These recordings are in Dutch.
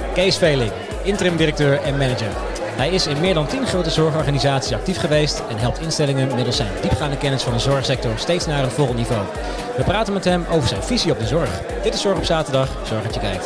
Kees Veling, interim directeur en manager. Hij is in meer dan 10 grote zorgorganisaties actief geweest en helpt instellingen middels zijn diepgaande kennis van de zorgsector steeds naar een volgend niveau. We praten met hem over zijn visie op de zorg. Dit is Zorg op Zaterdag. Zorg dat je kijkt.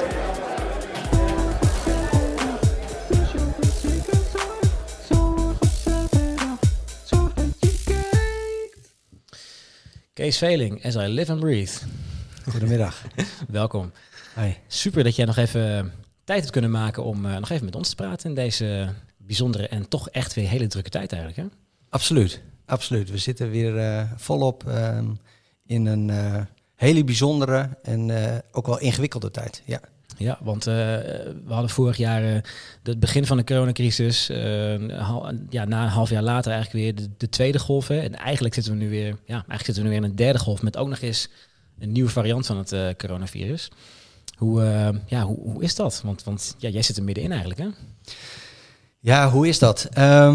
Kees Veling, as I live and breathe. Goedemiddag. Welkom. Hi. Super dat jij nog even tijd hebt kunnen maken om nog even met ons te praten in deze bijzondere en toch echt weer hele drukke tijd eigenlijk, hè? Absoluut. We zitten weer volop in een hele bijzondere en ook wel ingewikkelde tijd. Ja, want we hadden vorig jaar het begin van de coronacrisis. Na een half jaar later eigenlijk weer de tweede golf. Hè. En eigenlijk zitten we nu weer in een derde golf met ook nog eens een nieuwe variant van het coronavirus. Hoe is dat? Want jij zit er middenin eigenlijk, hè? Ja, hoe is dat?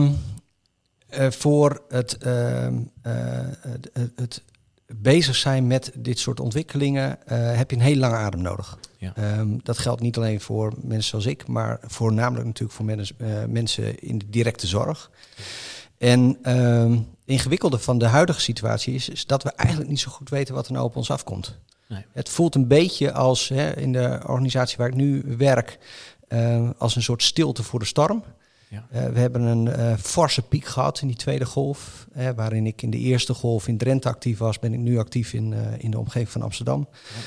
Voor het bezig zijn met dit soort ontwikkelingen heb je een hele lange adem nodig. Ja. Dat geldt niet alleen voor mensen zoals ik, maar voornamelijk natuurlijk voor mensen in de directe zorg. En ingewikkelde van de huidige situatie is dat we eigenlijk niet zo goed weten wat er nou op ons afkomt. Nee. Het voelt een beetje als in de organisatie waar ik nu werk, als een soort stilte voor de storm. Ja. We hebben een forse piek gehad in die tweede golf. Waarin ik in de eerste golf in Drenthe actief was, ben ik nu actief in de omgeving van Amsterdam.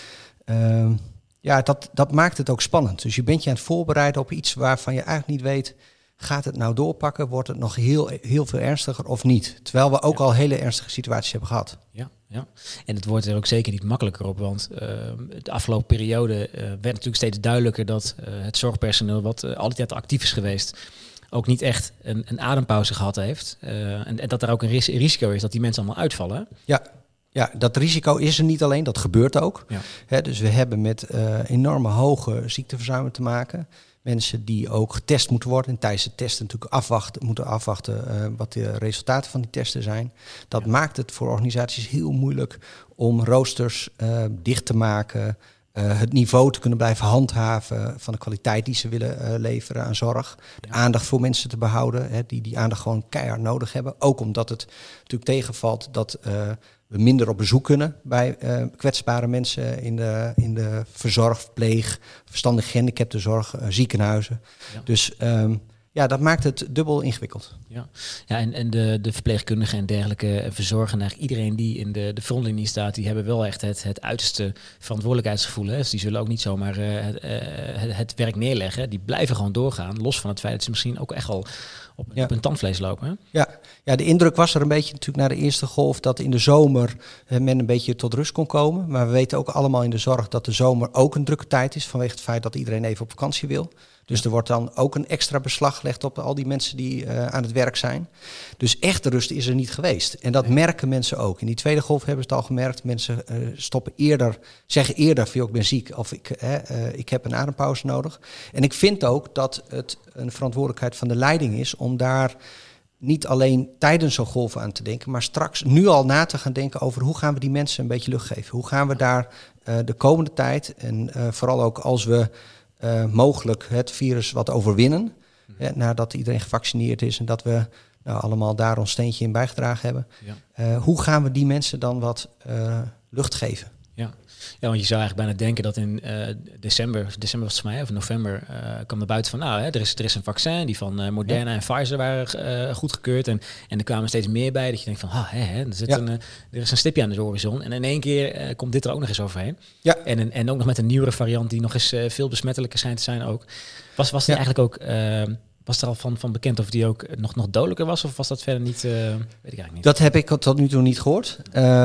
Ja. Dat maakt het ook spannend. Dus je bent je aan het voorbereiden op iets waarvan je eigenlijk niet weet, gaat het nou doorpakken? Wordt het nog heel veel ernstiger of niet? Terwijl we ook al hele ernstige situaties hebben gehad. Ja. En het wordt er ook zeker niet makkelijker op, want de afgelopen periode werd natuurlijk steeds duidelijker dat het zorgpersoneel wat al die tijd actief is geweest, ook niet echt een adempauze gehad heeft. En dat er ook een risico is dat die mensen allemaal uitvallen. Ja, dat risico is er niet alleen, dat gebeurt ook. Ja. Dus we hebben met enorme hoge ziekteverzuimen te maken. Mensen die ook getest moeten worden en tijdens de testen natuurlijk moeten afwachten wat de resultaten van die testen zijn. Dat maakt het voor organisaties heel moeilijk om roosters dicht te maken, het niveau te kunnen blijven handhaven van de kwaliteit die ze willen leveren aan zorg. De aandacht voor mensen te behouden, die aandacht gewoon keihard nodig hebben. Ook omdat het natuurlijk tegenvalt dat we minder op bezoek kunnen bij kwetsbare mensen in de verzorg, verpleeg, verstandig gehandicaptenzorg, ziekenhuizen. Ja. Dus dat maakt het dubbel ingewikkeld. Ja, en de verpleegkundigen en dergelijke verzorgen eigenlijk iedereen die in de frontlinie staat, die hebben wel echt het uiterste verantwoordelijkheidsgevoel. Hè? Dus die zullen ook niet zomaar het werk neerleggen. Die blijven gewoon doorgaan, los van het feit dat ze misschien ook echt al op hun tandvlees lopen. Hè? Ja, de indruk was er een beetje natuurlijk na de eerste golf dat in de zomer men een beetje tot rust kon komen. Maar we weten ook allemaal in de zorg dat de zomer ook een drukke tijd is vanwege het feit dat iedereen even op vakantie wil. Dus er wordt dan ook een extra beslag gelegd op al die mensen die aan het werk zijn. Dus echte rust is er niet geweest. En dat merken mensen ook. In die tweede golf hebben ze het al gemerkt. Mensen zeggen eerder van, ik ben ziek of ik heb een adempauze nodig. En ik vind ook dat het een verantwoordelijkheid van de leiding is om daar niet alleen tijdens zo'n golf aan te denken, maar straks nu al na te gaan denken over hoe gaan we die mensen een beetje lucht geven. Hoe gaan we daar de komende tijd en vooral ook als we mogelijk het virus wat overwinnen, nadat iedereen gevaccineerd is en dat we allemaal daar ons steentje in bijgedragen hebben. Ja. Hoe gaan we die mensen dan wat lucht geven? Ja, want je zou eigenlijk bijna denken dat in december was het voor mij, of november, kwam naar buiten van, er is een vaccin, die van Moderna en Pfizer waren goedgekeurd. En er kwamen steeds meer bij, dat je denkt van, er is een stipje aan de horizon. En in één keer komt dit er ook nog eens overheen. Ja. En ook nog met een nieuwere variant die nog eens veel besmettelijker schijnt te zijn ook. Was het eigenlijk ook... Was er al van bekend of die ook nog dodelijker was? Of was dat verder niet? Weet ik eigenlijk niet. Dat heb ik tot nu toe niet gehoord.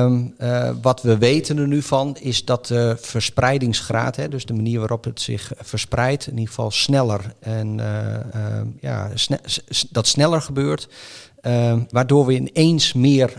Wat we weten er nu van is dat de verspreidingsgraad, dus de manier waarop het zich verspreidt, in ieder geval sneller en dat sneller gebeurt. Waardoor we ineens meer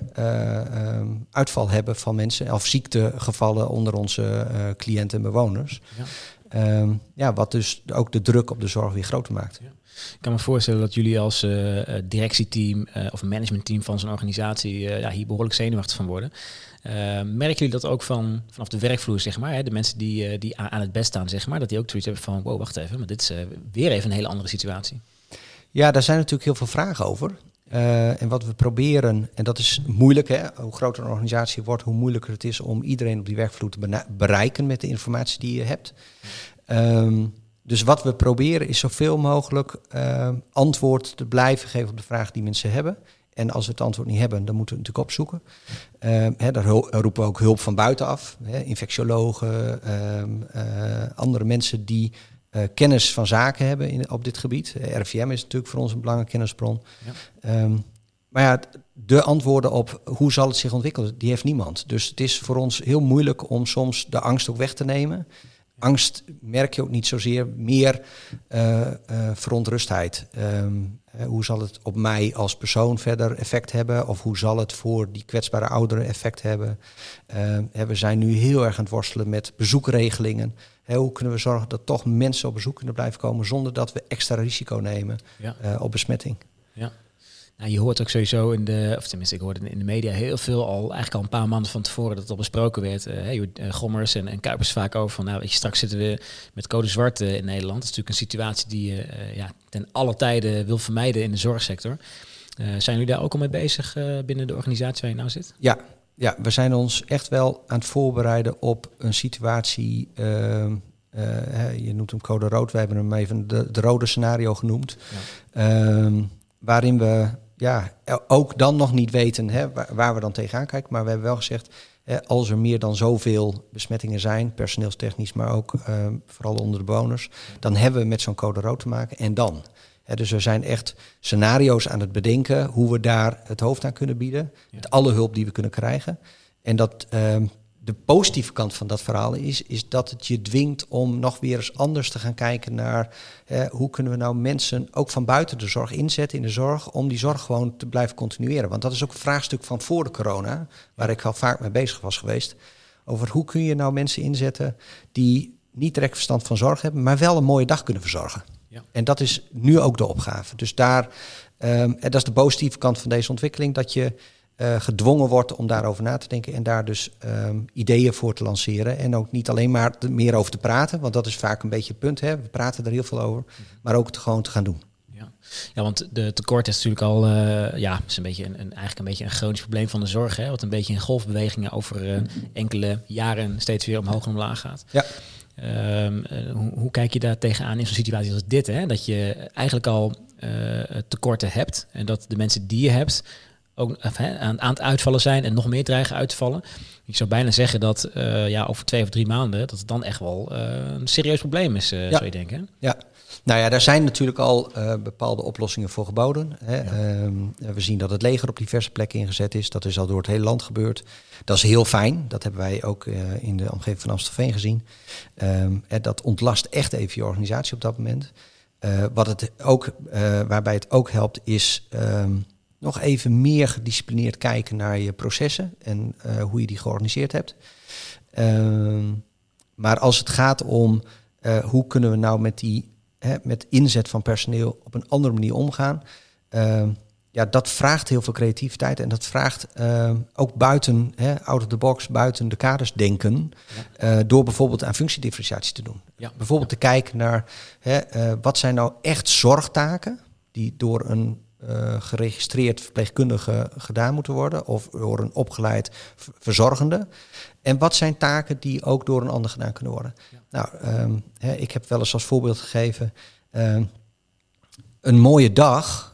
uitval hebben van mensen of ziektegevallen onder onze cliënten en bewoners. Wat dus ook de druk op de zorg weer groter maakt. Ja. Ik kan me voorstellen dat jullie als directieteam of managementteam van zo'n organisatie hier behoorlijk zenuwachtig van worden. Merken jullie dat ook vanaf de werkvloer, zeg maar, hè? De mensen die aan het bed staan, zeg maar, dat die ook zoiets hebben van, wow, wacht even, maar dit is weer even een hele andere situatie. Ja, daar zijn natuurlijk heel veel vragen over. En wat we proberen, en dat is moeilijk, hè? Hoe groter een organisatie wordt, hoe moeilijker het is om iedereen op die werkvloer te bereiken met de informatie die je hebt. Dus wat we proberen is zoveel mogelijk antwoord te blijven geven op de vragen die mensen hebben. En als we het antwoord niet hebben, dan moeten we het natuurlijk opzoeken. Daar roepen we ook hulp van buitenaf. Infectiologen, andere mensen die kennis van zaken hebben op dit gebied. RIVM is natuurlijk voor ons een belangrijke kennisbron. Ja. Maar ja, de antwoorden op hoe zal het zich ontwikkelen, die heeft niemand. Dus het is voor ons heel moeilijk om soms de angst ook weg te nemen. Angst merk je ook niet zozeer, meer verontrustheid. Hoe zal het op mij als persoon verder effect hebben? Of hoe zal het voor die kwetsbare ouderen effect hebben? We zijn nu heel erg aan het worstelen met bezoekregelingen. Hoe kunnen we zorgen dat toch mensen op bezoek kunnen blijven komen zonder dat we extra risico nemen op besmetting? Ja. Nou, je hoort ook sowieso of tenminste ik hoorde in de media heel veel eigenlijk al een paar maanden van tevoren dat het al besproken werd. Gommers en Kuipers vaak over van, nou weet je, straks zitten we met code zwart in Nederland. Dat is natuurlijk een situatie die je ten alle tijden wil vermijden in de zorgsector. Zijn jullie daar ook al mee bezig binnen de organisatie waar je nou zit? Ja, we zijn ons echt wel aan het voorbereiden op een situatie. Je noemt hem code rood, wij hebben hem even de rode scenario genoemd. Ja. Waarin we ook dan nog niet weten waar we dan tegenaan kijken. Maar we hebben wel gezegd, als er meer dan zoveel besmettingen zijn, personeelstechnisch, maar ook vooral onder de bewoners, dan hebben we met zo'n code rood te maken. En dan? Dus we zijn echt scenario's aan het bedenken hoe we daar het hoofd aan kunnen bieden. Ja. Met alle hulp die we kunnen krijgen. En dat de positieve kant van dat verhaal is dat het je dwingt om nog weer eens anders te gaan kijken naar hoe kunnen we nou mensen ook van buiten de zorg inzetten in de zorg om die zorg gewoon te blijven continueren. Want dat is ook een vraagstuk van voor de corona, waar ik al vaak mee bezig was geweest. Over hoe kun je nou mensen inzetten die niet direct verstand van zorg hebben, maar wel een mooie dag kunnen verzorgen. Ja. En dat is nu ook de opgave. Dus daar, dat is de positieve kant van deze ontwikkeling, dat je gedwongen wordt om daarover na te denken en daar dus ideeën voor te lanceren. En ook niet alleen maar meer over te praten, want dat is vaak een beetje het punt. We praten er heel veel over, maar ook gewoon te gaan doen. Ja, want de tekort is natuurlijk al is een beetje eigenlijk een beetje een chronisch probleem van de zorg. Wat een beetje in golfbewegingen over enkele jaren steeds weer omhoog en omlaag gaat. Ja. Hoe kijk je daar tegenaan in zo'n situatie als dit? Dat je eigenlijk al tekorten hebt en dat de mensen die je hebt ook aan het uitvallen zijn en nog meer dreigen uit te vallen. Ik zou bijna zeggen dat over 2 of 3 maanden dat het dan echt wel een serieus probleem is, zou je denken. Ja. Nou ja, daar zijn natuurlijk al bepaalde oplossingen voor geboden. Ja. We zien dat het leger op diverse plekken ingezet is. Dat is al door het hele land gebeurd. Dat is heel fijn. Dat hebben wij ook in de omgeving van Amstelveen gezien. Dat ontlast echt even je organisatie op dat moment. Waarbij het ook helpt is nog even meer gedisciplineerd kijken naar je processen en hoe je die georganiseerd hebt. Maar als het gaat om hoe kunnen we nou met inzet van personeel op een andere manier omgaan. Dat vraagt heel veel creativiteit en dat vraagt ook buiten, out of the box, buiten de kaders denken. Ja. Door bijvoorbeeld aan functiedifferentiatie te doen. Ja. Bijvoorbeeld te kijken naar wat zijn nou echt zorgtaken die door een geregistreerd verpleegkundige gedaan moeten worden of door een opgeleid verzorgende. En wat zijn taken die ook door een ander gedaan kunnen worden? Ja. Nou, ik heb wel eens als voorbeeld gegeven een mooie dag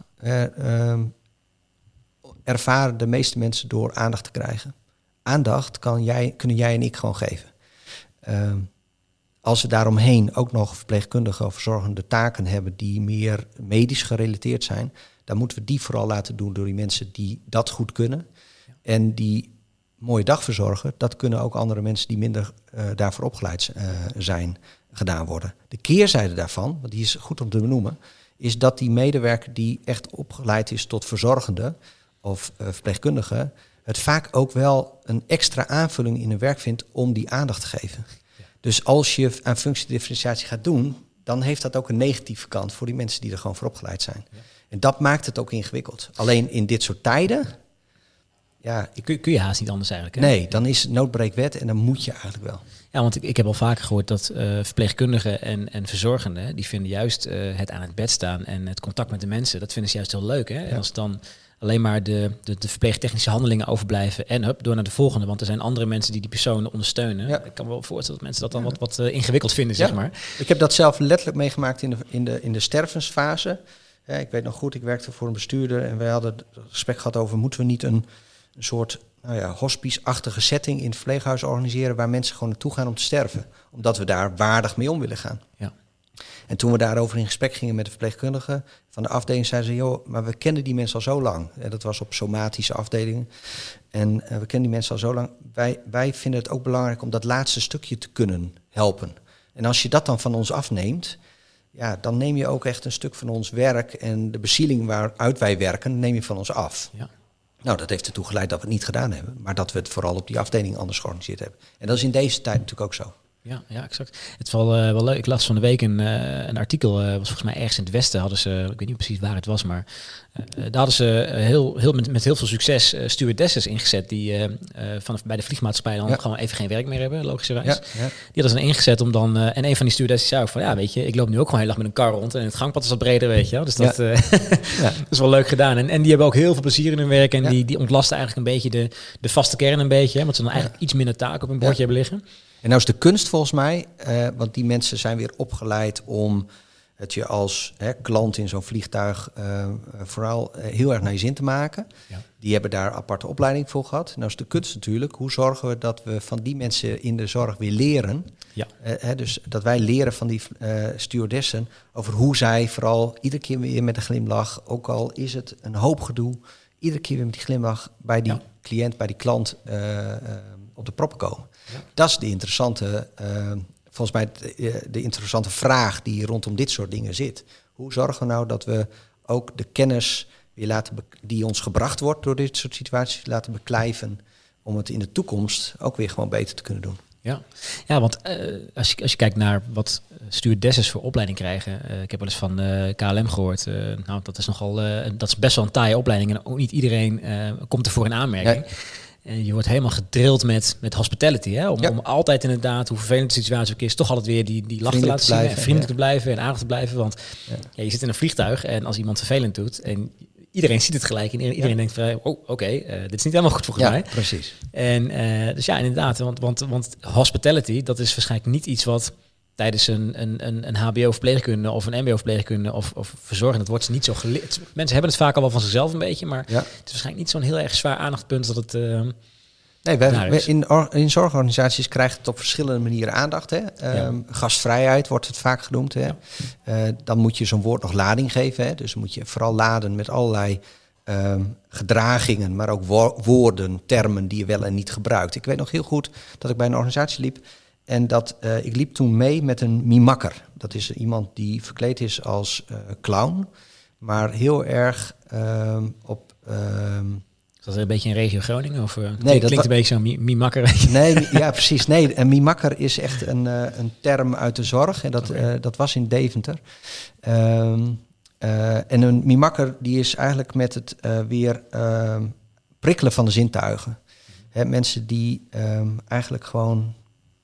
ervaren de meeste mensen door aandacht te krijgen. Aandacht kunnen jij en ik gewoon geven. Als we daaromheen ook nog verpleegkundige of verzorgende taken hebben die meer medisch gerelateerd zijn, dan moeten we die vooral laten doen door die mensen die dat goed kunnen. Ja. En die mooie dag verzorgen, dat kunnen ook andere mensen die minder daarvoor opgeleid zijn gedaan worden. De keerzijde daarvan, want die is goed om te benoemen, is dat die medewerker die echt opgeleid is tot verzorgende of verpleegkundige, het vaak ook wel een extra aanvulling in hun werk vindt om die aandacht te geven. Ja. Dus als je aan functiedifferentiatie gaat doen, dan heeft dat ook een negatieve kant voor die mensen die er gewoon voor opgeleid zijn. Ja. En dat maakt het ook ingewikkeld. Alleen in dit soort tijden... Ja, kun je haast niet anders eigenlijk. Hè? Nee, dan is het noodbreekwet en dan moet je eigenlijk wel. Ja, want ik heb al vaker gehoord dat verpleegkundigen en verzorgenden... die vinden juist het aan het bed staan en het contact met de mensen... dat vinden ze juist heel leuk. Hè? Ja. En als dan alleen maar de verpleegtechnische handelingen overblijven... en door naar de volgende, want er zijn andere mensen die personen ondersteunen. Ja. Ik kan me wel voorstellen dat mensen dat dan wat ingewikkeld vinden, zeg maar. Ik heb dat zelf letterlijk meegemaakt in de stervensfase. Ja, ik weet nog goed, ik werkte voor een bestuurder... en wij hadden het gesprek gehad over... moeten we niet een soort hospice-achtige setting in het verpleeghuis organiseren... waar mensen gewoon naartoe gaan om te sterven. Omdat we daar waardig mee om willen gaan. Ja. En toen we daarover in gesprek gingen met de verpleegkundigen van de afdeling... zeiden ze, joh, maar we kennen die mensen al zo lang. En dat was op somatische afdelingen. En we kennen die mensen al zo lang. Wij vinden het ook belangrijk om dat laatste stukje te kunnen helpen. En als je dat dan van ons afneemt... ja, dan neem je ook echt een stuk van ons werk... en de bezieling waaruit wij werken, neem je van ons af. Ja. Nou, dat heeft ertoe geleid dat we het niet gedaan hebben. Maar dat we het vooral op die afdeling anders georganiseerd hebben. En dat is in deze tijd natuurlijk ook zo. Ja, exact. Het is wel leuk. Ik las van de week een artikel, was volgens mij ergens in het Westen hadden ze, ik weet niet precies waar het was, maar daar hadden ze met heel veel succes stewardessen ingezet die bij de vliegmaatschappij dan gewoon even geen werk meer hebben, logischerwijs. Ja. Die hadden ze dan ingezet om dan, en een van die stewardessen zei ook van, ja, weet je, ik loop nu ook gewoon heel dag met een kar rond en het gangpad is wat breder, weet je wel. Dus dat, dat is wel leuk gedaan. En die hebben ook heel veel plezier in hun werk en die ontlasten eigenlijk een beetje de vaste kern een beetje, want ze dan eigenlijk iets minder taak op hun bordje hebben liggen. En nou is de kunst volgens mij, want die mensen zijn weer opgeleid om het je als klant in zo'n vliegtuig vooral heel erg naar je zin te maken. Ja. Die hebben daar aparte opleiding voor gehad. Nou is de kunst natuurlijk, hoe zorgen we dat we van die mensen in de zorg weer leren. Ja. Dus dat wij leren van die stewardessen over hoe zij vooral iedere keer weer met een glimlach, ook al is het een hoop gedoe, iedere keer weer met die glimlach bij die cliënt, bij die klant op de proppen komen. Ja. Dat is de interessante, volgens mij de interessante vraag die rondom dit soort dingen zit. Hoe zorgen we nou dat we ook de kennis weer die ons gebracht wordt door dit soort situaties laten beklijven, om het in de toekomst ook weer gewoon beter te kunnen doen. Ja, want als je kijkt naar wat stewardesses voor opleiding krijgen. Ik heb wel eens van KLM gehoord. Nou, dat is best wel een taaie opleiding en ook niet iedereen komt ervoor in aanmerking. Ja. En je wordt helemaal gedrild met hospitality. Hè? Om altijd inderdaad, hoe vervelend de situatie ook is, toch altijd weer die lach te laten zien. En vriendelijk te blijven en aardig te blijven. Want je zit in een vliegtuig en als iemand vervelend doet en iedereen ziet het gelijk en iedereen denkt van, oké, dit is niet helemaal goed volgens mij. Precies. En dus ja, inderdaad, want hospitality, dat is waarschijnlijk niet iets wat tijdens een HBO-verpleegkunde of een MBO-verpleegkunde of verzorgen, dat wordt ze niet zo geleerd. Mensen hebben het vaak al wel van zichzelf een beetje, maar het is waarschijnlijk niet zo'n heel erg zwaar aandachtspunt dat het... Nee, in zorgorganisaties krijgt het op verschillende manieren aandacht. Hè? Gastvrijheid wordt het vaak genoemd. Hè? Ja. Dan moet je zo'n woord nog lading geven. Hè? Dus moet je vooral laden met allerlei gedragingen, maar ook woorden, termen die je wel en niet gebruikt. Ik weet nog heel goed dat ik bij een organisatie liep en dat ik liep toen mee met een mimakker. Dat is iemand die verkleed is als clown, maar heel erg op... Is dat een beetje in regio Groningen? Of nee, dat klinkt een beetje zo'n mimakker. Nee, ja, precies. Nee, een mimakker is echt een term uit de zorg. En dat was in Deventer. En een mimakker die is eigenlijk met het weer prikkelen van de zintuigen. Hè, mensen die eigenlijk gewoon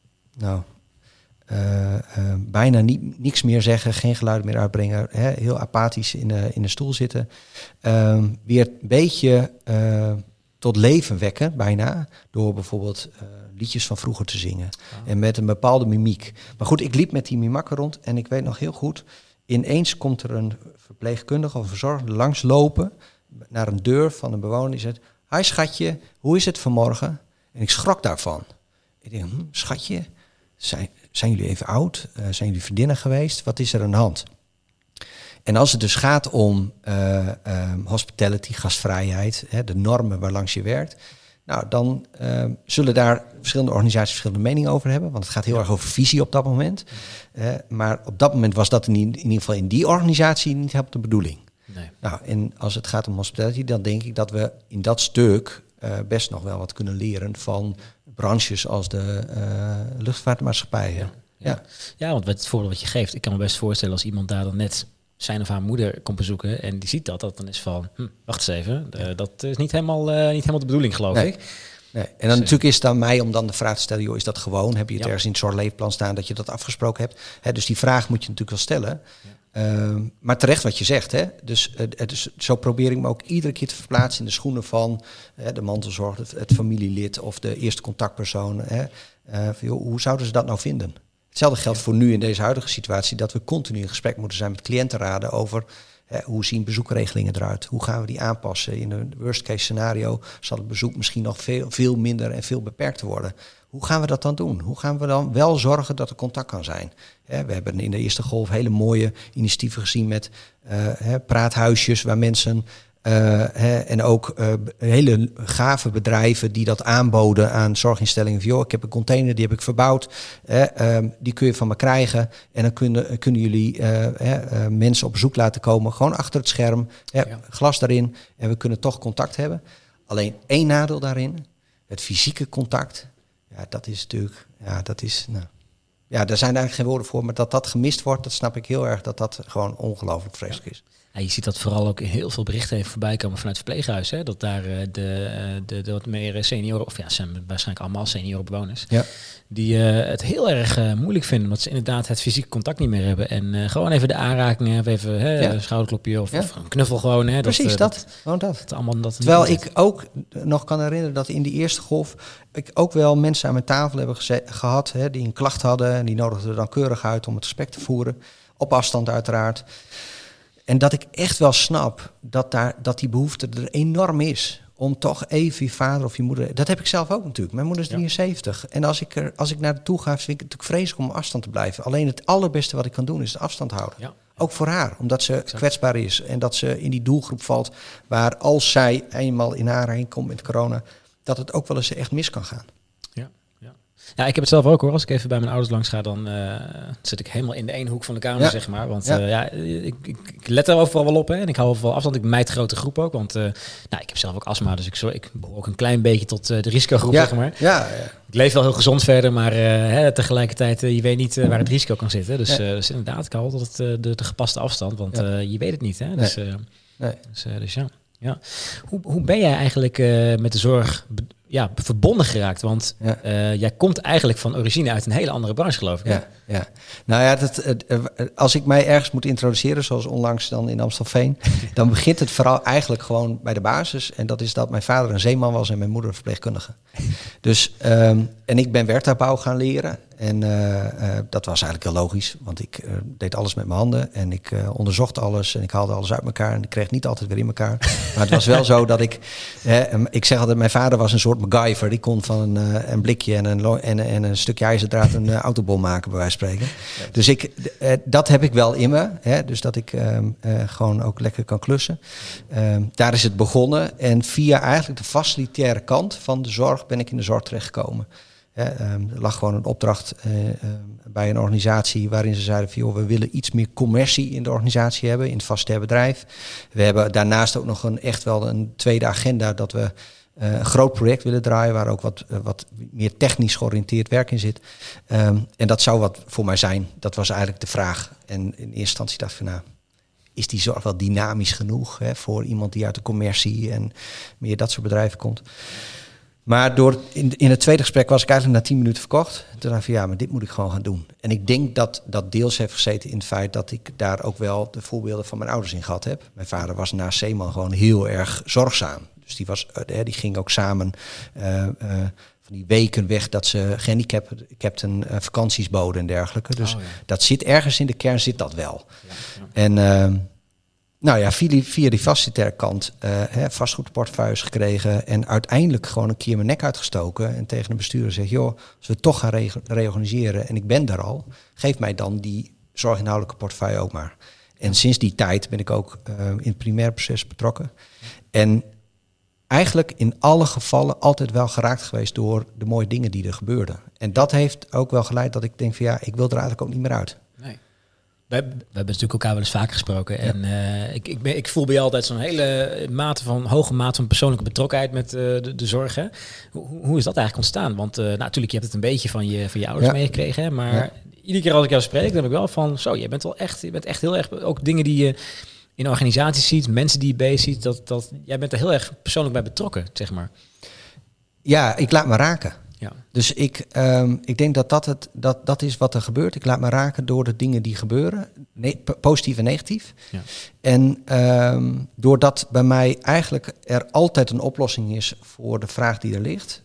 bijna niks meer zeggen, geen geluid meer uitbrengen, heel apathisch in de stoel zitten. Weer een beetje tot leven wekken, bijna, door bijvoorbeeld liedjes van vroeger te zingen. En met een bepaalde mimiek. Maar goed, ik liep met die mimakker rond en ik weet nog heel goed, ineens komt er een verpleegkundige of verzorger langslopen naar een deur van een bewoner die zegt, hi schatje, hoe is het vanmorgen? En ik schrok daarvan. Ik denk, schatje, zijn jullie even oud? Zijn jullie vriendinnen geweest? Wat is er aan de hand? En als het dus gaat om hospitality, gastvrijheid, de normen waarlangs je werkt, nou, dan zullen daar verschillende organisaties verschillende meningen over hebben, want het gaat heel erg over visie op dat moment. Maar op dat moment was dat in ieder geval in die organisatie niet helemaal de bedoeling. Nee. Nou, en als het gaat om hospitality, dan denk ik dat we in dat stuk best nog wel wat kunnen leren van branches als de luchtvaartmaatschappijen. Ja, want het voorbeeld wat je geeft, ik kan me best voorstellen als iemand daar dan net zijn of haar moeder komt bezoeken en die ziet dat dan is van, wacht eens even, dat is niet helemaal de bedoeling, geloof ik. Nee. En dan natuurlijk is het aan mij om dan de vraag te stellen, joh, is dat gewoon? Heb je het ergens in het zorgleefplan staan dat je dat afgesproken hebt? Dus die vraag moet je natuurlijk wel stellen. Maar terecht wat je zegt. Hè? Dus zo probeer ik me ook iedere keer te verplaatsen in de schoenen van de mantelzorg, het familielid of de eerste contactpersoon. Joh, hoe zouden ze dat nou vinden? Hetzelfde geldt voor nu in deze huidige situatie, dat we continu in gesprek moeten zijn met cliëntenraden over hoe zien bezoekregelingen eruit? Hoe gaan we die aanpassen? In een worst case scenario zal het bezoek misschien nog veel minder en veel beperkter worden. Hoe gaan we dat dan doen? Hoe gaan we dan wel zorgen dat er contact kan zijn? We hebben in de eerste golf hele mooie initiatieven gezien met praathuisjes waar mensen en ook hele gave bedrijven die dat aanboden aan zorginstellingen. Van, joh, ik heb een container, die heb ik verbouwd. Die kun je van me krijgen. En dan kunnen jullie mensen op bezoek laten komen. Gewoon achter het scherm. Glas daarin. En we kunnen toch contact hebben. Alleen één nadeel daarin. Het fysieke contact. Ja, dat is natuurlijk... Ja, dat is... Nou, ja, daar zijn eigenlijk geen woorden voor. Maar dat gemist wordt, dat snap ik heel erg. Dat gewoon ongelooflijk vreselijk is. Ja, je ziet dat vooral ook in heel veel berichten even voorbij komen vanuit verpleeghuizen. Hè? Dat daar de wat meer senioren, of zijn waarschijnlijk allemaal senioren bewoners, die het heel erg moeilijk vinden. Omdat ze inderdaad het fysiek contact niet meer hebben. En gewoon even de aanraking hebben, even een schouderklopje of een knuffel gewoon. Hè? Precies, gewoon dat. Terwijl ik ook nog kan herinneren dat in die eerste golf ik ook wel mensen aan mijn tafel hebben gehad die een klacht hadden. En die nodigden dan keurig uit om het gesprek te voeren. Op afstand uiteraard. En dat ik echt wel snap dat die behoefte er enorm is. Om toch even je vader of je moeder... Dat heb ik zelf ook natuurlijk. Mijn moeder is 73. En als ik naar de toe ga, vind ik het natuurlijk vreselijk om op afstand te blijven. Alleen het allerbeste wat ik kan doen is de afstand houden. Ja. Ook voor haar. Omdat ze kwetsbaar is. En dat ze in die doelgroep valt. Waar als zij eenmaal in aanraking komt met corona, dat het ook wel eens echt mis kan gaan. Ja, ik heb het zelf ook hoor. Als ik even bij mijn ouders langs ga, dan zit ik helemaal in de ene hoek van de kamer, zeg maar. Want ik let er overal wel op, hè. En ik hou overal afstand. Ik mijd grote groep ook, want ik heb zelf ook astma. Dus ik behoor ook een klein beetje tot de risicogroep, zeg maar. Ja. Ik leef wel heel gezond verder, maar tegelijkertijd, je weet niet waar het risico kan zitten. Dus inderdaad, ik hou altijd de gepaste afstand, want je weet het niet, hè. Dus, dus ja. Hoe ben jij eigenlijk met de zorg verbonden geraakt? Want jij komt eigenlijk van origine uit een hele andere branche, geloof ik. Ja. Nou ja, als ik mij ergens moet introduceren, zoals onlangs dan in Amstelveen, dan begint het vooral eigenlijk gewoon bij de basis. En dat is dat mijn vader een zeeman was en mijn moeder een verpleegkundige. Dus, en ik ben werktuigbouw gaan leren. En dat was eigenlijk heel logisch, want ik deed alles met mijn handen en ik onderzocht alles en ik haalde alles uit elkaar en ik kreeg niet altijd weer in elkaar. Maar het was wel zo dat ik zeg altijd, mijn vader was een soort MacGyver. Die kon van een blikje en een stukje ijzerdraad een autobom maken, bij wijze van spreken. Ja. Dus dat heb ik wel in me, dus dat ik gewoon ook lekker kan klussen. Daar is het begonnen en via eigenlijk de facilitaire kant van de zorg ben ik in de zorg terechtgekomen. Er lag gewoon een opdracht bij een organisatie waarin ze zeiden van, joh, we willen iets meer commercie in de organisatie hebben, in het facilitair bedrijf. We hebben daarnaast ook nog echt wel een tweede agenda dat we een groot project willen draaien waar ook wat meer technisch georiënteerd werk in zit. En dat zou wat voor mij zijn. Dat was eigenlijk de vraag. En in eerste instantie dacht ik van, is die zorg wel dynamisch genoeg voor iemand die uit de commercie en meer dat soort bedrijven komt? Maar in het tweede gesprek was ik eigenlijk na 10 minuten verkocht. Toen dacht ik van, maar dit moet ik gewoon gaan doen. En ik denk dat dat deels heeft gezeten in het feit dat ik daar ook wel de voorbeelden van mijn ouders in gehad heb. Mijn vader was naast zeeman gewoon heel erg zorgzaam. Dus die ging ook samen van die weken weg dat ze gehandicapten vakanties boden en dergelijke. Dus dat zit ergens in de kern, zit dat wel. En via die facilitaire kant vastgoedportefeuilles gekregen en uiteindelijk gewoon een keer mijn nek uitgestoken en tegen de bestuurder zeg, joh, als we toch gaan reorganiseren en ik ben daar al, geef mij dan die zorginhoudelijke portefeuille ook maar. En sinds die tijd ben ik ook in het primair proces betrokken. En eigenlijk in alle gevallen altijd wel geraakt geweest door de mooie dingen die er gebeurden. En dat heeft ook wel geleid dat ik denk van, ik wil er eigenlijk ook niet meer uit. hebben natuurlijk elkaar wel eens vaker gesproken. Ja. En ik voel bij jou altijd zo'n hele hoge mate van persoonlijke betrokkenheid met de zorg. Hè? Hoe is dat eigenlijk ontstaan? Want natuurlijk, je hebt het een beetje van je ouders meegekregen. Hè? Maar iedere keer als ik jou spreek, dan heb ik wel van... je bent echt heel erg... Ook dingen die je in organisaties ziet, mensen die je bezig ziet... jij bent er heel erg persoonlijk bij betrokken, zeg maar. Ja, ik laat me raken. Ja. Dus ik denk dat is wat er gebeurt. Ik laat me raken door de dingen die gebeuren. Positief en negatief. Ja. En doordat bij mij eigenlijk er altijd een oplossing is voor de vraag die er ligt.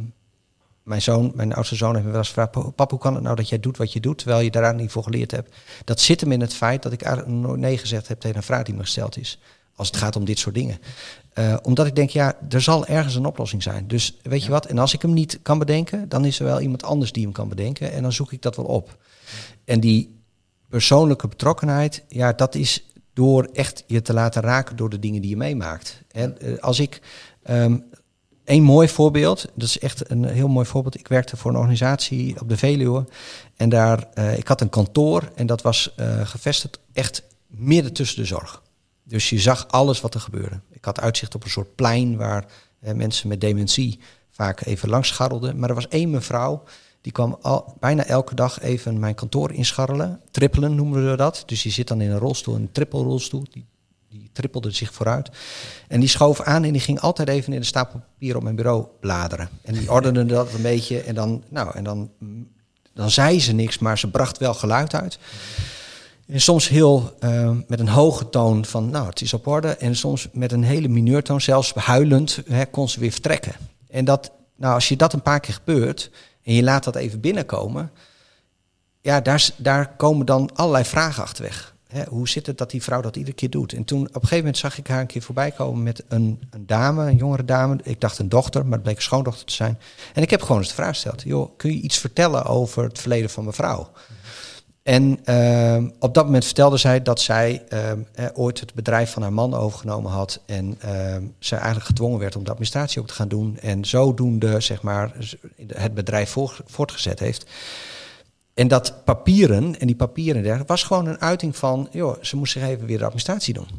Mijn oudste zoon heeft me wel eens gevraagd... Pap, hoe kan het nou dat jij doet wat je doet... terwijl je daar niet voor geleerd hebt? Dat zit hem in het feit dat ik eigenlijk nooit nee gezegd heb... tegen een vraag die me gesteld is. Als het gaat om dit soort dingen. Omdat ik denk, er zal ergens een oplossing zijn. Dus weet je wat, en als ik hem niet kan bedenken... dan is er wel iemand anders die hem kan bedenken... en dan zoek ik dat wel op. En die persoonlijke betrokkenheid... dat is door echt je te laten raken... door de dingen die je meemaakt. En als ik... Een mooi voorbeeld, dat is echt een heel mooi voorbeeld. Ik werkte voor een organisatie op de Veluwe. En daar, ik had een kantoor en dat was gevestigd echt midden tussen de zorg. Dus je zag alles wat er gebeurde. Ik had uitzicht op een soort plein waar mensen met dementie vaak even langs scharrelden. Maar er was één mevrouw, die kwam bijna elke dag even mijn kantoor inscharrelen. Trippelen noemen we dat. Dus die zit dan in een rolstoel, een trippelrolstoel. Die trippelde zich vooruit. En die schoof aan en die ging altijd even in de stapel papier op mijn bureau bladeren. En die ordende dat een beetje. En dan zei ze niks, maar ze bracht wel geluid uit. En soms heel met een hoge toon van, het is op orde. En soms met een hele mineurtoon, zelfs huilend, kon ze weer vertrekken. En als je dat een paar keer gebeurt en je laat dat even binnenkomen, daar komen dan allerlei vragen achterweg. Hoe zit het dat die vrouw dat iedere keer doet? En toen op een gegeven moment zag ik haar een keer voorbij komen met een dame, een jongere dame. Ik dacht een dochter, maar het bleek een schoondochter te zijn. En ik heb gewoon eens de vraag gesteld. Joh, kun je iets vertellen over het verleden van mevrouw? En op dat moment vertelde zij dat zij ooit het bedrijf van haar man overgenomen had. En zij eigenlijk gedwongen werd om de administratie ook te gaan doen. En zodoende, zeg maar, het bedrijf voortgezet heeft. En dat papieren, was gewoon een uiting van, ze moest zich even weer de administratie doen.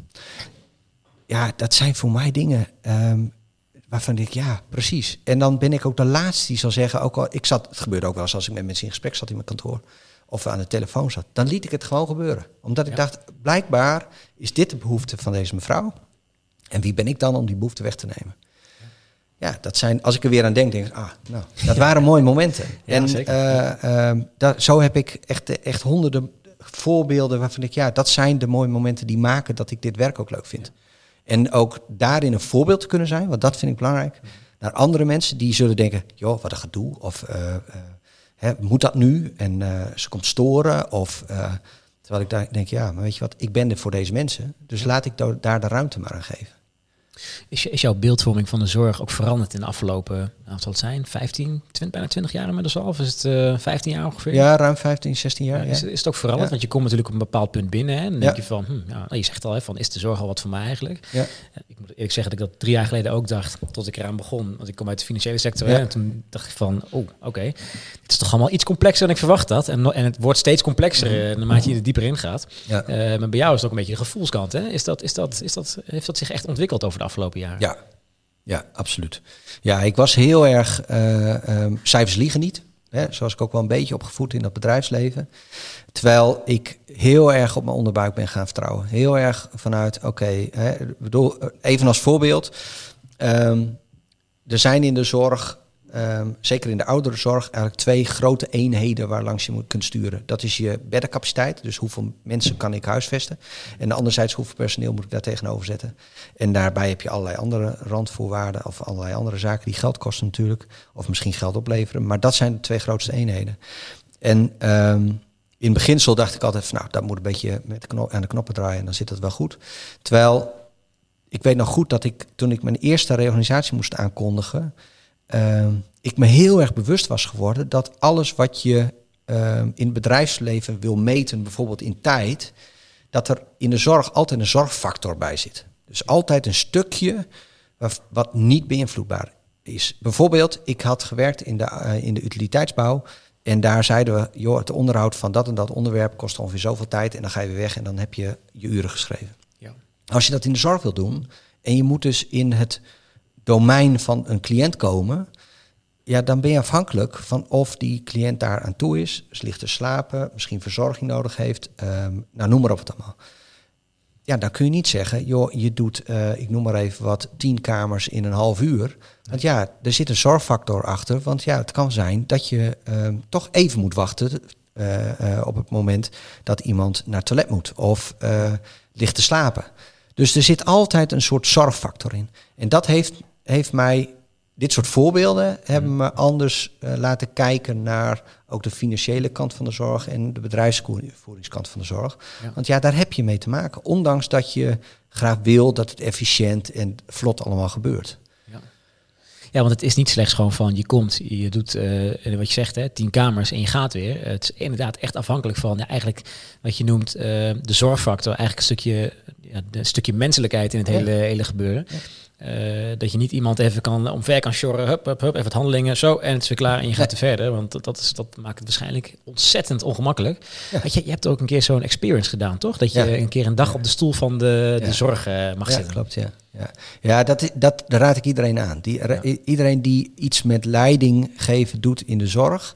Ja, dat zijn voor mij dingen waarvan ik, precies. En dan ben ik ook de laatste die zal zeggen, het gebeurde ook wel eens als ik met mensen in gesprek zat in mijn kantoor, of aan de telefoon zat, dan liet ik het gewoon gebeuren. Omdat ik dacht, blijkbaar is dit de behoefte van deze mevrouw. En wie ben ik dan om die behoefte weg te nemen? Ja, dat zijn, als ik er weer aan denk ik, dat waren mooie momenten. Ja, en zo heb ik echt honderden voorbeelden waarvan ik, dat zijn de mooie momenten die maken dat ik dit werk ook leuk vind. En ook daarin een voorbeeld te kunnen zijn, want dat vind ik belangrijk. Naar andere mensen die zullen denken, wat een gedoe, of moet dat nu? En ze komt storen, of terwijl ik daar denk, maar weet je wat, ik ben er voor deze mensen, dus laat ik daar de ruimte maar aan geven. Is jouw beeldvorming van de zorg ook veranderd in de afgelopen, wat zal het zijn, bijna 20 jaar inmiddels al? Of is het 15 jaar ongeveer? Ja, ruim 15, 16 jaar. Is het ook veranderd? Ja. Want je komt natuurlijk op een bepaald punt binnen. Hè, en dan denk je van, je zegt al, van, is de zorg al wat voor mij eigenlijk? Ja. Ik moet eerlijk zeggen dat ik dat 3 jaar geleden ook dacht, tot ik eraan begon. Want ik kom uit de financiële sector. Ja. En toen dacht ik van, oké, het is toch allemaal iets complexer dan ik verwacht had. En het wordt steeds complexer naarmate je er dieper in gaat. Ja. Maar bij jou is het ook een beetje de gevoelskant. Hè? Heeft dat zich echt ontwikkeld over de afgelopen jaren? Ja, absoluut. Ja, ik was heel erg, cijfers liegen niet. Zoals ik ook wel een beetje opgevoed in dat bedrijfsleven. Terwijl ik heel erg op mijn onderbuik ben gaan vertrouwen. Heel erg vanuit, even als voorbeeld. Er zijn in de zorg, zeker in de ouderenzorg, eigenlijk 2 grote eenheden waar langs je kunt sturen. Dat is je beddencapaciteit, dus hoeveel mensen kan ik huisvesten. En anderzijds hoeveel personeel moet ik daar tegenover zetten. En daarbij heb je allerlei andere randvoorwaarden of allerlei andere zaken die geld kosten natuurlijk. Of misschien geld opleveren. Maar dat zijn de 2 grootste eenheden. En in beginsel dacht ik altijd van, dat moet een beetje aan de knoppen draaien en dan zit dat wel goed. Terwijl, ik weet nog goed dat toen ik mijn eerste reorganisatie moest aankondigen, ik me heel erg bewust was geworden dat alles wat je in het bedrijfsleven wil meten, bijvoorbeeld in tijd, dat er in de zorg altijd een zorgfactor bij zit. Dus altijd een stukje wat niet beïnvloedbaar is. Bijvoorbeeld, ik had gewerkt in de utiliteitsbouw En daar zeiden we, joh, het onderhoud van dat en dat onderwerp kost ongeveer zoveel tijd. En dan ga je weer weg en dan heb je je uren geschreven. Ja. Als je dat in de zorg wil doen en je moet dus in het domein van een cliënt komen, ja, dan ben je afhankelijk van of die cliënt daar aan toe is. Dus ligt te slapen, misschien verzorging nodig heeft. Noem maar op het allemaal. Ja, dan kun je niet zeggen, joh, je doet, ik noem maar even wat, 10 kamers in een half uur. Want ja, er zit een zorgfactor achter. Want ja, het kan zijn dat je toch even moet wachten op het moment dat iemand naar het toilet moet. Of ligt te slapen. Dus er zit altijd een soort zorgfactor in. En dat heeft mij, dit soort voorbeelden hebben me anders laten kijken naar ook de financiële kant van de zorg en de bedrijfsvoeringskant van de zorg. Ja. Want ja, daar heb je mee te maken. Ondanks dat je graag wil dat het efficiënt en vlot allemaal gebeurt. Ja, want het is niet slechts gewoon van je komt, je doet wat je zegt, 10 kamers en je gaat weer. Het is inderdaad echt afhankelijk van eigenlijk wat je noemt de zorgfactor. Eigenlijk een stukje menselijkheid in het hele gebeuren. Ja. Dat je niet iemand even omver kan sjorren, hup, even wat handelingen, zo, en het is weer klaar en je gaat er verder. Want dat maakt het waarschijnlijk ontzettend ongemakkelijk. Ja. Want je hebt ook een keer zo'n experience gedaan, toch? Dat je een keer een dag op de stoel van de zorg mag zitten. Klopt, ja, dat raad ik iedereen aan. Iedereen die iets met leiding geven doet in de zorg.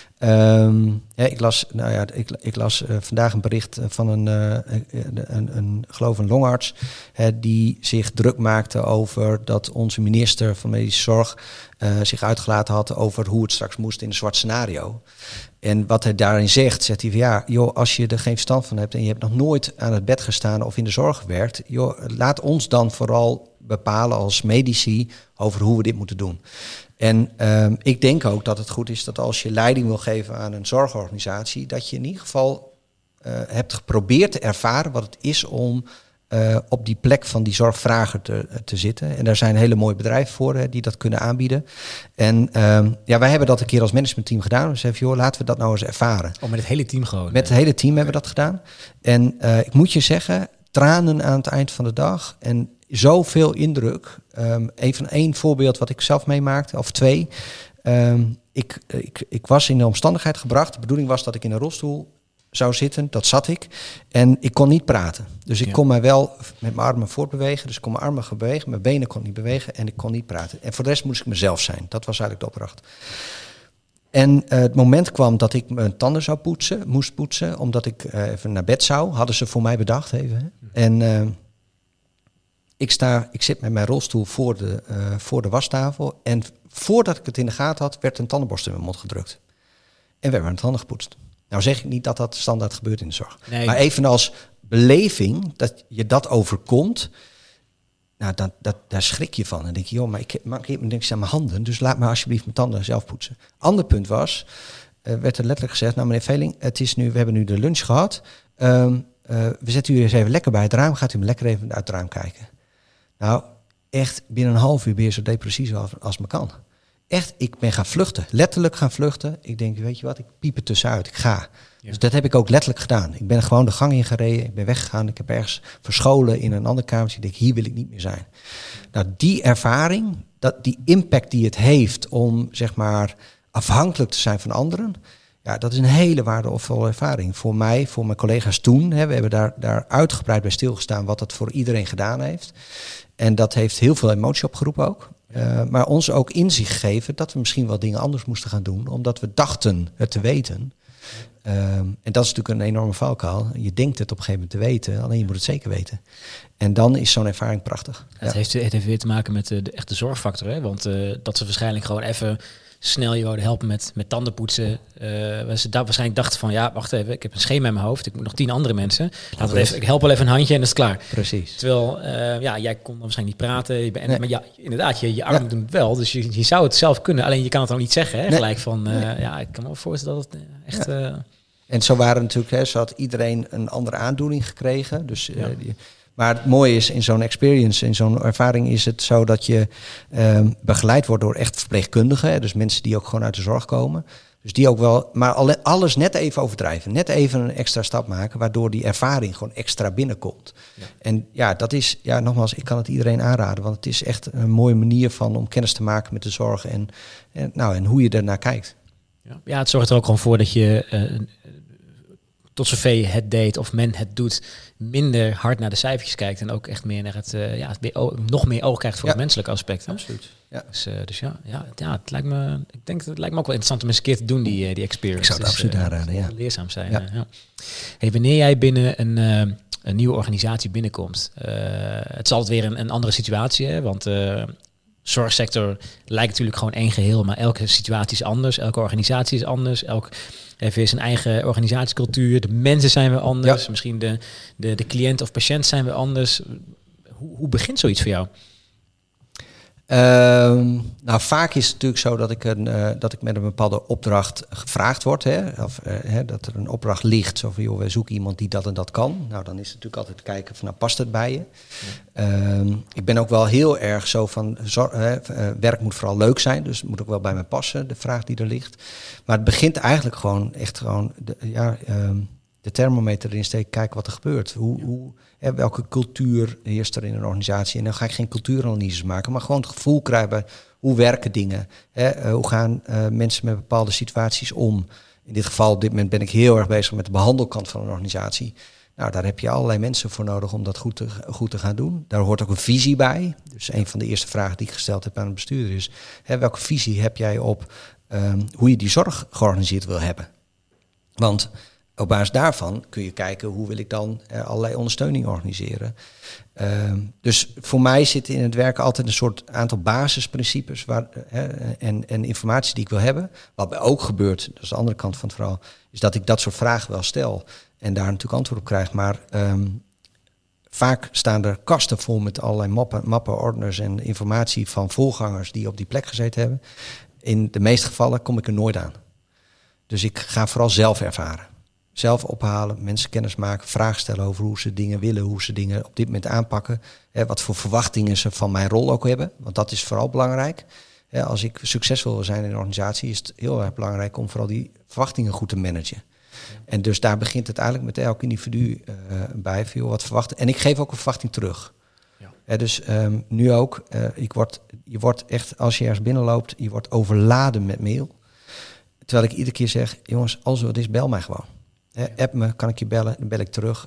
Ik las vandaag een bericht van een longarts die zich druk maakte over dat onze minister van Medische Zorg zich uitgelaten had over hoe het straks moest in een zwart scenario. En wat hij daarin zegt hij van ja, joh, als je er geen verstand van hebt en je hebt nog nooit aan het bed gestaan of in de zorg gewerkt, joh, laat ons dan vooral bepalen als medici over hoe we dit moeten doen. En ik denk ook dat het goed is dat als je leiding wil geven aan een zorgorganisatie, dat je in ieder geval hebt geprobeerd te ervaren wat het is om op die plek van die zorgvrager te zitten. En daar zijn hele mooie bedrijven voor die dat kunnen aanbieden. En wij hebben dat een keer als managementteam gedaan. Dus even, joh, laten we dat nou eens ervaren. Met het hele team gewoon? Met het hele team hebben we dat gedaan. En ik moet je zeggen, tranen aan het eind van de dag en zoveel indruk. Even 1 voorbeeld wat ik zelf meemaakte, of 2. Ik was in de omstandigheid gebracht. De bedoeling was dat ik in een rolstoel zou zitten. Dat zat ik. En ik kon niet praten. Dus ik kon mij wel met mijn armen voortbewegen. Dus ik kon mijn armen gaan bewegen. Mijn benen kon niet bewegen. En ik kon niet praten. En voor de rest moest ik mezelf zijn. Dat was eigenlijk de opdracht. En het moment kwam dat ik mijn tanden moest poetsen. Omdat ik even naar bed zou. Hadden ze voor mij bedacht even. Hè. En ik zit met mijn rolstoel voor de wastafel. En voordat ik het in de gaten had, werd een tandenborstel in mijn mond gedrukt. En werden mijn tanden gepoetst. Nou zeg ik niet dat dat standaard gebeurt in de zorg. Nee. Maar even als beleving, dat je dat overkomt, nou, daar schrik je van. En dan denk je, joh, maar ik heb niks aan mijn handen, dus laat me alsjeblieft mijn tanden zelf poetsen. Ander punt was, werd er letterlijk gezegd, nou meneer Veling, we hebben nu de lunch gehad. We zetten u eens even lekker bij het raam, gaat u me lekker even uit het raam kijken. Nou, echt binnen een half uur ben je zo depressief als me kan. Echt, ik ben gaan vluchten. Letterlijk gaan vluchten. Ik denk, weet je wat, ik piep er tussenuit. Ik ga. Ja. Dus dat heb ik ook letterlijk gedaan. Ik ben gewoon de gang in gereden. Ik ben weggegaan. Ik heb ergens verscholen in een ander kamertje. Ik denk, hier wil ik niet meer zijn. Nou, die ervaring, die impact die het heeft om, zeg maar, afhankelijk te zijn van anderen. Ja, dat is een hele waardevolle ervaring. Voor mij, voor mijn collega's toen. We hebben daar uitgebreid bij stilgestaan wat dat voor iedereen gedaan heeft. En dat heeft heel veel emotie opgeroepen ook. Maar ons ook inzicht gegeven dat we misschien wel dingen anders moesten gaan doen. Omdat we dachten het te weten. En dat is natuurlijk een enorme valkuil. Je denkt het op een gegeven moment te weten, alleen je moet het zeker weten. En dan is zo'n ervaring prachtig. Het heeft weer te maken met de echte zorgfactor. Hè? Want dat ze waarschijnlijk gewoon even snel je wouden helpen met tandenpoetsen. Ze waarschijnlijk dachten van, ja, wacht even, ik heb een schema in mijn hoofd. Ik moet nog 10 andere mensen. Ik help wel even een handje en dat is klaar. Precies. Terwijl, jij kon waarschijnlijk niet praten. Maar ja, inderdaad, je armen doen het wel. Dus je zou het zelf kunnen. Alleen je kan het ook niet zeggen. Hè? Nee. Gelijk van, ik kan me wel voorstellen dat het echt... En zo waren natuurlijk, zo had iedereen een andere aandoening gekregen. Dus... Maar het mooie is, in zo'n experience, in zo'n ervaring is het zo dat je begeleid wordt door echt verpleegkundigen. Dus mensen die ook gewoon uit de zorg komen. Dus die ook wel, maar alles net even overdrijven. Net even een extra stap maken, waardoor die ervaring gewoon extra binnenkomt. Ja. En ja, dat is, nogmaals, ik kan het iedereen aanraden. Want het is echt een mooie manier om kennis te maken met de zorg en hoe je ernaar kijkt. Ja, het zorgt er ook gewoon voor dat je tot zover je het deed of men het doet, minder hard naar de cijfertjes kijkt en ook echt meer naar het nog meer oog krijgt voor het menselijke aspect. Hè? Absoluut. Ja. Dus het lijkt me, ik denk dat het lijkt me ook wel interessant om eens een keer te doen die experience. Ik zou het absoluut aanraden. Ja. Leerzaam zijn. Ja. Hey, wanneer jij binnen een nieuwe organisatie binnenkomt, het is altijd weer een andere situatie, hè? Want zorgsector lijkt natuurlijk gewoon één geheel, maar elke situatie is anders, elke organisatie is anders, elk heeft weer zijn eigen organisatiecultuur, de mensen zijn weer anders, misschien de cliënt of patiënt zijn weer anders. Hoe begint zoiets voor jou? Vaak is het natuurlijk zo dat ik met een bepaalde opdracht gevraagd word. Dat er een opdracht ligt. Zo van, joh, we zoeken iemand die dat en dat kan. Nou, dan is het natuurlijk altijd kijken van, past het bij je? Ja. Ik ben ook wel heel erg zo van, werk moet vooral leuk zijn. Dus het moet ook wel bij me passen, de vraag die er ligt. Maar het begint eigenlijk gewoon de thermometer erin steken, kijken wat er gebeurt. Welke cultuur heerst er in een organisatie? En dan ga ik geen cultuuranalyses maken, maar gewoon het gevoel krijgen, hoe werken dingen? Hoe gaan mensen met bepaalde situaties om? In dit geval, op dit moment ben ik heel erg bezig met de behandelkant van een organisatie. Nou, daar heb je allerlei mensen voor nodig om dat goed te gaan doen. Daar hoort ook een visie bij. Dus een van de eerste vragen die ik gesteld heb aan het bestuurder is, welke visie heb jij op hoe je die zorg georganiseerd wil hebben? Want op basis daarvan kun je kijken hoe wil ik dan allerlei ondersteuning organiseren. Dus voor mij zit in het werk altijd een soort aantal basisprincipes en informatie die ik wil hebben. Wat bij ook gebeurt, dat is de andere kant van het verhaal, is dat ik dat soort vragen wel stel en daar natuurlijk antwoord op krijg. Maar vaak staan er kasten vol met allerlei mappen, ordners en informatie van voorgangers die op die plek gezeten hebben. In de meeste gevallen kom ik er nooit aan. Dus ik ga vooral zelf ervaren. Zelf ophalen, mensen kennis maken, vragen stellen over hoe ze dingen willen, hoe ze dingen op dit moment aanpakken. Wat voor verwachtingen ze van mijn rol ook hebben, want dat is vooral belangrijk. Als ik succesvol wil zijn in een organisatie, is het heel erg belangrijk om vooral die verwachtingen goed te managen. En dus daar begint het eigenlijk met elk individu bij, veel wat verwachten. En ik geef ook een verwachting terug. Ja. Dus nu ook, je wordt echt, als je ergens binnenloopt, je wordt overladen met mail. Terwijl ik iedere keer zeg, jongens, als er wat is, bel mij gewoon. App me, kan ik je bellen, dan bel ik terug.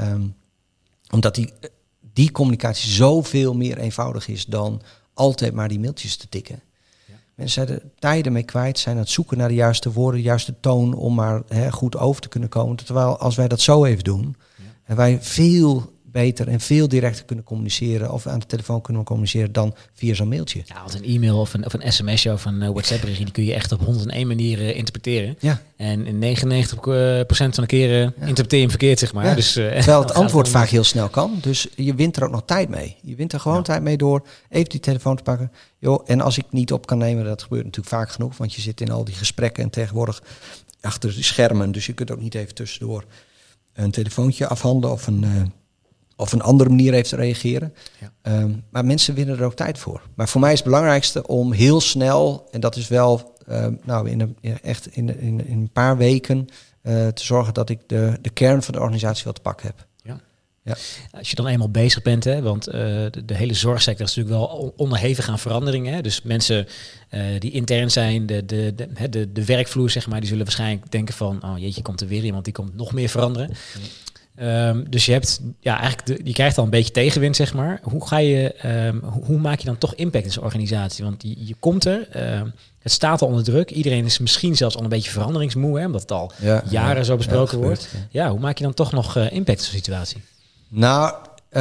Omdat die communicatie zoveel meer eenvoudig is dan altijd maar die mailtjes te tikken. Ja. Mensen zijn er tijden mee kwijt, zijn aan het zoeken naar de juiste woorden, de juiste toon om maar goed over te kunnen komen. Terwijl als wij dat zo even doen, en wij veel beter en veel directer kunnen communiceren of aan de telefoon kunnen communiceren dan via zo'n mailtje. Ja, want een e-mail of een sms'je of een WhatsApp-bericht, die kun je echt op 101 manieren interpreteren. Ja. En in 99% van de keren interpreteer je hem verkeerd, zeg maar. Ja. Dus, terwijl het antwoord vaak heel snel kan. Dus je wint er ook nog tijd mee. Je wint er gewoon tijd mee door even die telefoon te pakken. En als ik niet op kan nemen, dat gebeurt natuurlijk vaak genoeg, want je zit in al die gesprekken en tegenwoordig achter de schermen, dus je kunt ook niet even tussendoor een telefoontje afhandelen of een andere manier heeft te reageren. Ja. Maar mensen winnen er ook tijd voor. Maar voor mij is het belangrijkste om heel snel, en dat is wel in een paar weken, te zorgen dat ik de kern van de organisatie wel te pakken heb. Ja. Als je dan eenmaal bezig bent, want de hele zorgsector is natuurlijk wel onderhevig aan veranderingen. Hè? Dus mensen die intern zijn, de werkvloer, zeg maar, die zullen waarschijnlijk denken van, oh jeetje, komt er weer iemand die komt nog meer veranderen. Ja. Dus je hebt eigenlijk je krijgt al een beetje tegenwind, zeg maar. Hoe maak je dan toch impact in zo'n organisatie? Want je komt er, het staat al onder druk. Iedereen is misschien zelfs al een beetje veranderingsmoe, omdat het al jaren zo besproken wordt. Ja, hoe maak je dan toch nog impact in zo'n situatie? Nou,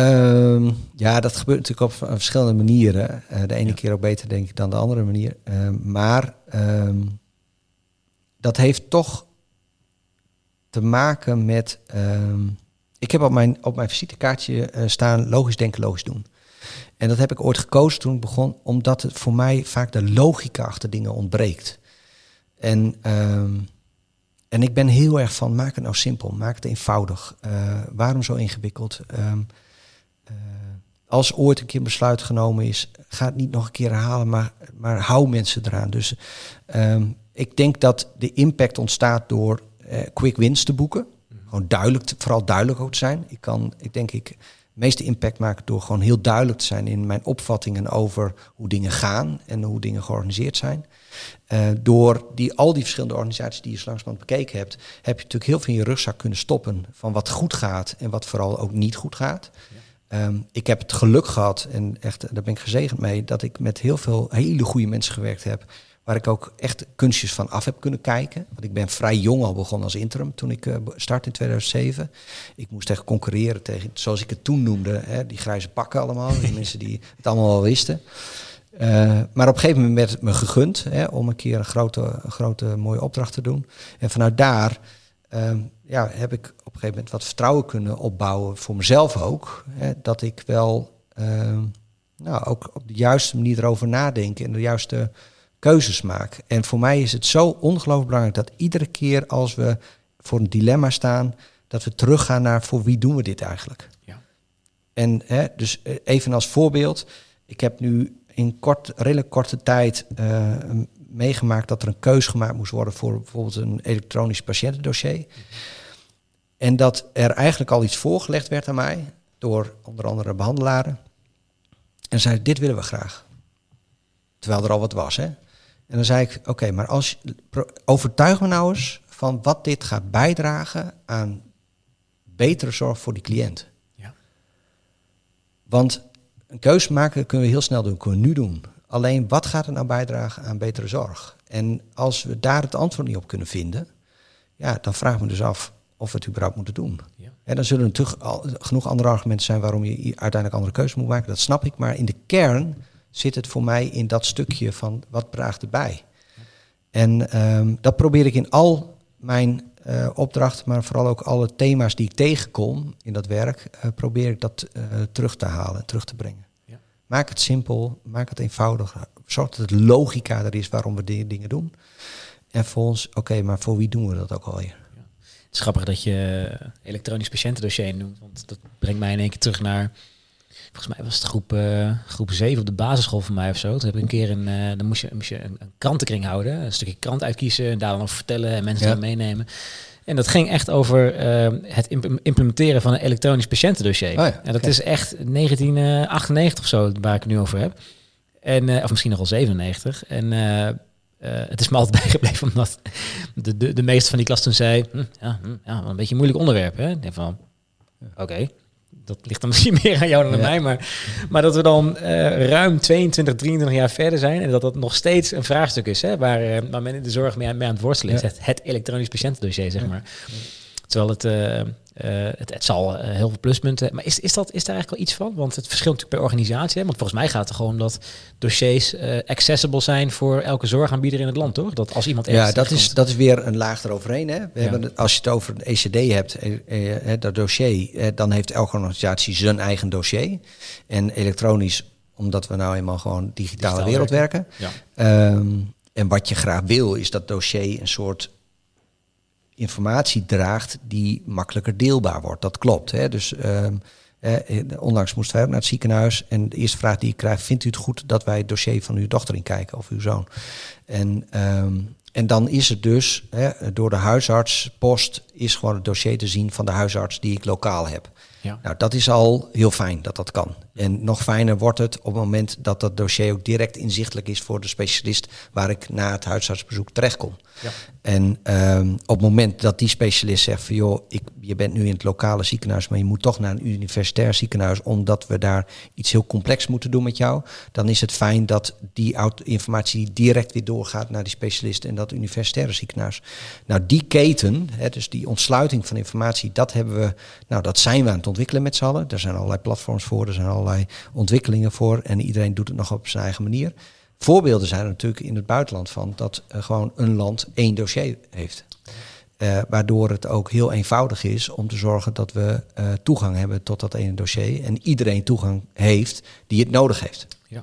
dat gebeurt natuurlijk op verschillende manieren. De ene keer ook beter, denk ik, dan de andere manier. Maar dat heeft toch te maken met... ik heb op mijn visitekaartje staan logisch denken, logisch doen. En dat heb ik ooit gekozen toen ik begon, omdat het voor mij vaak de logica achter dingen ontbreekt. En ik ben heel erg van, maak het nou simpel, maak het eenvoudig. Waarom zo ingewikkeld? Als ooit een keer besluit genomen is, ga het niet nog een keer herhalen, maar hou mensen eraan. Dus ik denk dat de impact ontstaat door quick wins te boeken. Gewoon vooral duidelijk ook te zijn. Ik denk meeste impact maken door gewoon heel duidelijk te zijn in mijn opvattingen over hoe dingen gaan en hoe dingen georganiseerd zijn. Door al die verschillende organisaties die je zo langzamerhand bekeken hebt, heb je natuurlijk heel veel in je rugzak kunnen stoppen van wat goed gaat en wat vooral ook niet goed gaat. Ja. Ik heb het geluk gehad, en echt, daar ben ik gezegend mee, dat ik met heel veel hele goede mensen gewerkt heb, waar ik ook echt kunstjes van af heb kunnen kijken. Want ik ben vrij jong al begonnen als interim toen ik startte in 2007. Ik moest echt concurreren tegen, zoals ik het toen noemde, die grijze pakken allemaal. Die mensen die het allemaal wel wisten. Maar op een gegeven moment werd het me gegund om een keer een grote mooie opdracht te doen. En vanuit daar heb ik op een gegeven moment wat vertrouwen kunnen opbouwen voor mezelf ook. Dat ik wel ook op de juiste manier erover nadenk en de juiste keuzes maak. En voor mij is het zo ongelooflijk belangrijk dat iedere keer als we voor een dilemma staan, dat we teruggaan naar voor wie doen we dit eigenlijk. Ja. En dus even als voorbeeld, ik heb nu in redelijk korte tijd meegemaakt dat er een keus gemaakt moest worden voor bijvoorbeeld een elektronisch patiëntendossier. Mm-hmm. En dat er eigenlijk al iets voorgelegd werd aan mij door onder andere behandelaren. En zei, dit willen we graag. Terwijl er al wat was, hè. En dan zei ik, oké, maar overtuig me nou eens van wat dit gaat bijdragen aan betere zorg voor die cliënt. Ja. Want een keuze maken kunnen we heel snel doen, kunnen we nu doen. Alleen, wat gaat er nou bijdragen aan betere zorg? En als we daar het antwoord niet op kunnen vinden, ja, dan vraag ik me dus af of we het überhaupt moeten doen. Ja. En dan zullen er natuurlijk genoeg andere argumenten zijn waarom je uiteindelijk andere keuzes moet maken. Dat snap ik, maar in de kern zit het voor mij in dat stukje van wat draagt erbij. Ja. En dat probeer ik in al mijn opdrachten, maar vooral ook alle thema's die ik tegenkom in dat werk, probeer ik dat terug te halen, terug te brengen. Ja. Maak het simpel, maak het eenvoudig. Zorg dat het logica er is waarom we dingen doen. En volgens, maar voor wie doen we dat ook alweer? Ja. Het is grappig dat je elektronisch patiëntendossier noemt, want dat brengt mij in één keer terug naar, volgens mij was het groep 7 op de basisschool van mij of zo. Toen heb ik een keer dan moest je een krantenkring houden, een stukje krant uitkiezen en daar dan over vertellen en mensen daar meenemen. En dat ging echt over het implementeren van een elektronisch patiëntendossier. Oh ja, en dat is echt 1998 of zo, waar ik het nu over heb. En, of misschien nog wel 97. En het is me altijd bijgebleven, omdat de meeste van die klas toen zei, wel een beetje een moeilijk onderwerp. Hè? Ik denk van, oké. Dat ligt dan misschien meer aan jou dan aan mij. Maar dat we dan ruim 22, 23 jaar verder zijn. En dat nog steeds een vraagstuk is. Hè, waar men in de zorg mee aan het worstelen is. Het elektronisch patiëntendossier, zeg maar. Terwijl het zal heel veel pluspunten. Maar is daar eigenlijk wel iets van? Want het verschilt natuurlijk per organisatie. Hè? Want volgens mij gaat het gewoon dat dossiers accessible zijn voor elke zorgaanbieder in het land, toch? Dat als iemand dat is weer een laag eroverheen. Hè? We hebben, als je het over een ECD hebt, dat dossier, dan heeft elke organisatie zijn eigen dossier. En elektronisch, omdat we nou eenmaal gewoon digitale wereld werken. Ja. En wat je graag wil, is dat dossier een soort informatie draagt die makkelijker deelbaar wordt. Dat klopt. Hè? Dus onlangs moesten wij ook naar het ziekenhuis. En de eerste vraag die ik krijg, vindt u het goed dat wij het dossier van uw dochter in kijken of uw zoon? En dan is het dus, door de huisartspost is gewoon het dossier te zien van de huisarts die ik lokaal heb. Ja. Nou, dat is al heel fijn dat dat kan. En nog fijner wordt het op het moment dat dat dossier ook direct inzichtelijk is voor de specialist waar ik na het huisartsbezoek terechtkom. Ja. En op het moment dat die specialist zegt van joh, je bent nu in het lokale ziekenhuis, maar je moet toch naar een universitair ziekenhuis omdat we daar iets heel complex moeten doen met jou, dan is het fijn dat die informatie direct weer doorgaat naar die specialist en dat universitaire ziekenhuis. Nou, die keten, dus die ontsluiting van informatie, dat zijn we aan het ontwikkelen met z'n allen. Er zijn allerlei platforms voor, er zijn allerlei ontwikkelingen voor en iedereen doet het nog op zijn eigen manier. Voorbeelden zijn er natuurlijk in het buitenland van dat gewoon een land één dossier heeft. Waardoor het ook heel eenvoudig is om te zorgen dat we toegang hebben tot dat ene dossier. En iedereen toegang heeft die het nodig heeft.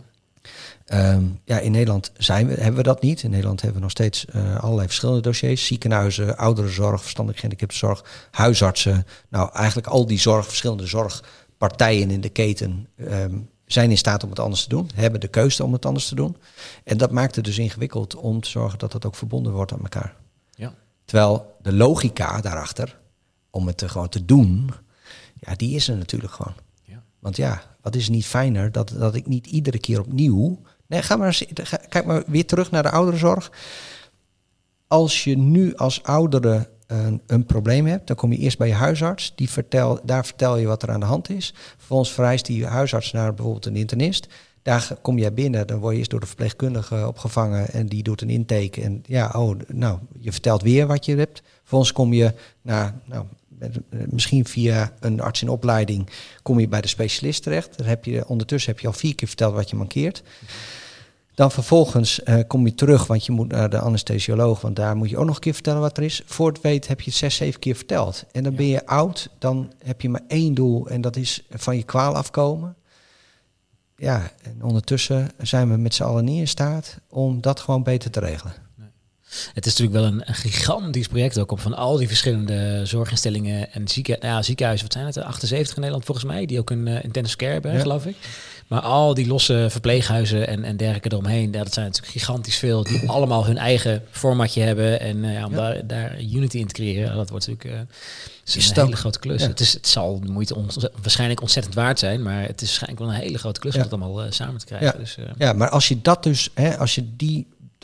Ja. In Nederland hebben we dat niet. In Nederland hebben we nog steeds allerlei verschillende dossiers. Ziekenhuizen, ouderenzorg, verstandelijk gehandicaptenzorg, huisartsen. Nou, eigenlijk al die verschillende zorgpartijen in de keten zijn in staat om het anders te doen. Hebben de keuze om het anders te doen. En dat maakt het dus ingewikkeld om te zorgen dat het ook verbonden wordt aan elkaar. Ja. Terwijl de logica daarachter, om het gewoon te doen, ja, die is er natuurlijk gewoon. Ja. Want ja, wat is niet fijner dat ik niet iedere keer opnieuw... Nee, kijk maar weer terug naar de ouderenzorg. Als je nu als oudere een probleem hebt, dan kom je eerst bij je huisarts. Daar vertel je wat er aan de hand is. Vervolgens verwijst die huisarts naar bijvoorbeeld een internist. Daar kom jij binnen, dan word je eerst door de verpleegkundige opgevangen en die doet een intake. En je vertelt weer wat je hebt. Vervolgens kom je misschien via een arts in opleiding kom je bij de specialist terecht. Ondertussen heb je al 4 keer verteld wat je mankeert. Dan vervolgens kom je terug, want je moet naar de anesthesioloog, want daar moet je ook nog een keer vertellen wat er is. Voor het weet heb je het 6, 7 keer verteld. En dan ben je oud, dan heb je maar 1 doel en dat is van je kwaal afkomen. Ja, en ondertussen zijn we met z'n allen niet in staat om dat gewoon beter te regelen. Het is natuurlijk wel een gigantisch project ook om van al die verschillende zorginstellingen en ziekenhuizen, wat zijn het, 78 in Nederland volgens mij, die ook een intensive care hebben, geloof ik. Maar al die losse verpleeghuizen en dergelijke eromheen, dat zijn natuurlijk gigantisch veel, die allemaal hun eigen formatje hebben. En om daar unity in te creëren, dat wordt natuurlijk een hele grote klus. Ja. Het zal de moeite waarschijnlijk ontzettend waard zijn, maar het is waarschijnlijk wel een hele grote klus om het allemaal samen te krijgen. Ja. Dus, maar als je dat dus, als je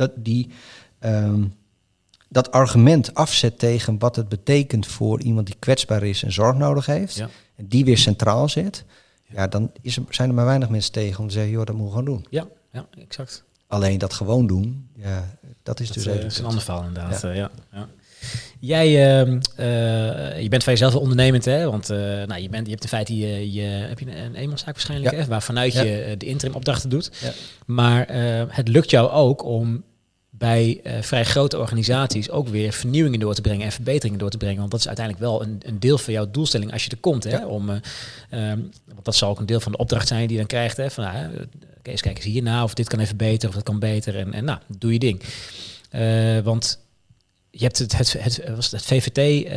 dat argument afzet tegen wat het betekent voor iemand die kwetsbaar is en zorg nodig heeft, en die weer centraal zet, dan zijn er maar weinig mensen tegen om te zeggen, joh, dat moeten we gewoon doen. Ja, exact. Alleen dat gewoon doen, dat is dus even... Dat is een ander verhaal inderdaad. Ja. Jij, je bent van jezelf wel ondernemend, hè? Want je hebt in feite heb je een eenmanszaak waarschijnlijk, hè? Waar vanuit je de interim opdrachten doet. Ja. Maar het lukt jou ook om bij vrij grote organisaties ook weer vernieuwingen door te brengen en verbeteringen door te brengen. Want dat is uiteindelijk wel een deel van jouw doelstelling als je er komt. Hè? Want dat zal ook een deel van de opdracht zijn die je dan krijgt. Hè? Van, eens kijk eens hierna, of dit kan even beter, of dat kan beter. En doe je ding. Want je hebt het VVT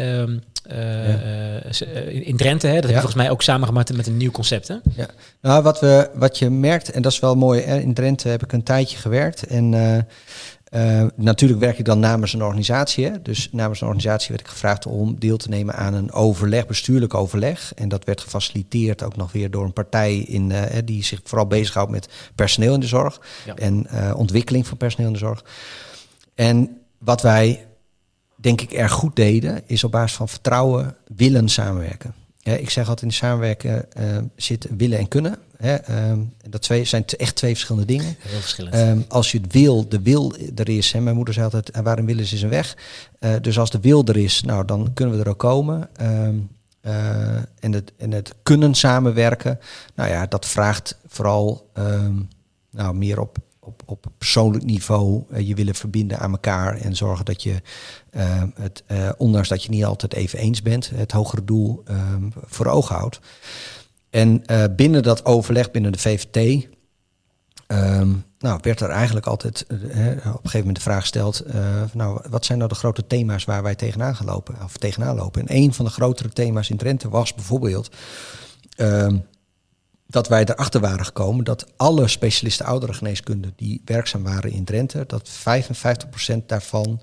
in Drenthe, hè? Dat heb je volgens mij ook samengemaakt met een nieuw concept. Hè? Ja. Nou, wat je merkt, en dat is wel mooi, hè? In Drenthe heb ik een tijdje gewerkt en natuurlijk werk ik dan namens een organisatie. Hè? Dus namens een organisatie werd ik gevraagd om deel te nemen aan een bestuurlijk overleg. En dat werd gefaciliteerd ook nog weer door een partij die zich vooral bezighoudt met personeel in de zorg. Ja. En ontwikkeling van personeel in de zorg. En wat wij, denk ik, erg goed deden, is op basis van vertrouwen willen samenwerken. Ik zeg altijd, in samenwerken zit willen en kunnen. Dat zijn echt 2 verschillende dingen. Heel verschillend. Als je de wil er is. Mijn moeder zei altijd, waar een wil is een weg. Dus als de wil er is, dan kunnen we er ook komen. En het kunnen samenwerken, dat vraagt vooral meer op persoonlijk niveau je willen verbinden aan elkaar en zorgen dat je ondanks dat je niet altijd even eens bent, het hogere doel voor ogen houdt. En binnen dat overleg, binnen de VVT, werd er eigenlijk altijd op een gegeven moment de vraag gesteld, wat zijn nou de grote thema's waar wij tegenaan lopen? En een van de grotere thema's in Drenthe was bijvoorbeeld dat wij erachter waren gekomen dat alle specialisten ouderengeneeskunde die werkzaam waren in Drenthe, dat 55% daarvan,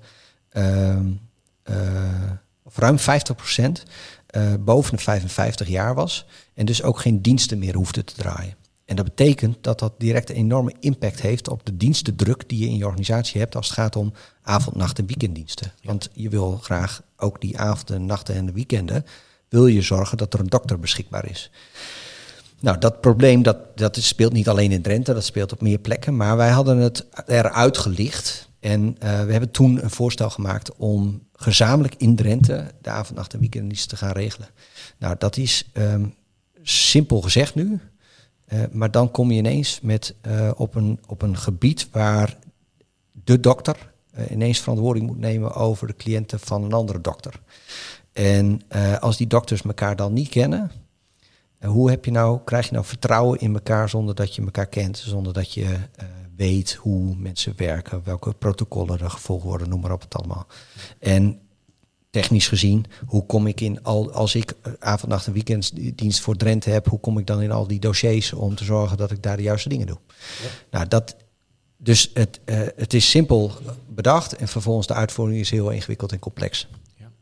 of ruim 50%, boven de 55 jaar was en dus ook geen diensten meer hoefde te draaien. En dat betekent dat dat direct een enorme impact heeft op de dienstendruk die je in je organisatie hebt als het gaat om avond-, nacht- en weekenddiensten. Ja. Want je wil graag ook die avonden, nachten en de weekenden, wil je zorgen dat er een dokter beschikbaar is. Nou, dat probleem dat speelt niet alleen in Drenthe, dat speelt op meer plekken. Maar wij hadden het eruit gelicht. En we hebben toen een voorstel gemaakt om gezamenlijk in Drenthe de avond-, nacht- en weekenddiensten te gaan regelen. Nou, dat is simpel gezegd nu. Maar dan kom je ineens op een gebied waar de dokter ineens verantwoording moet nemen over de cliënten van een andere dokter. En als die dokters elkaar dan niet kennen, krijg je nou vertrouwen in elkaar zonder dat je elkaar kent, zonder dat je weet hoe mensen werken, welke protocollen er gevolgd worden, noem maar op het allemaal. En technisch gezien, hoe kom ik als ik avond-, nacht- en weekenddienst voor Drenthe heb, hoe kom ik dan in al die dossiers om te zorgen dat ik daar de juiste dingen doe? Ja. Nou, dus het is simpel bedacht en vervolgens de uitvoering is heel ingewikkeld en complex. Ja.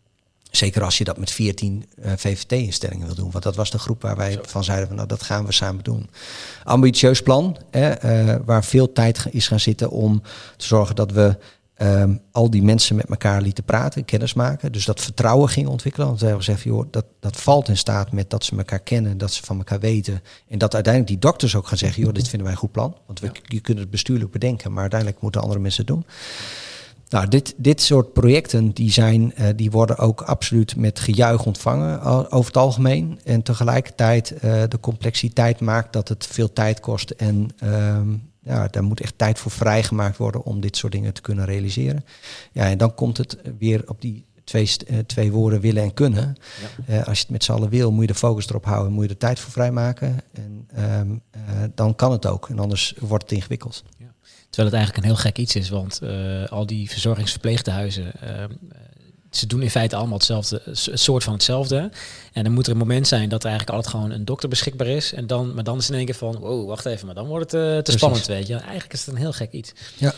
Zeker als je dat met 14 VVT-instellingen wil doen. Want dat was de groep waar wij van zeiden van, nou, dat gaan we samen doen. Ambitieus plan, waar veel tijd is gaan zitten om te zorgen dat we al die mensen met elkaar lieten praten, kennis maken. Dus dat vertrouwen ging ontwikkelen. Want we hebben gezegd, joh, dat valt in staat met dat ze elkaar kennen, dat ze van elkaar weten. En dat uiteindelijk die dokters ook gaan zeggen, joh, dit vinden wij een goed plan. Want je kunt het bestuurlijk bedenken, maar uiteindelijk moeten andere mensen het doen. Nou, dit soort projecten die worden ook absoluut met gejuich ontvangen over het algemeen. En tegelijkertijd de complexiteit maakt dat het veel tijd kost. En daar moet echt tijd voor vrijgemaakt worden om dit soort dingen te kunnen realiseren. Ja, en dan komt het weer op die twee woorden willen en kunnen. Ja. Als je het met z'n allen wil, moet je de focus erop houden. Moet je er tijd voor vrijmaken. En dan kan het ook. En anders wordt het ingewikkeld. Ja. Terwijl het eigenlijk een heel gek iets is, want al die verzorgingsverpleegtehuizen, ze doen in feite allemaal hetzelfde, het soort van hetzelfde. En dan moet er een moment zijn dat er eigenlijk altijd gewoon een dokter beschikbaar is. Maar dan is het in één keer van, wow, wacht even, maar dan wordt het te spannend, weet je. Eigenlijk is het een heel gek iets.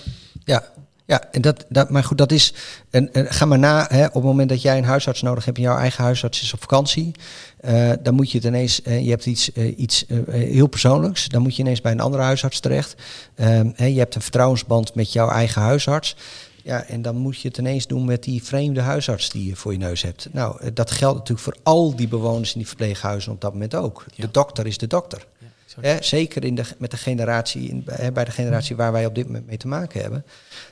Ja, en maar goed, dat is. Ga maar na, hè, op het moment dat jij een huisarts nodig hebt en jouw eigen huisarts is op vakantie, dan moet je het ineens, je hebt iets heel persoonlijks, dan moet je ineens bij een andere huisarts terecht. Je hebt een vertrouwensband met jouw eigen huisarts. Ja, en dan moet je het ineens doen met die vreemde huisarts die je voor je neus hebt. Nou, dat geldt natuurlijk voor al die bewoners in die verpleeghuizen op dat moment ook. Ja. De dokter is de dokter. Ja, zeker met de generatie, bij de generatie waar wij op dit moment mee te maken hebben.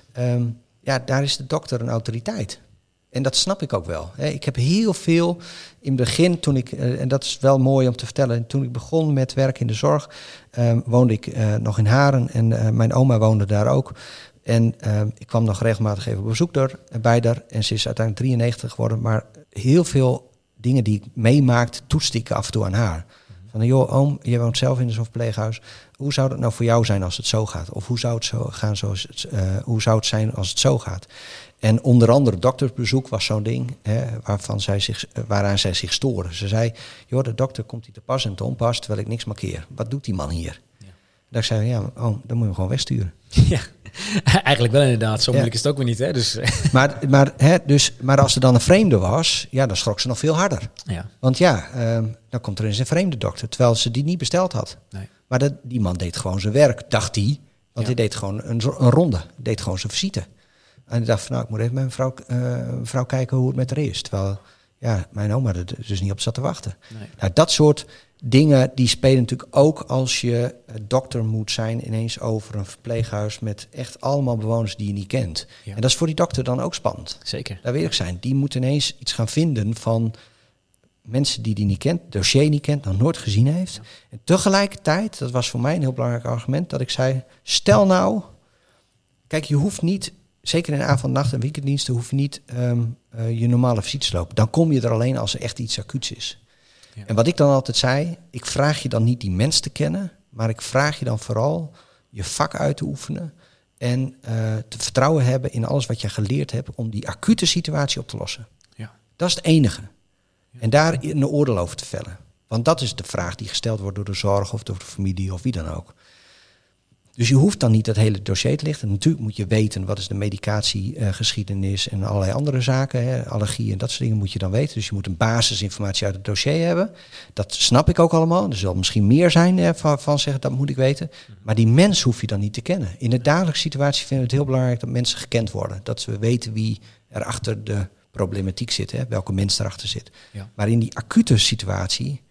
Daar is de dokter een autoriteit. En dat snap ik ook wel. Ik heb heel veel in het begin, toen ik, en dat is wel mooi om te vertellen, toen ik begon met werken in de zorg, woonde ik nog in Haren en mijn oma woonde daar ook. En ik kwam nog regelmatig even op bezoek bij haar. En ze is uiteindelijk 93 geworden. Maar heel veel dingen die ik meemaakte, toetste ik af en toe aan haar. Van, joh, oom, je woont zelf in zo'n verpleeghuis. Hoe zou dat nou voor jou zijn als het zo gaat? Of hoe zou het zo gaan hoe zou het zijn als het zo gaat? En onder andere doktersbezoek was zo'n ding waaraan zij zich storen. Ze zei, joh, de dokter komt hier te pas en te onpas terwijl ik niks markeer. Wat doet die man hier? Ja. Dat ik zei, ja, oom, dan moet je hem gewoon wegsturen. Ja, eigenlijk wel inderdaad. Zo moeilijk is het ook weer niet, hè? Dus. Maar als er dan een vreemde was, ja, dan schrok ze nog veel harder. Ja. Want dan komt er eens een vreemde dokter, terwijl ze die niet besteld had. Nee. Maar die man deed gewoon zijn werk, dacht hij. Want hij deed gewoon een ronde, deed gewoon zijn visite. En ik dacht van, nou, ik moet even met mijn vrouw kijken hoe het met haar is. Terwijl, mijn oma er dus niet op zat te wachten. Nee. Nou, dat soort dingen die spelen natuurlijk ook als je dokter moet zijn ineens over een verpleeghuis met echt allemaal bewoners die je niet kent. Ja. En dat is voor die dokter dan ook spannend. Zeker. Daar wil ik zijn. Die moet ineens iets gaan vinden van mensen die niet kent, dossier niet kent, nog nooit gezien heeft. Ja. En tegelijkertijd, dat was voor mij een heel belangrijk argument, dat ik zei, stel nou, kijk, je hoeft niet, zeker in avond, nacht en weekenddiensten, hoef je niet je normale visite te lopen. Dan kom je er alleen als er echt iets acuuts is. Ja. En wat ik dan altijd zei, ik vraag je dan niet die mens te kennen, maar ik vraag je dan vooral je vak uit te oefenen en te vertrouwen hebben in alles wat je geleerd hebt om die acute situatie op te lossen. Ja. Dat is het enige. Ja. En daar een oordeel over te vellen. Want dat is de vraag die gesteld wordt door de zorg of door de familie of wie dan ook. Dus je hoeft dan niet dat hele dossier te lichten. Natuurlijk moet je weten wat is de medicatiegeschiedenis en allerlei andere zaken. Allergieën en dat soort dingen moet je dan weten. Dus je moet een basisinformatie uit het dossier hebben. Dat snap ik ook allemaal. Er zal misschien meer zijn van zeggen, dat moet ik weten. Maar die mens hoef je dan niet te kennen. In de dagelijkse situatie vinden we het heel belangrijk dat mensen gekend worden. Dat we weten wie er achter de problematiek zit. Welke mens erachter zit. Ja. Maar in die acute situatie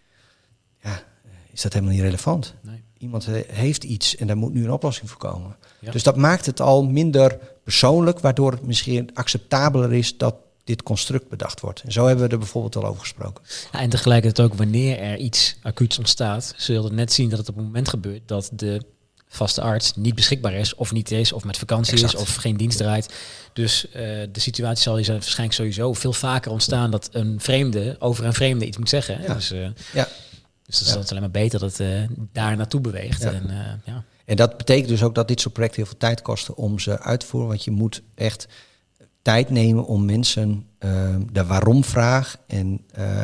is dat helemaal niet relevant. Nee. Iemand heeft iets en daar moet nu een oplossing voor komen. Ja. Dus dat maakt het al minder persoonlijk, waardoor het misschien acceptabeler is dat dit construct bedacht wordt. En zo hebben we er bijvoorbeeld al over gesproken. Ja, en tegelijkertijd ook wanneer er iets acuuts ontstaat, zul je net zien dat het op het moment gebeurt dat de vaste arts niet beschikbaar is, of niet is, of met vakantie is, of geen dienst draait. Dus de situatie zal je waarschijnlijk sowieso veel vaker ontstaan dat een vreemde over een vreemde iets moet zeggen. Ja. Dus dat is altijd alleen maar beter dat het daar naartoe beweegt. Ja. En dat betekent dus ook dat dit soort projecten heel veel tijd kosten om ze uit te voeren. Want je moet echt tijd nemen om mensen de waarom-vraag en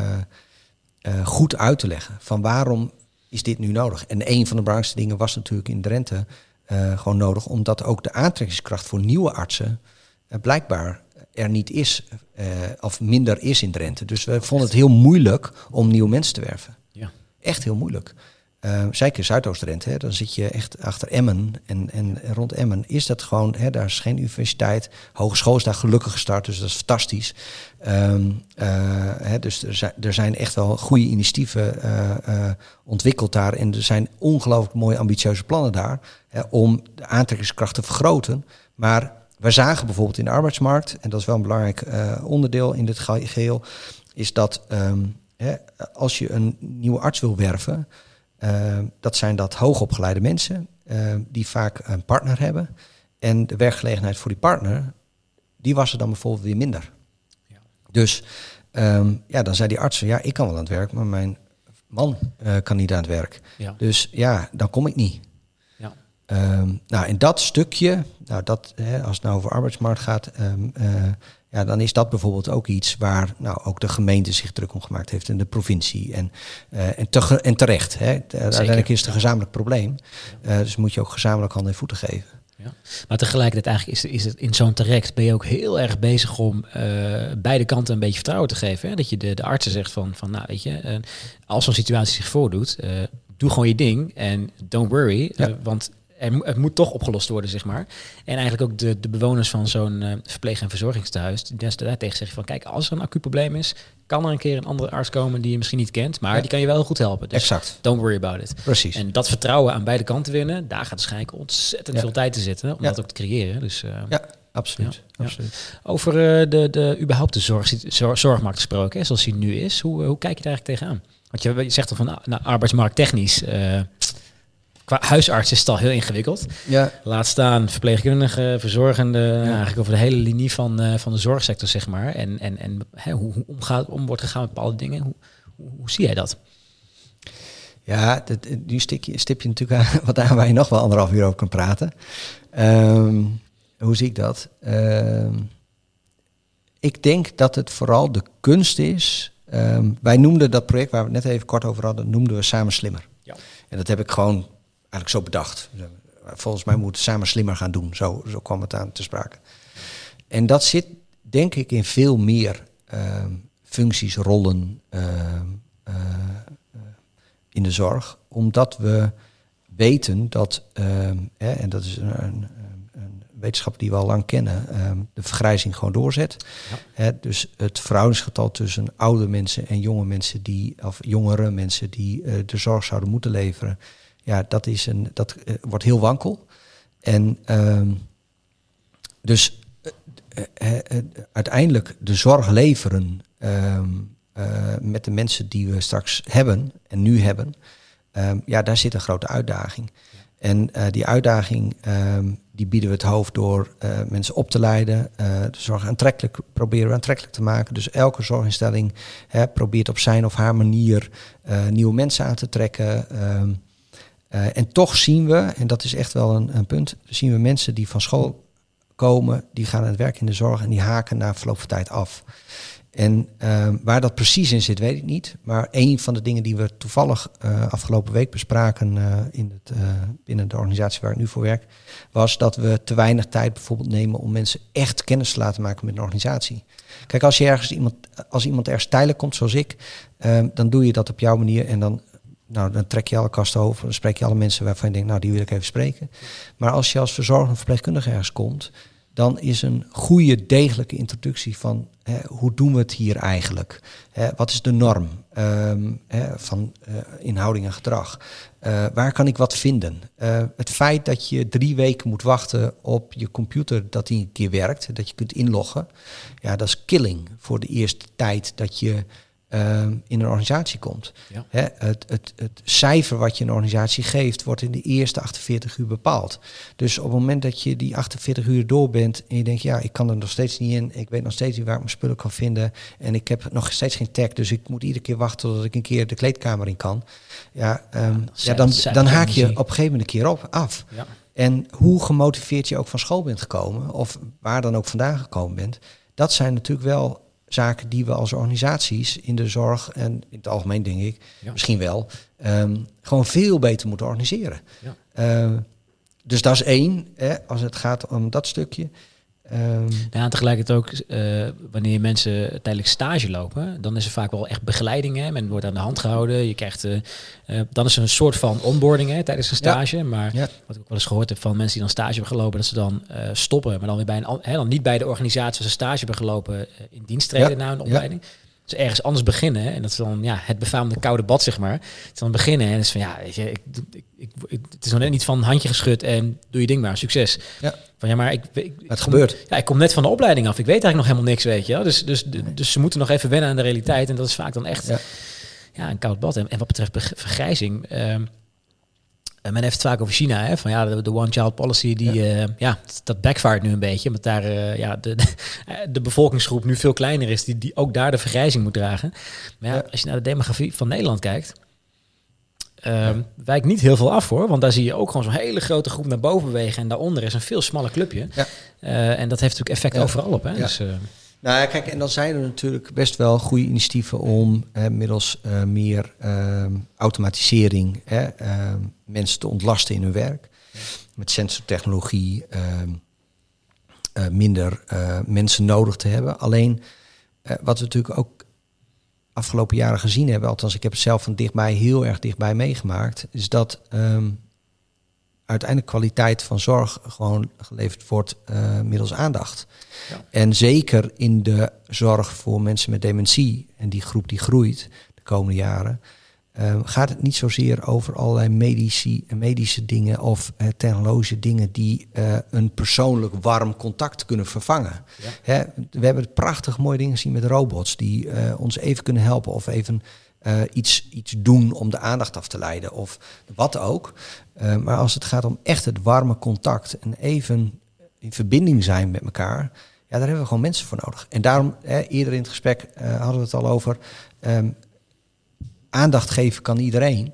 goed uit te leggen. Van waarom is dit nu nodig? En een van de belangrijkste dingen was natuurlijk in Drenthe gewoon nodig. Omdat ook de aantrekkingskracht voor nieuwe artsen blijkbaar er niet is of minder is in Drenthe. Dus we vonden het heel moeilijk om nieuwe mensen te werven. Ja. Echt heel moeilijk. Zeker Zuidoost-Drenthe, dan zit je echt achter Emmen. En rond Emmen is dat gewoon, daar is geen universiteit. Hogeschool is daar gelukkig gestart, dus dat is fantastisch. Dus er zijn echt wel goede initiatieven ontwikkeld daar. En er zijn ongelooflijk mooie ambitieuze plannen daar om de aantrekkingskracht te vergroten. Maar we zagen bijvoorbeeld in de arbeidsmarkt, en dat is wel een belangrijk onderdeel in dit geheel, is dat als je een nieuwe arts wil werven, dat zijn hoogopgeleide mensen die vaak een partner hebben. En de werkgelegenheid voor die partner, die was er dan bijvoorbeeld weer minder. Ja. Dus dan zei die arts, ik kan wel aan het werk, maar mijn man kan niet aan het werk. Ja. Dus dan kom ik niet. Ja. En dat stukje, als het nou over arbeidsmarkt gaat, dan is dat bijvoorbeeld ook iets waar ook de gemeente zich druk om gemaakt heeft en de provincie. En terecht. Uiteindelijk is het een gezamenlijk probleem. Dus moet je ook gezamenlijk handen en voeten geven. Ja. Maar tegelijkertijd eigenlijk is het in zo'n traject ben je ook heel erg bezig om beide kanten een beetje vertrouwen te geven. Hè? Dat je de artsen zegt van weet je, als zo'n situatie zich voordoet, doe gewoon je ding en don't worry, want het moet toch opgelost worden, zeg maar. En eigenlijk ook de bewoners van zo'n verpleeg- en verzorgingstehuis, daar tegen zeg je van, kijk, als er een acuut probleem is, kan er een keer een andere arts komen die je misschien niet kent, maar die kan je wel goed helpen. Dus exact. Don't worry about it. Precies. En dat vertrouwen aan beide kanten winnen, daar gaat waarschijnlijk ontzettend veel tijd te zitten om dat ook te creëren. Dus, absoluut. Ja. Absoluut. Over überhaupt de zorgmarkt gesproken, zoals die nu is, hoe kijk je daar eigenlijk tegenaan? Want je zegt al van, arbeidsmarkttechnisch, qua huisarts is het al heel ingewikkeld. Ja. Laat staan verpleegkundigen, verzorgenden, eigenlijk over de hele linie van de zorgsector, zeg maar. En hoe wordt gegaan met bepaalde dingen. Hoe zie jij dat? Ja, nu stip je natuurlijk wat aan waar je nog wel 1,5 uur over kan praten. Hoe zie ik dat? Ik denk dat het vooral de kunst is. Wij noemden dat project waar we het net even kort over hadden, noemden we Samen Slimmer. Ja. En dat heb ik gewoon eigenlijk zo bedacht. Volgens mij moeten we samen slimmer gaan doen. Zo kwam het aan te sprake. En dat zit, denk ik, in veel meer functies, rollen in de zorg. Omdat we weten dat, en dat is een wetenschap die we al lang kennen, de vergrijzing gewoon doorzet. Ja. Dus het verhoudingsgetal tussen oude mensen en jonge mensen of jongere mensen die de zorg zouden moeten leveren, dat wordt heel wankel. En dus uiteindelijk de zorg leveren met de mensen die we straks hebben en nu hebben, daar zit een grote uitdaging. Ja. En die uitdaging die bieden we het hoofd door mensen op te leiden, de zorg proberen we aantrekkelijk te maken. Dus elke zorginstelling probeert op zijn of haar manier nieuwe mensen aan te trekken. En toch zien we, en dat is echt wel een punt, zien we mensen die van school komen, die gaan aan het werk in de zorg en die haken na verloop van tijd af. En waar dat precies in zit, weet ik niet. Maar een van de dingen die we toevallig afgelopen week bespraken binnen de organisatie waar ik nu voor werk, was dat we te weinig tijd bijvoorbeeld nemen om mensen echt kennis te laten maken met een organisatie. Kijk, als iemand ergens tijdelijk komt, zoals ik, dan doe je dat op jouw manier en dan trek je alle kasten over, dan spreek je alle mensen waarvan je denkt, die wil ik even spreken. Maar als je als verzorgende verpleegkundige ergens komt, dan is een goede, degelijke introductie van hoe doen we het hier eigenlijk? Wat is de norm van inhouding en gedrag? Waar kan ik wat vinden? Het feit dat je 3 weken moet wachten op je computer dat die een keer werkt, dat je kunt inloggen, dat is killing voor de eerste tijd dat je in een organisatie komt. Ja. Het cijfer wat je een organisatie geeft, wordt in de eerste 48 uur bepaald. Dus op het moment dat je die 48 uur door bent en je denkt, ik kan er nog steeds niet in, ik weet nog steeds niet waar ik mijn spullen kan vinden en ik heb nog steeds geen tag, dus ik moet iedere keer wachten tot ik een keer de kleedkamer in kan. Dan haak je op een gegeven moment een keer af. Ja. En hoe gemotiveerd je ook van school bent gekomen, of waar dan ook vandaan gekomen bent, dat zijn natuurlijk wel zaken die we als organisaties in de zorg en in het algemeen denk ik, misschien wel, gewoon veel beter moeten organiseren. Ja. Dus dat is één, als het gaat om dat stukje. En tegelijkertijd ook, wanneer mensen tijdelijk stage lopen, dan is er vaak wel echt begeleiding. Hè? Men wordt aan de hand gehouden. Je krijgt, dan is er een soort van onboarding tijdens een stage. Maar wat ik ook wel eens gehoord heb van mensen die dan stage hebben gelopen, dat ze dan stoppen, maar dan weer bij dan niet bij de organisatie waar ze stage hebben gelopen in dienst treden na een opleiding. Dus ergens anders beginnen. Hè? En dat is dan het befaamde koude bad, zeg maar. Het is dan beginnen en het is van weet je, het is nog net niet van handje geschud en doe je ding maar, succes. Ja. Van maar het gebeurt. Ja, ik kom net van de opleiding af. Ik weet eigenlijk nog helemaal niks, weet je wel. Dus ze moeten nog even wennen aan de realiteit. En dat is vaak dan echt een koud bad. En wat betreft vergrijzing, men heeft het vaak over China, hè? Van de one-child policy, dat backfired nu een beetje, omdat daar de bevolkingsgroep nu veel kleiner is, die ook daar de vergrijzing moet dragen. Maar als je naar de demografie van Nederland kijkt, wijkt niet heel veel af, hoor, want daar zie je ook gewoon zo'n hele grote groep naar boven bewegen en daaronder is een veel smaller clubje. Ja. En dat heeft natuurlijk effect overal op, hè? Ja. Dus, nou ja, kijk, en dan zijn er natuurlijk best wel goede initiatieven om middels meer automatisering mensen te ontlasten in hun werk. Met sensortechnologie minder mensen nodig te hebben. Alleen wat we natuurlijk ook afgelopen jaren gezien hebben, althans ik heb het zelf van heel erg dichtbij meegemaakt, is dat uiteindelijk kwaliteit van zorg gewoon geleverd wordt middels aandacht. Ja. En zeker in de zorg voor mensen met dementie, en die groep die groeit de komende jaren, gaat het niet zozeer over allerlei medische dingen of technologische dingen die een persoonlijk warm contact kunnen vervangen. Ja. We hebben prachtig mooie dingen gezien met robots die ons even kunnen helpen of even iets doen om de aandacht af te leiden of wat ook. Maar als het gaat om echt het warme contact en even in verbinding zijn met elkaar, daar hebben we gewoon mensen voor nodig. En daarom, eerder in het gesprek hadden we het al over, aandacht geven kan iedereen.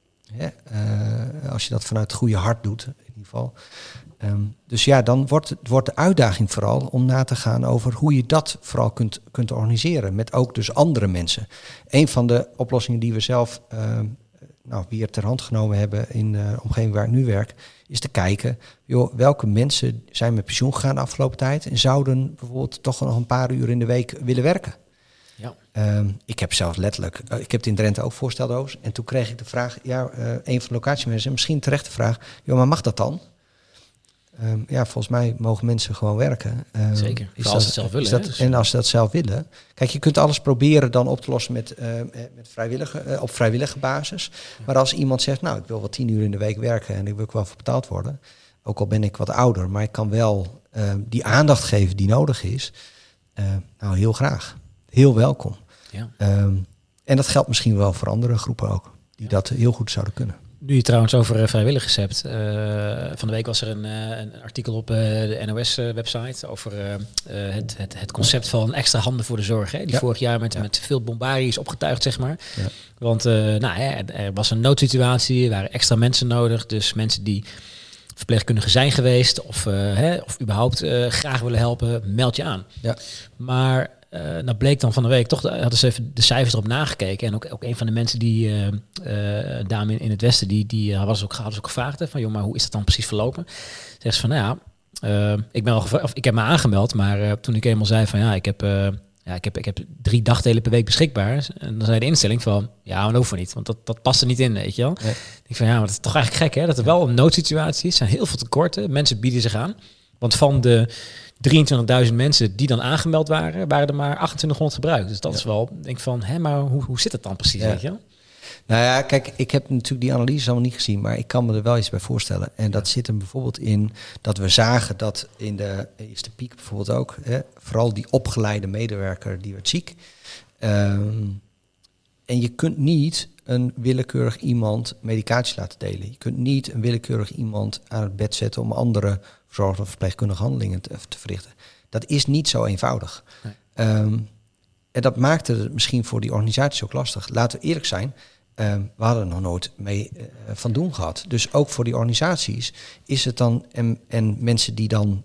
Als je dat vanuit het goede hart doet, in ieder geval. Dus dan wordt de uitdaging vooral om na te gaan over hoe je dat vooral kunt organiseren. Met ook dus andere mensen. Een van de oplossingen die we zelf weer ter hand genomen hebben in de omgeving waar ik nu werk, is te kijken, welke mensen zijn met pensioen gegaan de afgelopen tijd en zouden bijvoorbeeld toch nog een paar uur in de week willen werken. Ja. Ik heb zelf letterlijk, ik heb het in Drenthe ook voorsteldoos. En toen kreeg ik de vraag, een van de locatiemensen, misschien terecht de vraag, maar mag dat dan? Volgens mij mogen mensen gewoon werken. Zeker, als ze het zelf willen. En als ze dat zelf willen. Kijk, je kunt alles proberen dan op te lossen met op vrijwillige basis. Ja. Maar als iemand zegt, ik wil wel 10 uur in de week werken en ik wil ook wel voor betaald worden. Ook al ben ik wat ouder, maar ik kan wel die aandacht geven die nodig is. Heel graag. Heel welkom. Ja. En dat geldt misschien wel voor andere groepen ook, die dat heel goed zouden kunnen. Nu je trouwens over vrijwilligers hebt. Van de week was er een artikel op de NOS-website over het concept van extra handen voor de zorg. Hè, die vorig jaar met veel bombarie is opgetuigd, zeg maar. Ja. Want er was een noodsituatie, er waren extra mensen nodig. Dus mensen die verpleegkundigen zijn geweest of überhaupt graag willen helpen, meld je aan. Ja. Maar bleek dan van de week, toch hadden ze even de cijfers erop nagekeken. En ook een van de mensen die, dame in het Westen, die hadden ze ook gevraagd. Hè, van, maar hoe is dat dan precies verlopen? Zegt ze van, ik heb me aangemeld. Maar toen ik eenmaal zei van, ik heb 3 dagdelen per week beschikbaar. En dan zei de instelling van, maar dat hoeft niet. Want dat past er niet in, weet je wel. Nee. Ik van, maar dat is toch eigenlijk gek, hè? Dat er wel een noodsituatie is. Er zijn heel veel tekorten. Mensen bieden zich aan. Want van de 23.000 mensen die dan aangemeld waren er maar 2800 gebruikt. Dus dat is wel, denk van, maar hoe zit het dan precies, weet je? Nou ja, kijk, ik heb natuurlijk die analyse allemaal niet gezien, maar ik kan me er wel iets bij voorstellen. En dat zit hem bijvoorbeeld in dat we zagen dat in de eerste piek bijvoorbeeld ook, vooral die opgeleide medewerker, die werd ziek. En je kunt niet een willekeurig iemand medicatie laten delen. Je kunt niet een willekeurig iemand aan het bed zetten om andere verzorgende of verpleegkundige handelingen te verrichten. Dat is niet zo eenvoudig. Nee. En dat maakte het misschien voor die organisaties ook lastig. Laten we eerlijk zijn, we hadden er nog nooit mee van doen gehad. Dus ook voor die organisaties is het dan, en mensen die dan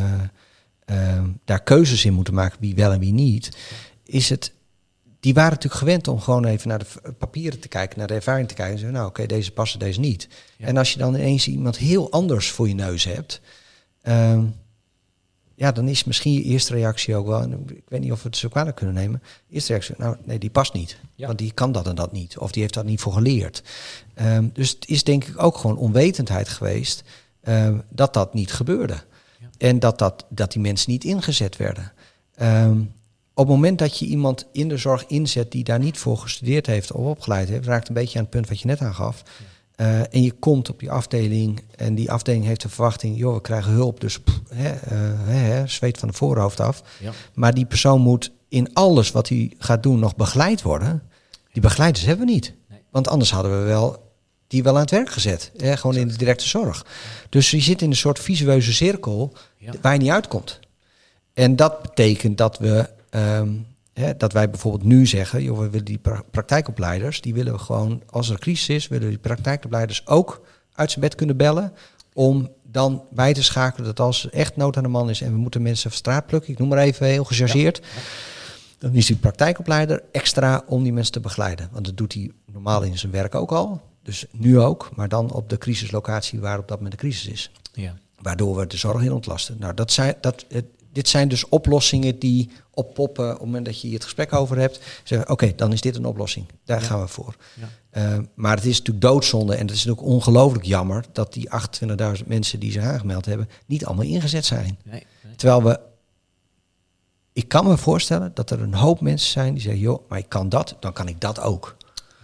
daar keuzes in moeten maken, wie wel en wie niet, is het. Die waren natuurlijk gewend om gewoon even naar de papieren te kijken, naar de ervaring te kijken. En zeggen, oké, deze passen, deze niet. Ja. En als je dan ineens iemand heel anders voor je neus hebt, dan is misschien je eerste reactie ook wel, en ik weet niet of we het zo kwalijk kunnen nemen, eerste reactie, nou nee, die past niet. Ja. Want die kan dat en dat niet. Of die heeft dat niet voor geleerd. Dus het is denk ik ook gewoon onwetendheid geweest dat niet gebeurde. Ja. En dat die mensen niet ingezet werden. Op het moment dat je iemand in de zorg inzet die daar niet voor gestudeerd heeft of opgeleid heeft, raakt een beetje aan het punt wat je net aangaf. En je komt op die afdeling en die afdeling heeft de verwachting, joh, we krijgen hulp, dus zweet van de voorhoofd af. Ja. Maar die persoon moet in alles wat hij gaat doen nog begeleid worden. Die begeleiders hebben we niet. Nee. Want anders hadden we die wel aan het werk gezet. Gewoon in de directe zorg. Dus je zit in een soort visueuze cirkel waar je niet uitkomt. En dat betekent dat we dat wij bijvoorbeeld nu zeggen, joh, we willen die praktijkopleiders, die willen we gewoon, als er een crisis is, willen we die praktijkopleiders ook uit zijn bed kunnen bellen, om dan bij te schakelen dat als er echt nood aan de man is en we moeten mensen van straat plukken, ik noem maar even heel gechargeerd, dan is die praktijkopleider extra om die mensen te begeleiden. Want dat doet hij normaal in zijn werk ook al, dus nu ook, maar dan op de crisislocatie waar op dat moment de crisis is. Ja. Waardoor we de zorg in ontlasten. Nou, dit zijn dus oplossingen die oppoppen op het moment dat je hier het gesprek over hebt. Zeggen, oké, dan is dit een oplossing. Daar gaan we voor. Ja. Maar het is natuurlijk doodzonde en het is natuurlijk ongelooflijk jammer dat die 28.000 mensen die zich aangemeld hebben niet allemaal ingezet zijn. Nee. Terwijl ik kan me voorstellen dat er een hoop mensen zijn die zeggen, joh, maar ik kan dat, dan kan ik dat ook.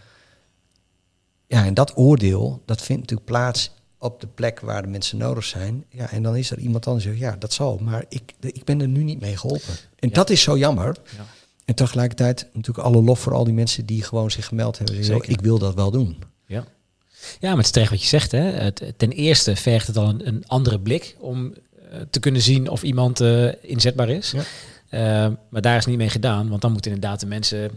Ja, en dat oordeel, dat vindt natuurlijk plaats op de plek waar de mensen nodig zijn. Ja, en dan is er iemand anders die zegt, ja, dat zal. Maar ik ben er nu niet mee geholpen. En dat is zo jammer. Ja. En tegelijkertijd natuurlijk alle lof voor al die mensen die gewoon zich gemeld hebben. Zeggen, ik wil dat wel doen. Ja, maar het is terecht wat je zegt. Hè? Ten eerste vergt het al een andere blik om te kunnen zien of iemand inzetbaar is. Ja. Maar daar is niet mee gedaan, want dan moeten inderdaad de mensen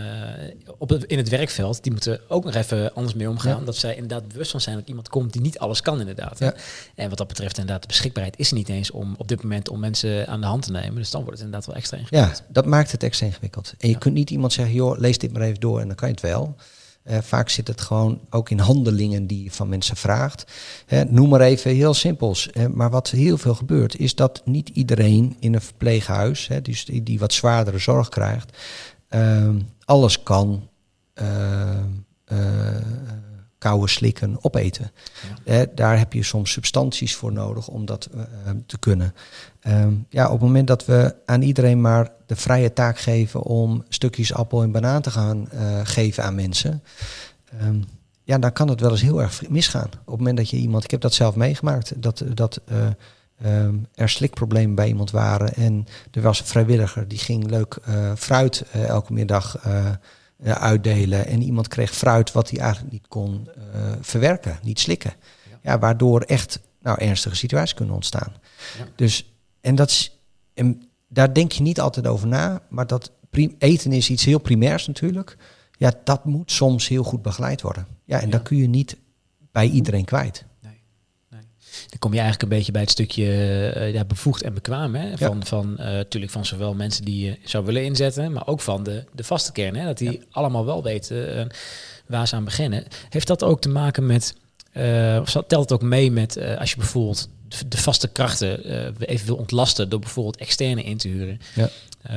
in het werkveld, die moeten ook nog even anders mee omgaan. Ja. Dat zij inderdaad bewust van zijn dat iemand komt die niet alles kan inderdaad. Ja. En wat dat betreft inderdaad, de beschikbaarheid is er niet eens om op dit moment om mensen aan de hand te nemen. Dus dan wordt het inderdaad wel extra ingewikkeld. Ja, dat maakt het extra ingewikkeld. En je kunt niet iemand zeggen, joh, lees dit maar even door en dan kan je het wel. Vaak zit het gewoon ook in handelingen die je van mensen vraagt. Noem maar even heel simpels. Maar wat heel veel gebeurt, is dat niet iedereen in een verpleeghuis, dus die wat zwaardere zorg krijgt, alles kan kauwen, slikken, opeten. Ja. Daar heb je soms substanties voor nodig om dat te kunnen. Op het moment dat we aan iedereen maar de vrije taak geven om stukjes appel en banaan te gaan geven aan mensen, dan kan het wel eens heel erg misgaan. Op het moment dat je iemand, ik heb dat zelf meegemaakt, dat er slikproblemen bij iemand waren en er was een vrijwilliger die ging leuk fruit elke middag uitdelen en iemand kreeg fruit wat hij eigenlijk niet kon verwerken, niet slikken. Ja, waardoor echt ernstige situaties kunnen ontstaan. Ja. Dus en daar denk je niet altijd over na, maar eten is iets heel primairs natuurlijk. Ja, dat moet soms heel goed begeleid worden. Ja, en dat kun je niet bij iedereen kwijt. Nee. Dan kom je eigenlijk een beetje bij het stukje bevoegd en bekwaam. Hè? Natuurlijk van zowel mensen die je zou willen inzetten, maar ook van de vaste kern. Hè? Dat die allemaal wel weten waar ze aan beginnen. Heeft dat ook te maken met, of telt het ook mee met als je bijvoorbeeld de vaste krachten even wil ontlasten door bijvoorbeeld externe in te huren. Ja.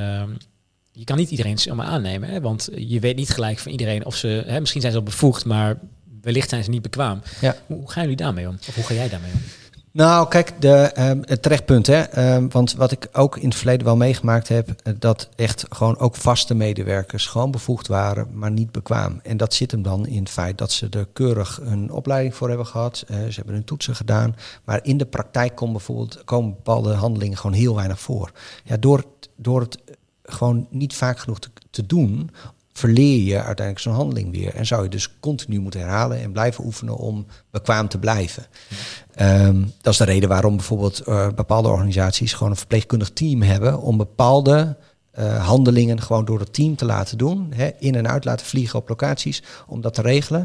Je kan niet iedereen zomaar aannemen, hè? Want je weet niet gelijk van iedereen of ze, misschien zijn ze al bevoegd, maar wellicht zijn ze niet bekwaam. Ja. Hoe gaan jullie daarmee om? Of hoe ga jij daarmee om? Nou, kijk, het terechtpunt, want wat ik ook in het verleden wel meegemaakt heb, dat echt gewoon ook vaste medewerkers gewoon bevoegd waren, maar niet bekwaam. En dat zit hem dan in het feit dat ze er keurig een opleiding voor hebben gehad. Ze hebben hun toetsen gedaan, maar in de praktijk komen bepaalde handelingen gewoon heel weinig voor. Ja, door het gewoon niet vaak genoeg te doen, verleer je uiteindelijk zo'n handeling weer. En zou je dus continu moeten herhalen en blijven oefenen om bekwaam te blijven. Dat is de reden waarom bijvoorbeeld bepaalde organisaties gewoon een verpleegkundig team hebben om bepaalde handelingen gewoon door het team te laten doen. In en uit laten vliegen op locaties, om dat te regelen.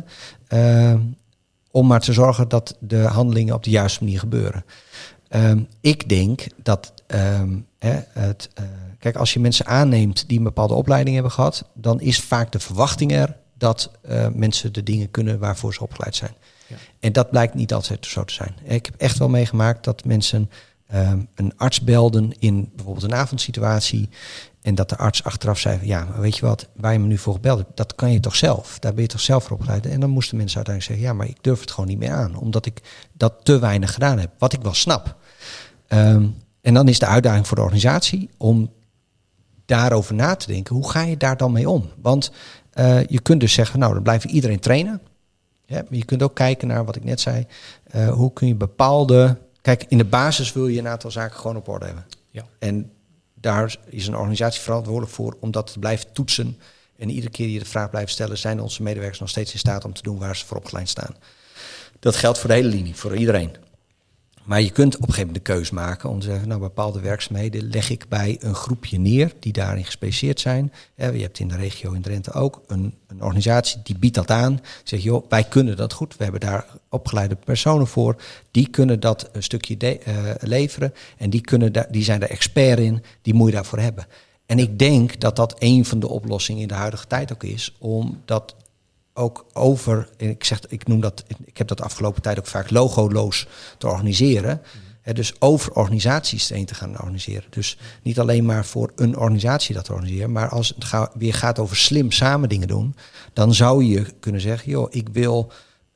Om maar te zorgen dat de handelingen op de juiste manier gebeuren. Ik denk dat kijk, als je mensen aanneemt die een bepaalde opleiding hebben gehad, dan is vaak de verwachting er dat mensen de dingen kunnen waarvoor ze opgeleid zijn. Ja. En dat blijkt niet altijd zo te zijn. Ik heb echt wel meegemaakt dat mensen een arts belden in bijvoorbeeld een avondsituatie en dat de arts achteraf zei, ja, maar weet je wat, waar je me nu voor gebeld hebt, dat kan je toch zelf, daar ben je toch zelf voor opgeleid. En dan moesten mensen uiteindelijk zeggen, ja, maar ik durf het gewoon niet meer aan, omdat ik dat te weinig gedaan heb, wat ik wel snap. En dan is de uitdaging voor de organisatie om daarover na te denken, hoe ga je daar dan mee om? Want je kunt dus zeggen, nou, dan blijven iedereen trainen. Ja, maar je kunt ook kijken naar wat ik net zei. Hoe kun je bepaalde... Kijk, in de basis wil je een aantal zaken gewoon op orde hebben. Ja. En daar is een organisatie verantwoordelijk voor om dat te blijven toetsen. En iedere keer je de vraag blijft stellen, zijn onze medewerkers nog steeds in staat om te doen waar ze voor opgeleid staan? Dat geldt voor de hele linie, voor iedereen. Maar je kunt op een gegeven moment de keus maken om te zeggen, nou, bepaalde werkzaamheden leg ik bij een groepje neer die daarin gespecialiseerd zijn. Je hebt in de regio in Drenthe ook een organisatie die biedt dat aan. Zegt, joh, wij kunnen dat goed. We hebben daar opgeleide personen voor. Die kunnen dat een stukje leveren. En die zijn er expert in. Die moet je daarvoor hebben. En ik denk dat dat een van de oplossingen in de huidige tijd ook is, om dat ook over, ik heb dat de afgelopen tijd ook vaak logoloos te organiseren. Dus over organisaties heen te gaan organiseren. Dus niet alleen maar voor een organisatie dat te organiseren, maar als het weer gaat over slim samen dingen doen, dan zou je kunnen zeggen, joh, ik wil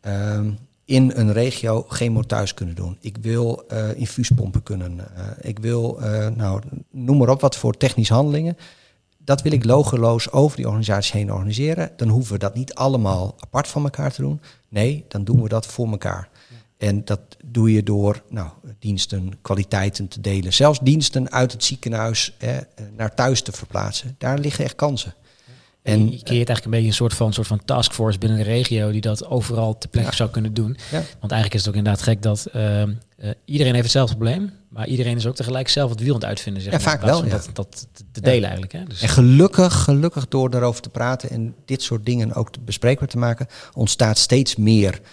in een regio chemo thuis kunnen doen. Ik wil infuuspompen kunnen. Ik wil, noem maar op wat voor technische handelingen. Dat wil ik logoloos over die organisatie heen organiseren. Dan hoeven we dat niet allemaal apart van elkaar te doen. Nee, dan doen we dat voor elkaar. Ja. En dat doe je door diensten, kwaliteiten te delen. Zelfs diensten uit het ziekenhuis naar thuis te verplaatsen. Daar liggen echt kansen. En je creëert eigenlijk een beetje een soort van taskforce binnen de regio die dat overal ter plekke zou kunnen doen. Ja. Want eigenlijk is het ook inderdaad gek dat iedereen heeft hetzelfde probleem, maar iedereen is ook tegelijk zelf het wiel aan het uitvinden. Zeg maar, vaak wel. Dat te delen eigenlijk. Hè? Dus. En gelukkig door daarover te praten en dit soort dingen ook bespreekbaar te maken, ontstaat steeds meer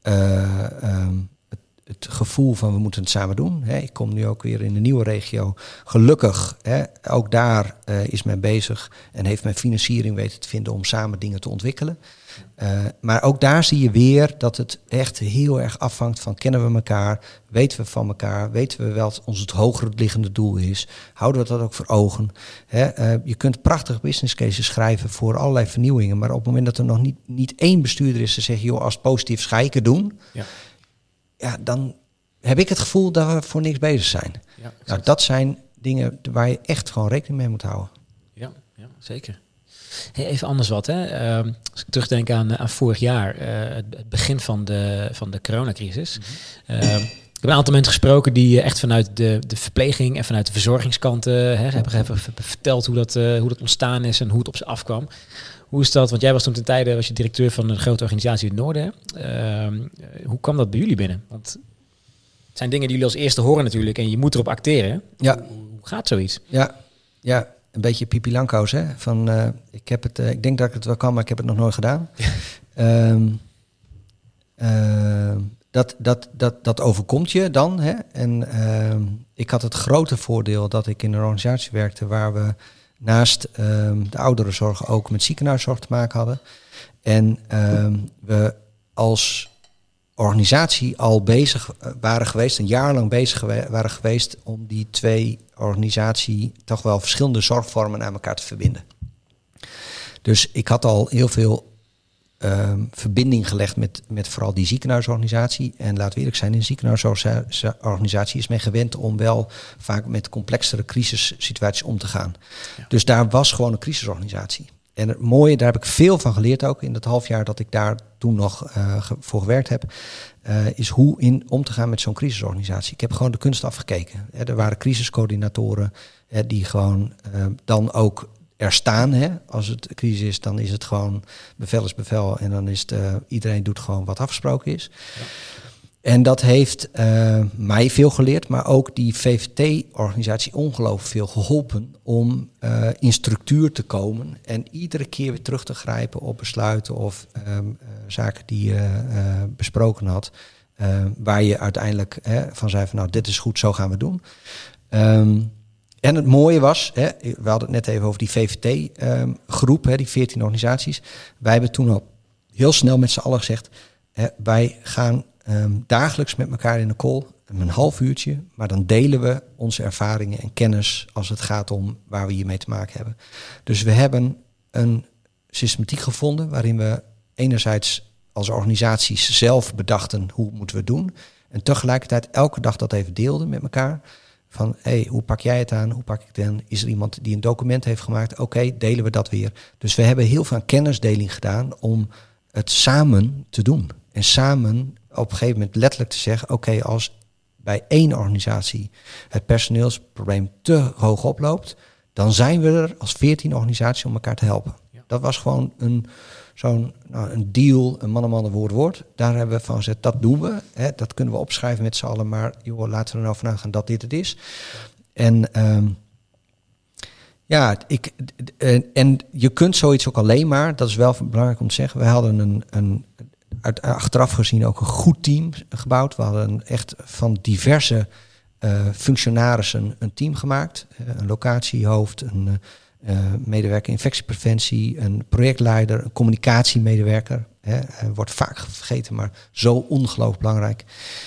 het gevoel van we moeten het samen doen. Ik kom nu ook weer in een nieuwe regio. Gelukkig, ook daar is men bezig en heeft men financiering weten te vinden om samen dingen te ontwikkelen. Maar ook daar zie je weer dat het echt heel erg afhangt van kennen we elkaar, weten we van elkaar, weten we wat ons het hoger liggende doel is, houden we dat ook voor ogen. Je kunt prachtige business cases schrijven voor allerlei vernieuwingen, maar op het moment dat er nog niet één bestuurder is te zeggen, joh, als het positief is, ga ik het doen. Ja, dan heb ik het gevoel dat we voor niks bezig zijn. Ja, nou, dat zijn dingen waar je echt gewoon rekening mee moet houden. Ja, zeker. Hey, even anders wat. Hè? Als ik terugdenk aan vorig jaar, het begin van de coronacrisis. Ik heb een aantal mensen gesproken die echt vanuit de verpleging en vanuit de verzorgingskant hebben verteld hoe dat ontstaan is en hoe het op ze afkwam. Hoe is dat? Want jij was toen ten tijde was je directeur van een grote organisatie in het Noorden. Hoe kwam dat bij jullie binnen? Want het zijn dingen die jullie als eerste horen natuurlijk en je moet erop acteren. Ja. Hoe gaat zoiets? Ja, een beetje Pipi Langkous, hè? Van ik denk dat ik het wel kan, maar ik heb het nog nooit gedaan. Dat overkomt je dan. Hè? En ik had het grote voordeel dat ik in een organisatie werkte waar we naast de ouderenzorg ook met ziekenhuiszorg te maken hadden. En we als organisatie al bezig waren geweest, een jaar lang bezig waren geweest om die twee organisatie toch wel verschillende zorgvormen aan elkaar te verbinden. Dus ik had al heel veel verbinding gelegd met vooral die ziekenhuisorganisatie. En laten we eerlijk zijn, in een ziekenhuisorganisatie is men gewend om wel vaak met complexere crisissituaties om te gaan. Ja. Dus daar was gewoon een crisisorganisatie. En het mooie, daar heb ik veel van geleerd ook in dat half jaar dat ik daar toen nog voor gewerkt heb, is hoe om te gaan met zo'n crisisorganisatie. Ik heb gewoon de kunst afgekeken. Er waren crisiscoördinatoren die gewoon dan ook er staan. Als het crisis is, dan is het gewoon bevel is bevel en dan is het iedereen doet gewoon wat afgesproken is. Ja. En dat heeft mij veel geleerd, maar ook die VVT-organisatie ongelooflijk veel geholpen om in structuur te komen en iedere keer weer terug te grijpen op besluiten of zaken die je besproken had, waar je uiteindelijk van zei van nou, dit is goed, zo gaan we doen. En het mooie was, we hadden het net even over die VVT-groep, die 14 organisaties. Wij hebben toen al heel snel met z'n allen gezegd, wij gaan dagelijks met elkaar in de call. een half uurtje, maar dan delen we onze ervaringen en kennis als het gaat om waar we hiermee te maken hebben. Dus we hebben een systematiek gevonden waarin we enerzijds als organisaties zelf bedachten hoe moeten we het doen en tegelijkertijd elke dag dat even deelden met elkaar. Van, hoe pak jij het aan? Hoe pak ik het aan? Is er iemand die een document heeft gemaakt? Oké, delen we dat weer. Dus we hebben heel veel kennisdeling gedaan om het samen te doen. En samen op een gegeven moment letterlijk te zeggen, oké, als bij één organisatie het personeelsprobleem te hoog oploopt, dan zijn we er als 14 organisaties om elkaar te helpen. Ja. Dat was gewoon een deal, een man, woord. Daar hebben we van gezegd, dat doen we. Hè, dat kunnen we opschrijven met z'n allen, maar joh, laten we er nou van uitgaan dat dit het is. En en je kunt zoiets ook alleen maar, dat is wel belangrijk om te zeggen, we hadden achteraf gezien ook een goed team gebouwd. We hadden echt van diverse functionarissen een team gemaakt. Een locatiehoofd, een medewerker infectiepreventie, een projectleider, een communicatiemedewerker. Wordt vaak vergeten, maar zo ongelooflijk belangrijk.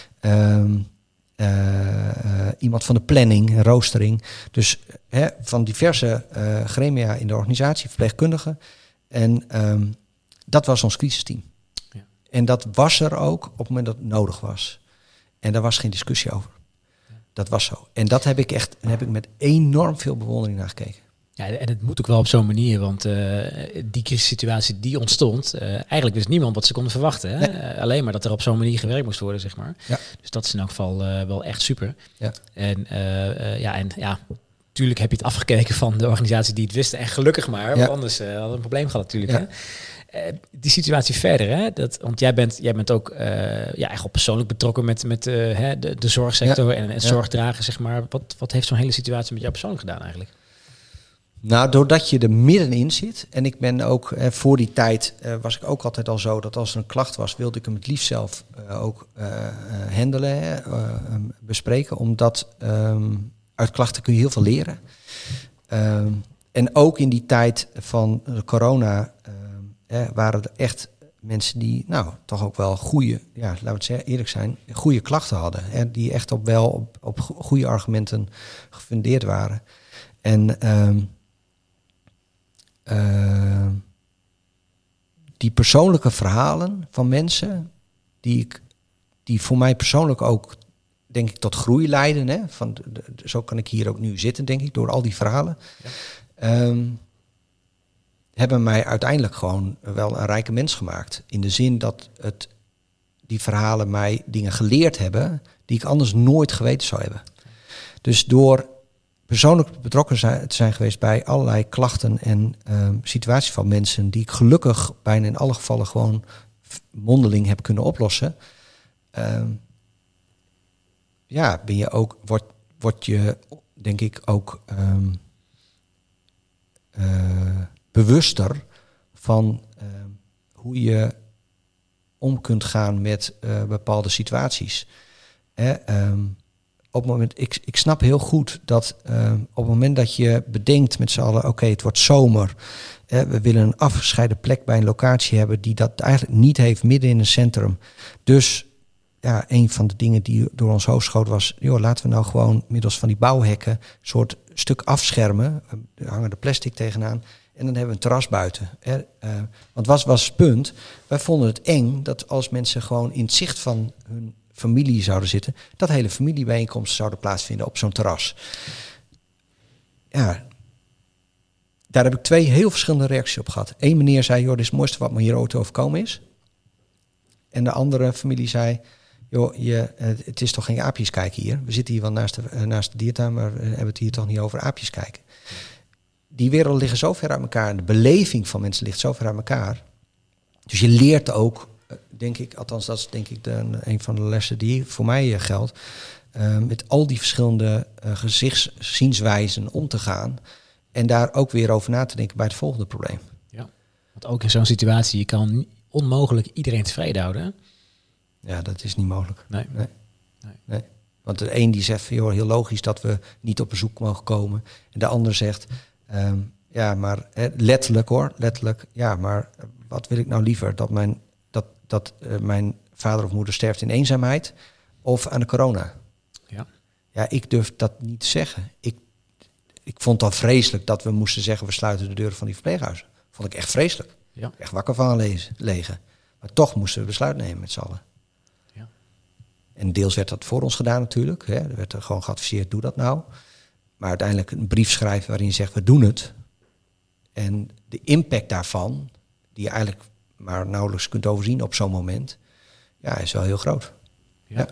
Iemand van de planning en roostering. Dus van diverse gremia in de organisatie, verpleegkundigen. En dat was ons crisisteam. Ja. En dat was er ook op het moment dat het nodig was. En daar was geen discussie over. Ja. Dat was zo. En dat heb ik met enorm veel bewondering naar gekeken. Ja, en het moet ook wel op zo'n manier, want die crisissituatie die ontstond, eigenlijk wist niemand wat ze konden verwachten. Hè? Nee. Alleen maar dat er op zo'n manier gewerkt moest worden, zeg maar. Ja. Dus dat is in elk geval wel echt super. Ja. En natuurlijk heb je het afgekeken van de organisatie die het wisten. En gelukkig maar, want anders hadden we een probleem gehad natuurlijk. Ja. Hè? Die situatie verder, hè? Want jij bent ook echt persoonlijk betrokken met de zorgsector en zorgdragen, zeg maar. Wat heeft zo'n hele situatie met jou persoonlijk gedaan eigenlijk? Nou, doordat je er middenin zit, en ik ben ook voor die tijd was ik ook altijd al zo dat als er een klacht was, wilde ik hem het liefst zelf ook handelen, bespreken, omdat uit klachten kun je heel veel leren. En ook in die tijd van corona waren er echt mensen die toch ook wel goede, laten we het zeggen, eerlijk zijn, goede klachten hadden. Hè, die echt op goede argumenten gefundeerd waren. En die persoonlijke verhalen van mensen, die voor mij persoonlijk ook, denk ik, tot groei leiden. Hè? Zo kan ik hier ook nu zitten, denk ik, door al die verhalen. Ja. Hebben mij uiteindelijk gewoon wel een rijke mens gemaakt. In de zin dat die verhalen mij dingen geleerd hebben die ik anders nooit geweten zou hebben. Dus door persoonlijk betrokken te zijn geweest bij allerlei klachten en situaties van mensen die ik gelukkig bijna in alle gevallen gewoon mondeling heb kunnen oplossen. Ben je ook, word je denk ik ook bewuster van hoe je om kunt gaan met bepaalde situaties. Op het moment, ik snap heel goed dat op het moment dat je bedenkt met z'n allen, oké, het wordt zomer. We willen een afgescheiden plek bij een locatie hebben die dat eigenlijk niet heeft midden in een centrum. Dus een van de dingen die door ons hoofd schoot was, laten we nou gewoon middels van die bouwhekken een soort stuk afschermen. Er hangen de plastic tegenaan. En dan hebben we een terras buiten. Want wat was het punt? Wij vonden het eng dat als mensen gewoon in het zicht van hun familie zouden zitten, dat hele familiebijeenkomsten zouden plaatsvinden op zo'n terras. Ja, daar heb ik 2 heel verschillende reacties op gehad. Eén meneer zei, dit is het mooiste wat me hier ooit overkomen is. En de andere familie zei, het is toch geen aapjes kijken hier. We zitten hier wel naast de diertuin, maar we hebben het hier toch niet over aapjes kijken. Die werelden liggen zo ver uit elkaar en de beleving van mensen ligt zo ver uit elkaar. Dus je leert ook, denk ik, althans dat is denk ik een van de lessen die voor mij geldt, met al die verschillende gezichtszienswijzen om te gaan en daar ook weer over na te denken bij het volgende probleem. Ja, want ook in zo'n situatie, je kan onmogelijk iedereen tevreden houden. Hè? Ja, dat is niet mogelijk. Nee. Want de een die zegt, heel logisch dat we niet op bezoek mogen komen. En de ander zegt, maar letterlijk, maar wat wil ik nou liever? Dat mijn vader of moeder sterft in eenzaamheid of aan de corona? Ja, ik durf dat niet te zeggen. Ik vond het al vreselijk dat we moesten zeggen, we sluiten de deuren van die verpleeghuizen. Vond ik echt vreselijk. Ja. Echt wakker van liggen. Maar toch moesten we besluit nemen met z'n allen. Ja. En deels werd dat voor ons gedaan natuurlijk. Hè. Er werd er gewoon geadviseerd, doe dat nou. Maar uiteindelijk een brief schrijven waarin je zegt, we doen het. En de impact daarvan, die je eigenlijk maar nauwelijks kunt overzien op zo'n moment, ja, is wel heel groot. Ja.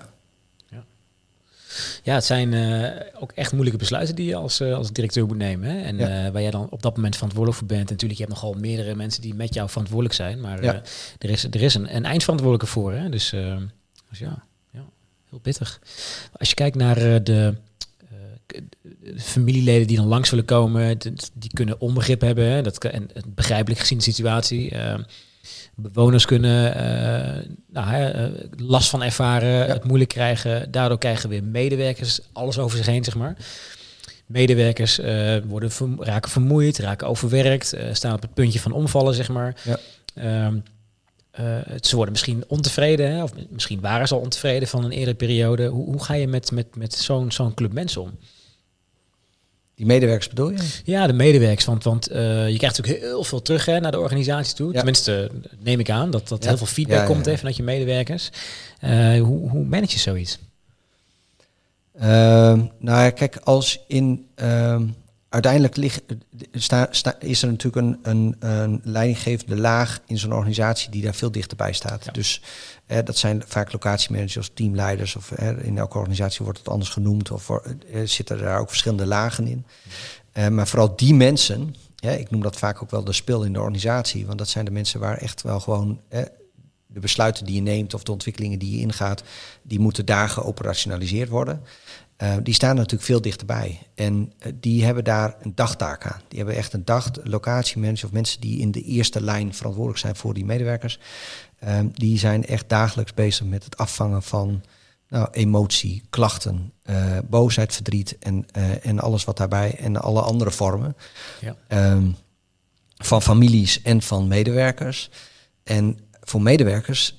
Ja, het zijn ook echt moeilijke besluiten die je als directeur moet nemen. Hè? En waar jij dan op dat moment verantwoordelijk voor bent. En natuurlijk, je hebt nogal meerdere mensen die met jou verantwoordelijk zijn. Maar er is een eindverantwoordelijke voor. Hè? Dus ja, heel pittig. Als je kijkt naar de familieleden die dan langs willen komen, die kunnen onbegrip hebben. Hè? En begrijpelijk gezien de situatie. Bewoners kunnen last van ervaren, het moeilijk krijgen. Daardoor krijgen weer medewerkers alles over zich heen, zeg maar. Medewerkers raken vermoeid, raken overwerkt, staan op het puntje van omvallen, zeg maar. Ja. Ze worden misschien ontevreden, hè? Of misschien waren ze al ontevreden van een eerdere periode. Hoe ga je met zo'n club mensen om? Die medewerkers bedoel je? Ja, de medewerkers. Want je krijgt natuurlijk heel veel terug naar de organisatie toe. Ja. Tenminste, neem ik aan dat heel veel feedback komt vanuit je medewerkers. Hoe manage je zoiets? Nou ja, kijk, als in... uiteindelijk is er natuurlijk een leidinggevende laag in zo'n organisatie die daar veel dichterbij staat. Ja. Dus dat zijn vaak locatiemanagers of teamleiders. Of in elke organisatie wordt het anders genoemd. Of zitten daar ook verschillende lagen in. Maar vooral die mensen, ik noem dat vaak ook wel de spil in de organisatie. Want dat zijn de mensen waar echt wel gewoon de besluiten die je neemt of de ontwikkelingen die je ingaat, die moeten daar geoperationaliseerd worden. Die staan natuurlijk veel dichterbij. En die hebben daar een dagtaak aan. Die hebben echt een locatiemanagers of mensen die in de eerste lijn verantwoordelijk zijn voor die medewerkers. Die zijn echt dagelijks bezig met het afvangen van emotie, klachten, boosheid, verdriet en alles wat daarbij en alle andere vormen. Ja. Van families en van medewerkers. En voor medewerkers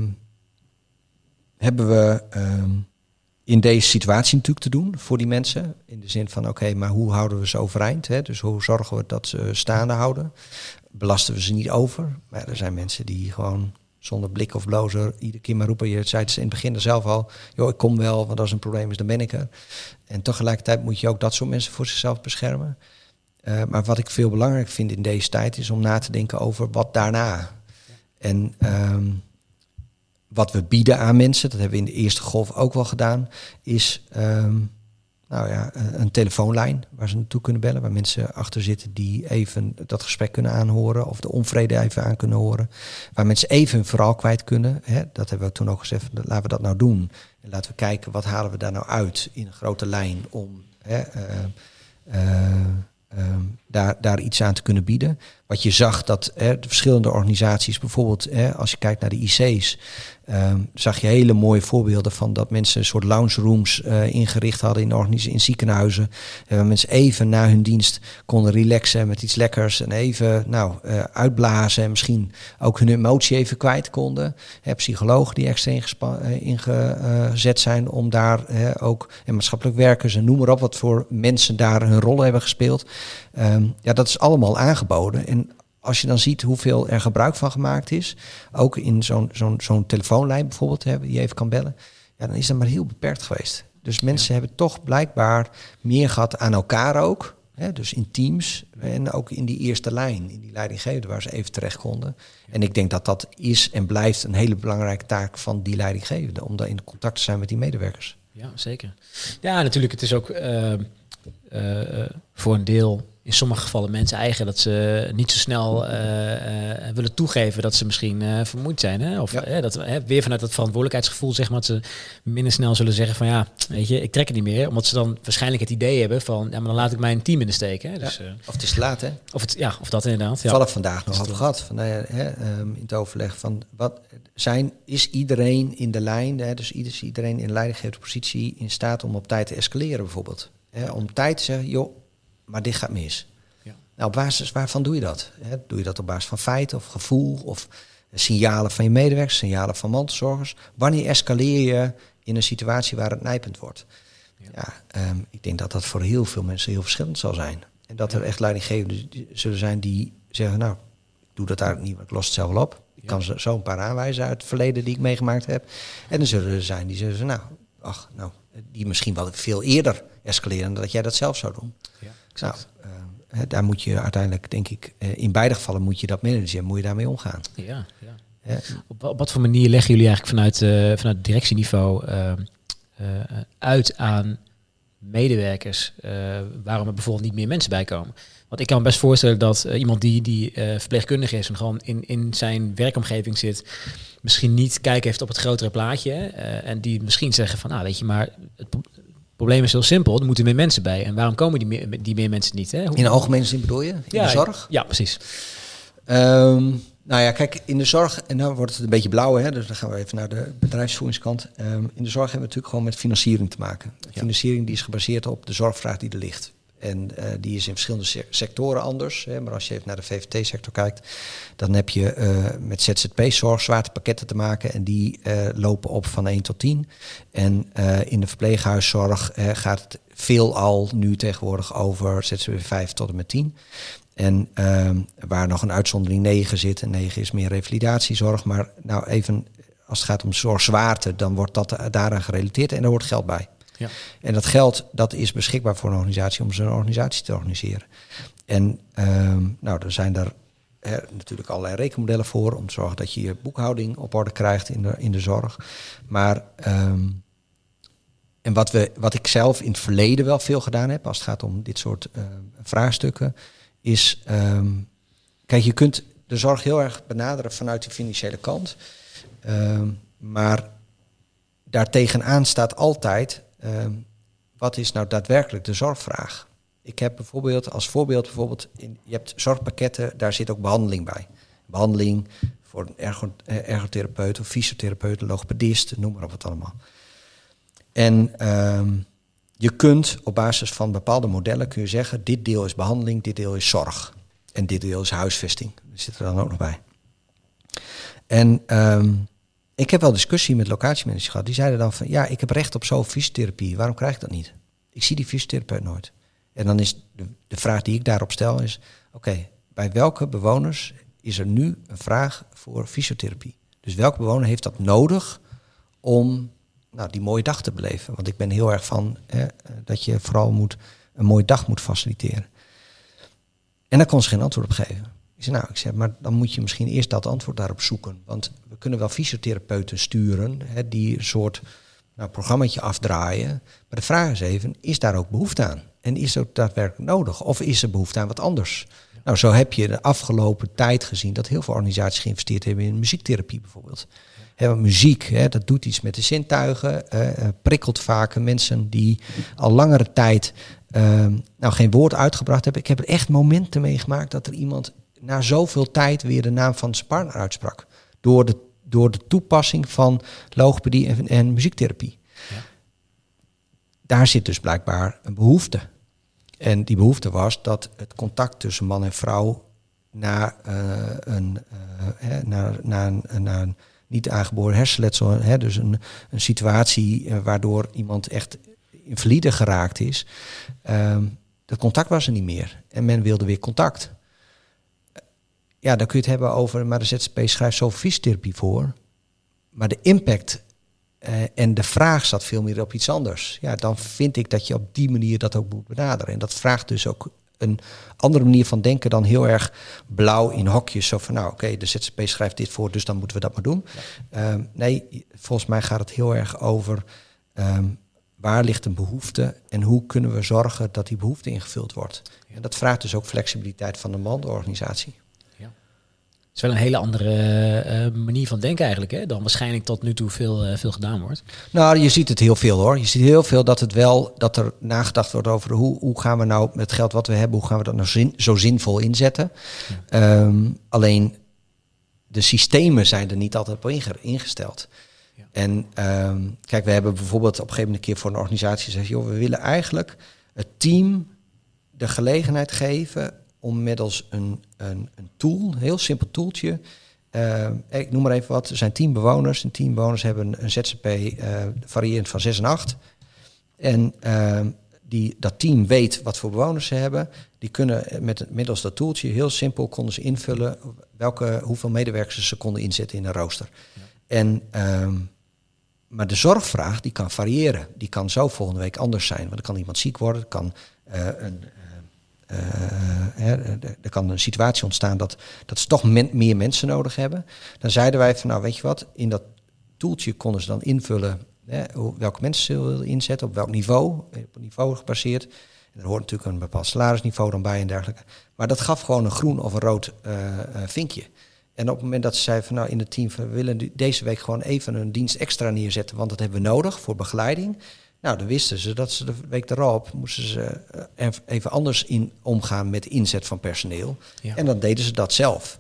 hebben we in deze situatie natuurlijk te doen voor die mensen. In de zin van, oké, maar hoe houden we ze overeind? Hè? Dus hoe zorgen we dat ze staande houden? Belasten we ze niet over? Maar er zijn mensen die gewoon zonder blik of blozen iedere keer maar roepen. Je zei het in het begin er zelf al, joh, ik kom wel, want als een probleem is, dan ben ik er. En tegelijkertijd moet je ook dat soort mensen voor zichzelf beschermen. Maar wat ik veel belangrijk vind in deze tijd is om na te denken over wat daarna. En wat we bieden aan mensen, dat hebben we in de eerste golf ook wel gedaan, is een telefoonlijn waar ze naartoe kunnen bellen, waar mensen achter zitten die even dat gesprek kunnen aanhoren of de onvrede even aan kunnen horen, waar mensen even hun verhaal kwijt kunnen. Hè, dat hebben we toen ook gezegd, laten we dat nou doen. En laten we kijken, wat halen we daar nou uit in een grote lijn om daar iets aan te kunnen bieden. Wat je zag dat de verschillende organisaties, bijvoorbeeld als je kijkt naar de IC's, zag je hele mooie voorbeelden van dat mensen een soort lounge rooms ingericht hadden in ziekenhuizen. Waar mensen even na hun dienst konden relaxen met iets lekkers en even uitblazen en misschien ook hun emotie even kwijt konden. Psychologen die extra ingezet zijn om daar ook, en maatschappelijk werkers en noem maar op, wat voor mensen daar hun rol hebben gespeeld. Dat is allemaal aangeboden. En als je dan ziet hoeveel er gebruik van gemaakt is, ook in zo'n telefoonlijn bijvoorbeeld, die je even kan bellen, dan is dat maar heel beperkt geweest. Dus mensen hebben toch blijkbaar meer gehad aan elkaar ook. Dus in teams en ook in die eerste lijn, in die leidinggevende waar ze even terecht konden. En ik denk dat dat is en blijft een hele belangrijke taak van die leidinggevende, om daar in contact te zijn met die medewerkers. Ja, zeker. Ja, natuurlijk, het is ook voor een deel in sommige gevallen mensen eigen dat ze niet zo snel willen toegeven dat ze misschien vermoeid zijn. Hè? Of weer vanuit dat verantwoordelijkheidsgevoel, zeg maar, dat ze minder snel zullen zeggen van ja, weet je, ik trek het niet meer. Omdat ze dan waarschijnlijk het idee hebben van ja, maar dan laat ik mijn team in de steek. Hè? Dus, of het is te laat, hè? Of dat inderdaad. Toevallig vandaag nog over gehad. In het overleg van is iedereen in de lijn, dus iedereen in leidinggevende positie in staat om op tijd te escaleren bijvoorbeeld. Om op tijd te zeggen, joh, maar dit gaat mis. Ja. Nou, op basis waarvan doe je dat? Doe je dat op basis van feiten of gevoel of signalen van je medewerkers, signalen van mantelzorgers? Wanneer escaleer je in een situatie waar het nijpend wordt? Ik denk dat dat voor heel veel mensen heel verschillend zal zijn. En dat er echt leidinggevenden zullen zijn die zeggen, nou, ik doe dat eigenlijk niet, maar ik los het zelf wel op. Ik kan zo een paar aanwijzen uit het verleden die ik meegemaakt heb. En er zullen er zijn die zeggen, die misschien wel veel eerder escaleren dan dat jij dat zelf zou doen. Ja, exact. Daar moet je uiteindelijk, denk ik, in beide gevallen moet je dat managen en moet je daarmee omgaan. Ja. Op wat voor manier leggen jullie eigenlijk vanuit het directieniveau uit aan medewerkers waarom er bijvoorbeeld niet meer mensen bij komen? Want ik kan me best voorstellen dat iemand die verpleegkundige is en gewoon in zijn werkomgeving zit, misschien niet kijken heeft op het grotere plaatje. En die misschien zeggen van, weet je, maar het probleem is heel simpel. Er moeten meer mensen bij. En waarom komen die meer mensen niet? Hè? In de algemene zin bedoel je? In de zorg? Ja, precies. Kijk, in de zorg, en dan wordt het een beetje blauw, hè, dus dan gaan we even naar de bedrijfsvoeringskant. In de zorg hebben we natuurlijk gewoon met financiering te maken. Financiering die is gebaseerd op de zorgvraag die er ligt. En die is in verschillende sectoren anders. Hè, maar als je even naar de VVT-sector kijkt, dan heb je met ZZP-zorg zwaartepakketten te maken. En die lopen op van 1 tot 10. En in de verpleeghuiszorg gaat het veelal nu tegenwoordig over ZZP 5 tot en met 10. En waar nog een uitzondering 9 zit. En 9 is meer revalidatiezorg. Maar nou even, als het gaat om zorgzwaarte, dan wordt dat daaraan gerelateerd. En daar hoort geld bij. Ja. En dat geld, dat is beschikbaar voor een organisatie om zijn organisatie te organiseren. En er zijn daar natuurlijk allerlei rekenmodellen voor om te zorgen dat je je boekhouding op orde krijgt in de zorg. Maar en wat ik zelf in het verleden wel veel gedaan heb, als het gaat om dit soort vraagstukken, is, kijk, je kunt de zorg heel erg benaderen vanuit de financiële kant. Maar daartegenaan staat altijd, wat is nou daadwerkelijk de zorgvraag? Ik heb bijvoorbeeld, je hebt zorgpakketten, daar zit ook behandeling bij. Behandeling voor een ergotherapeut of fysiotherapeut, logopedist, noem maar op wat allemaal. En je kunt op basis van bepaalde modellen kun je zeggen, dit deel is behandeling, dit deel is zorg. En dit deel is huisvesting. Dat zit er dan ook nog bij. En ik heb wel discussie met locatiemanagers gehad. Die zeiden dan van, ik heb recht op zoveel fysiotherapie. Waarom krijg ik dat niet? Ik zie die fysiotherapeut nooit. En dan is de vraag die ik daarop stel is, oké, bij welke bewoners is er nu een vraag voor fysiotherapie? Dus welke bewoner heeft dat nodig om die mooie dag te beleven? Want ik ben heel erg van dat je vooral een mooie dag moet faciliteren. En daar kon ze geen antwoord op geven. Ik zei, maar dan moet je misschien eerst dat antwoord daarop zoeken. Want we kunnen wel fysiotherapeuten sturen, die een soort programmaatje afdraaien. Maar de vraag is even, is daar ook behoefte aan? En is het ook daadwerkelijk nodig? Of is er behoefte aan wat anders? Nou, zo heb je de afgelopen tijd gezien dat heel veel organisaties geïnvesteerd hebben in muziektherapie bijvoorbeeld. Want muziek, dat doet iets met de zintuigen, prikkelt vaak mensen die al langere tijd geen woord uitgebracht hebben. Ik heb er echt momenten meegemaakt dat er iemand na zoveel tijd weer de naam van zijn partner uitsprak. Door de toepassing van logopedie en muziektherapie. Ja. Daar zit dus blijkbaar een behoefte. En die behoefte was dat het contact tussen man en vrouw na een niet aangeboren hersenletsel, dus een situatie waardoor iemand echt invalide geraakt is. Dat contact was er niet meer. En men wilde weer contact. Dan kun je het hebben over, maar de ZZP schrijft zoveel fysiotherapie voor. Maar de impact en de vraag zat veel meer op iets anders. Dan vind ik dat je op die manier dat ook moet benaderen. En dat vraagt dus ook een andere manier van denken dan heel erg blauw in hokjes. Zo van, de ZZP schrijft dit voor, dus dan moeten we dat maar doen. Ja. Nee, volgens mij gaat het heel erg over waar ligt een behoefte en hoe kunnen we zorgen dat die behoefte ingevuld wordt. Ja. En dat vraagt dus ook flexibiliteit van de man, de organisatie. Het is wel een hele andere manier van denken eigenlijk, hè, dan waarschijnlijk tot nu toe veel gedaan wordt. Nou, je ziet het heel veel hoor. Je ziet heel veel dat er nagedacht wordt over hoe gaan we nou met het geld wat we hebben, hoe gaan we dat nou zo zinvol inzetten. Ja. Alleen de systemen zijn er niet altijd op ingesteld. Ja. En kijk, we hebben bijvoorbeeld op een gegeven moment een keer voor een organisatie gezegd, joh, we willen eigenlijk het team de gelegenheid geven om middels een tool, een heel simpel toeltje. Ik noem maar even wat. Er zijn 10 bewoners. En 10 bewoners hebben een ZZP variërend van 6 en 8. En dat team weet wat voor bewoners ze hebben. Die kunnen middels dat toeltje heel simpel konden ze invullen hoeveel medewerkers ze konden inzetten in een rooster. Ja. Maar de zorgvraag die kan variëren. Die kan zo volgende week anders zijn. Want er kan iemand ziek worden. Er kan een situatie ontstaan dat ze toch meer mensen nodig hebben. Dan zeiden wij van weet je wat, in dat toeltje konden ze dan invullen welke mensen ze wilden inzetten, op welk niveau, op een niveau gebaseerd. En er hoort natuurlijk een bepaald salarisniveau dan bij en dergelijke. Maar dat gaf gewoon een groen of een rood vinkje. En op het moment dat ze zeiden van in het team, we willen deze week gewoon even een dienst extra neerzetten, want dat hebben we nodig voor begeleiding. Nou, dan wisten ze dat ze de week daarop moesten ze even anders omgaan met de inzet van personeel. Ja. En dan deden ze dat zelf.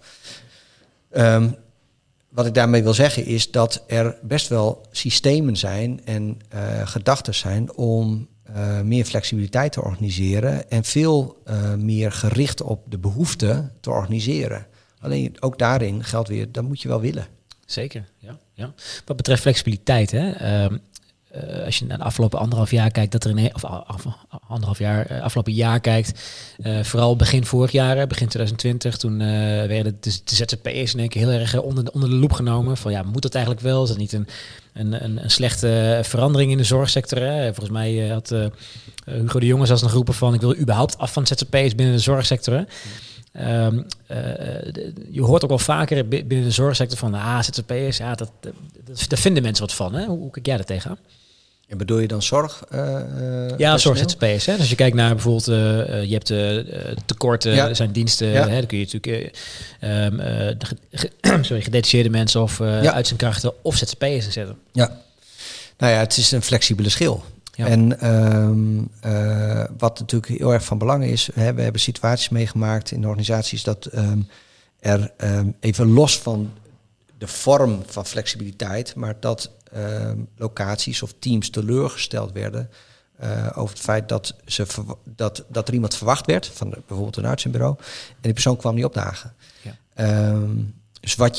Wat ik daarmee wil zeggen is dat er best wel systemen zijn en gedachten zijn om meer flexibiliteit te organiseren en veel meer gericht op de behoeften te organiseren. Alleen ook daarin geldt weer, dat moet je wel willen. Zeker, ja. Wat betreft flexibiliteit, hè. Als je naar de afgelopen 1,5 jaar kijkt, dat er afgelopen jaar kijkt, vooral begin vorig jaar, begin 2020, toen werden de ZZP'ers in één keer heel erg onder de loep genomen. Van moet dat eigenlijk wel? Is dat niet een slechte verandering in de zorgsector? Hè? Volgens mij had Hugo de Jonge zelfs nog geroepen van ik wil überhaupt af van ZZP'ers binnen de zorgsector. Hè? Je hoort ook wel vaker binnen de zorgsector van ZZP'ers, daar vinden mensen wat van. Hè? Hoe kijk jij daar tegenaan? En bedoel je dan zorg? Zorg-ZZP'ers. Als je kijkt naar bijvoorbeeld, je hebt tekorten, zijn diensten. Ja. Dan kun je natuurlijk gedetacheerde mensen of uit zijn krachten of ZZP'ers zetten. Ja, nou ja, het is een flexibele schil. Ja. En wat natuurlijk heel erg van belang is, we hebben situaties meegemaakt in organisaties dat er even los van de vorm van flexibiliteit, maar dat locaties of teams teleurgesteld werden over het feit dat er iemand verwacht werd van bijvoorbeeld een uitzendbureau en die persoon kwam niet opdagen. Ja. Dus wat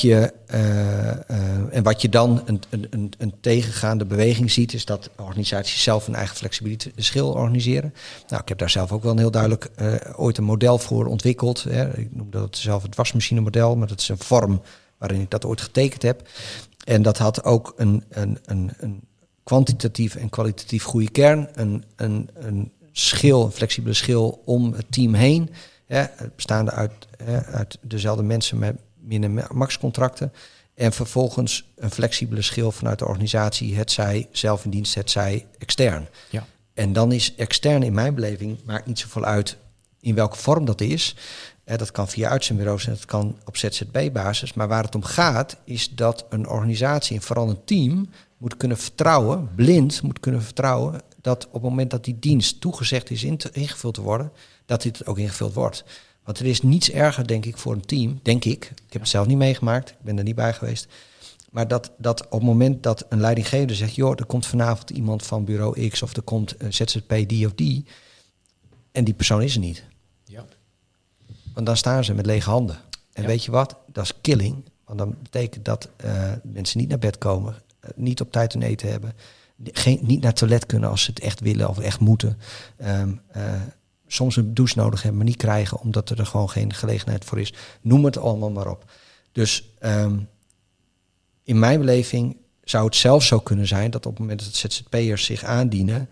je dan een tegengaande beweging ziet, is dat organisaties zelf een eigen flexibele schil organiseren. Nou, ik heb daar zelf ook wel een heel duidelijk ooit een model voor ontwikkeld. Hè. Ik noem dat zelf het wasmachinemodel, maar dat is een vorm waarin ik dat ooit getekend heb. En dat had ook een kwantitatief en kwalitatief goede kern, een flexibele schil om het team heen, bestaande uit dezelfde mensen met min- en max-contracten. En vervolgens een flexibele schil vanuit de organisatie, het zij zelf in dienst, het zij extern. Ja. En dan is extern in mijn beleving, maakt niet zoveel uit in welke vorm dat is. Dat kan via uitzendbureaus en dat kan op ZZP-basis. Maar waar het om gaat, is dat een organisatie en vooral een team moet kunnen vertrouwen, blind moet kunnen vertrouwen, dat op het moment dat die dienst toegezegd is ingevuld te worden, dat dit ook ingevuld wordt. Want er is niets erger, denk ik, voor een team, denk ik. Ik heb het zelf niet meegemaakt, ik ben er niet bij geweest. Maar dat op het moment dat een leidinggevende zegt, joh, er komt vanavond iemand van bureau X of er komt een ZZP die of die, en die persoon is er niet. Ja. Want dan staan ze met lege handen. En weet je wat? Dat is killing. Want dan betekent dat mensen niet naar bed komen, niet op tijd hun eten hebben, niet naar het toilet kunnen als ze het echt willen of echt moeten. Soms een douche nodig hebben, maar niet krijgen omdat er gewoon geen gelegenheid voor is. Noem het allemaal maar op. Dus in mijn beleving zou het zelfs zo kunnen zijn dat op het moment dat ZZP'ers zich aandienen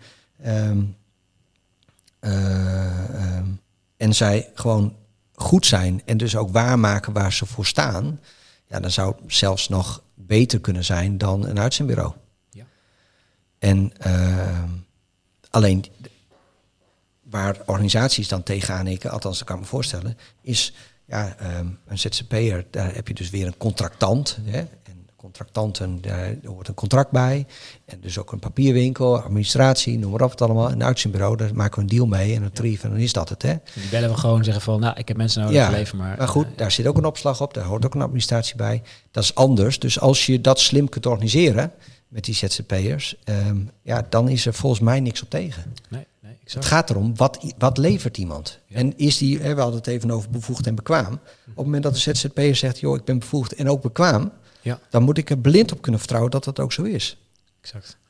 en zij gewoon goed zijn en dus ook waarmaken waar ze voor staan, ja, dan zou het zelfs nog beter kunnen zijn dan een uitzendbureau. Ja. En alleen waar organisaties dan tegenaan hikken, althans dat kan ik me voorstellen, is een ZZP'er, daar heb je dus weer een contractant. Hè? En contractanten, daar hoort een contract bij. En dus ook een papierwinkel, administratie, noem maar op het allemaal. Een uitzendbureau, daar maken we een deal mee en een tarief en dan is dat het. Hè? Die bellen we gewoon zeggen van, ik heb mensen nodig te leven. Maar goed, daar zit ook een opslag op, daar hoort ook een administratie bij. Dat is anders. Dus als je dat slim kunt organiseren met die ZZP'ers, dan is er volgens mij niks op tegen. Nee. Het gaat erom, wat levert iemand? Ja. En is die, we hadden het even over bevoegd en bekwaam. Op het moment dat de ZZP'er zegt, joh, ik ben bevoegd en ook bekwaam, dan moet ik er blind op kunnen vertrouwen dat dat ook zo is. Exact, ja.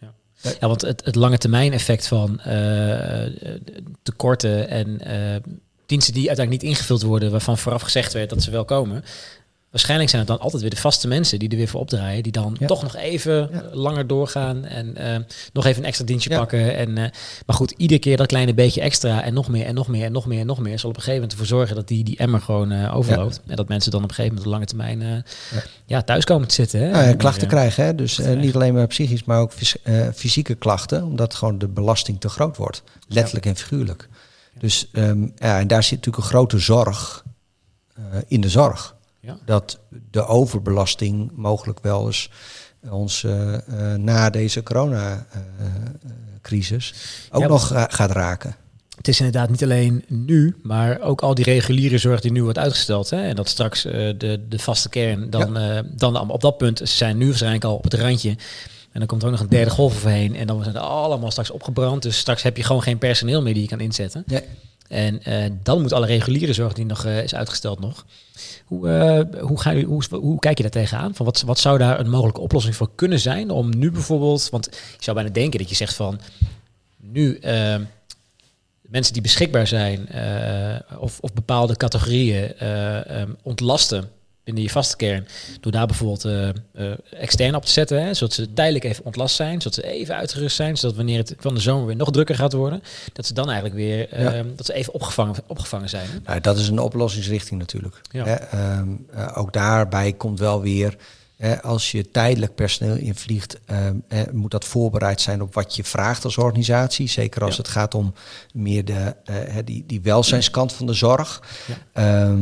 Ja, want het lange termijn effect van tekorten en diensten die uiteindelijk niet ingevuld worden, waarvan vooraf gezegd werd dat ze wel komen. Waarschijnlijk zijn het dan altijd weer de vaste mensen die er weer voor opdraaien, die dan toch nog even langer doorgaan en nog even een extra dienstje pakken. En, maar goed, iedere keer dat kleine beetje extra en nog meer en nog meer en nog meer en nog meer zal op een gegeven moment ervoor zorgen dat die emmer gewoon overloopt. En dat mensen dan op een gegeven moment op lange termijn thuis komen te zitten. Hè? Klachten krijgen. Hè? Dus niet alleen maar psychisch, maar ook fysieke klachten, omdat gewoon de belasting te groot wordt. Letterlijk en figuurlijk. Dus en daar zit natuurlijk een grote zorg in de zorg. Ja. Dat de overbelasting mogelijk wel eens ons na deze coronacrisis ook nog gaat raken. Het is inderdaad niet alleen nu, maar ook al die reguliere zorg die nu wordt uitgesteld. Hè? En dat straks de vaste kern dan op dat punt, ze zijn nu waarschijnlijk al op het randje. En dan komt er ook nog een derde golf overheen. En dan zijn er allemaal straks opgebrand. Dus straks heb je gewoon geen personeel meer die je kan inzetten. Nee. En dan moet alle reguliere zorg die nog is uitgesteld nog. Hoe kijk je daar tegenaan? Van wat zou daar een mogelijke oplossing voor kunnen zijn? Om nu bijvoorbeeld, want ik zou bijna denken dat je zegt van nu mensen die beschikbaar zijn of bepaalde categorieën ontlasten binnen je vaste kern, door daar bijvoorbeeld extern op te zetten, hè, zodat ze tijdelijk even ontlast zijn, zodat ze even uitgerust zijn, zodat wanneer het van de zomer weer nog drukker gaat worden, dat ze dan eigenlijk weer dat ze even opgevangen zijn. Hè? Nou, dat is een oplossingsrichting natuurlijk. Ja. Ook daarbij komt wel weer, als je tijdelijk personeel invliegt, moet dat voorbereid zijn op wat je vraagt als organisatie. Zeker als het gaat om meer die welzijnskant van de zorg. Ja.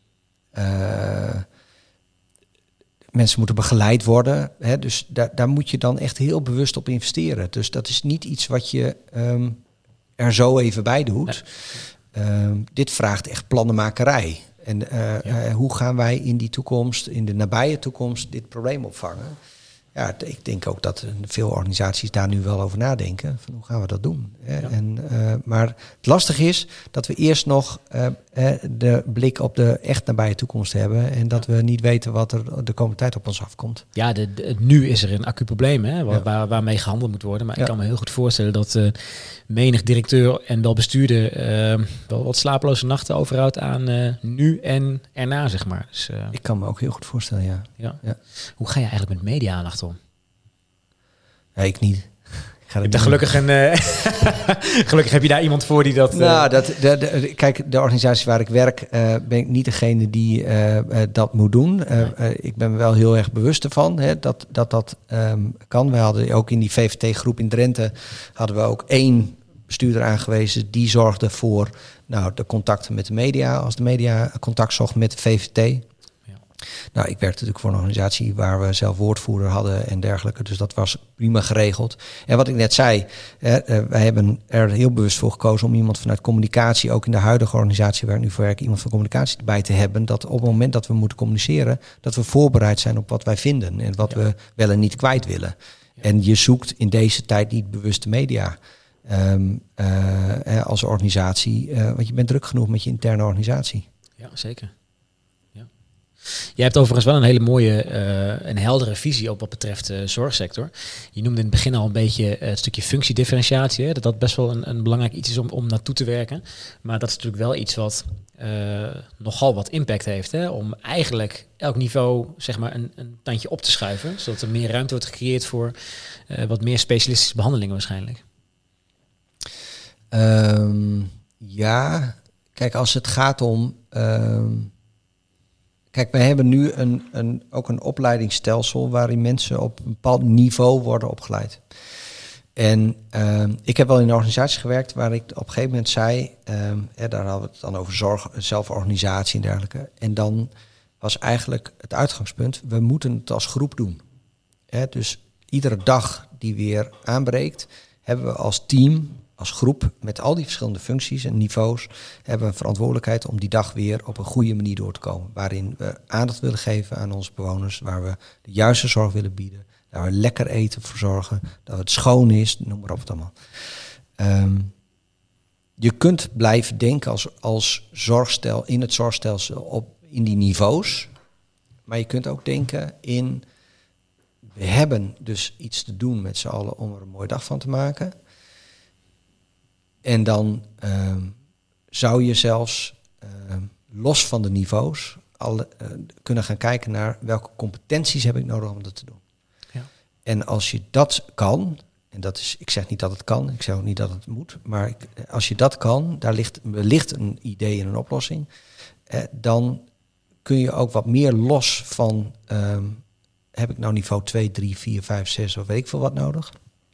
Mensen moeten begeleid worden. Dus daar moet je dan echt heel bewust op investeren. Dus dat is niet iets wat je er zo even bij doet. Nee. Dit vraagt echt plannenmakerij. En hoe gaan wij in die toekomst, in de nabije toekomst, dit probleem opvangen? Ja, ik denk ook dat veel organisaties daar nu wel over nadenken. Van hoe gaan we dat doen? Ja. Maar het lastige is dat we eerst nog de blik op de echt nabije toekomst hebben. En dat we niet weten wat er de komende tijd op ons afkomt. Ja, nu is er een acuut probleem, hè, waarmee gehandeld moet worden. Maar ik kan me heel goed voorstellen dat menig directeur en wel bestuurder wel wat slapeloze nachten overhoudt aan nu en erna, zeg maar. Dus, ik kan me ook heel goed voorstellen, ja. Hoe ga je eigenlijk met media-aandacht om? Ja, ik niet. Gelukkig heb je daar iemand voor die dat... Nou, kijk, de organisatie waar ik werk, ben ik niet degene die dat moet doen. Ik ben me wel heel erg bewust ervan dat kan. We hadden ook in die VVT-groep in Drenthe hadden we ook 1 bestuurder aangewezen die zorgde voor de contacten met de media. Als de media contact zocht met de VVT. Nou, ik werkte natuurlijk voor een organisatie waar we zelf woordvoerder hadden en dergelijke. Dus dat was prima geregeld. En wat ik net zei, wij hebben er heel bewust voor gekozen om iemand vanuit communicatie, ook in de huidige organisatie waar ik nu voor werk, iemand van communicatie erbij te hebben. Dat op het moment dat we moeten communiceren, dat we voorbereid zijn op wat wij vinden en wat we wel en niet kwijt willen. Ja. En je zoekt in deze tijd niet bewust de media als organisatie, want je bent druk genoeg met je interne organisatie. Ja, zeker. Jij hebt overigens wel een hele mooie en heldere visie op wat betreft de zorgsector. Je noemde in het begin al een beetje het stukje functiedifferentiatie. Hè? Dat best wel een belangrijk iets is om naartoe te werken. Maar dat is natuurlijk wel iets wat nogal wat impact heeft. Hè? Om eigenlijk elk niveau zeg maar een tandje op te schuiven. Zodat er meer ruimte wordt gecreëerd voor wat meer specialistische behandelingen waarschijnlijk. Ja, kijk, als het gaat om... Kijk, we hebben nu ook een opleidingsstelsel waarin mensen op een bepaald niveau worden opgeleid. En ik heb wel in een organisatie gewerkt waar ik op een gegeven moment zei, daar hadden we het dan over zorg, zelforganisatie en dergelijke. En dan was eigenlijk het uitgangspunt, we moeten het als groep doen. Dus iedere dag die weer aanbreekt, hebben we als team, als groep, met al die verschillende functies en niveaus, hebben we een verantwoordelijkheid om die dag weer op een goede manier door te komen. Waarin we aandacht willen geven aan onze bewoners, waar we de juiste zorg willen bieden, daar we lekker eten voor zorgen, dat het schoon is, noem maar op het allemaal. Je kunt blijven denken als in het zorgstelsel in die niveaus, maar je kunt ook denken in We hebben dus iets te doen met z'n allen om er een mooie dag van te maken. En dan zou je zelfs los van de niveaus kunnen gaan kijken naar welke competenties heb ik nodig om dat te doen. Ja. En als je dat kan, en dat is, ik zeg niet dat het kan, ik zeg ook niet dat het moet, maar als je dat kan, daar ligt wellicht een idee en een oplossing, dan kun je ook wat meer los van, heb ik nou niveau 2, 3, 4, 5, 6 of weet ik veel wat nodig.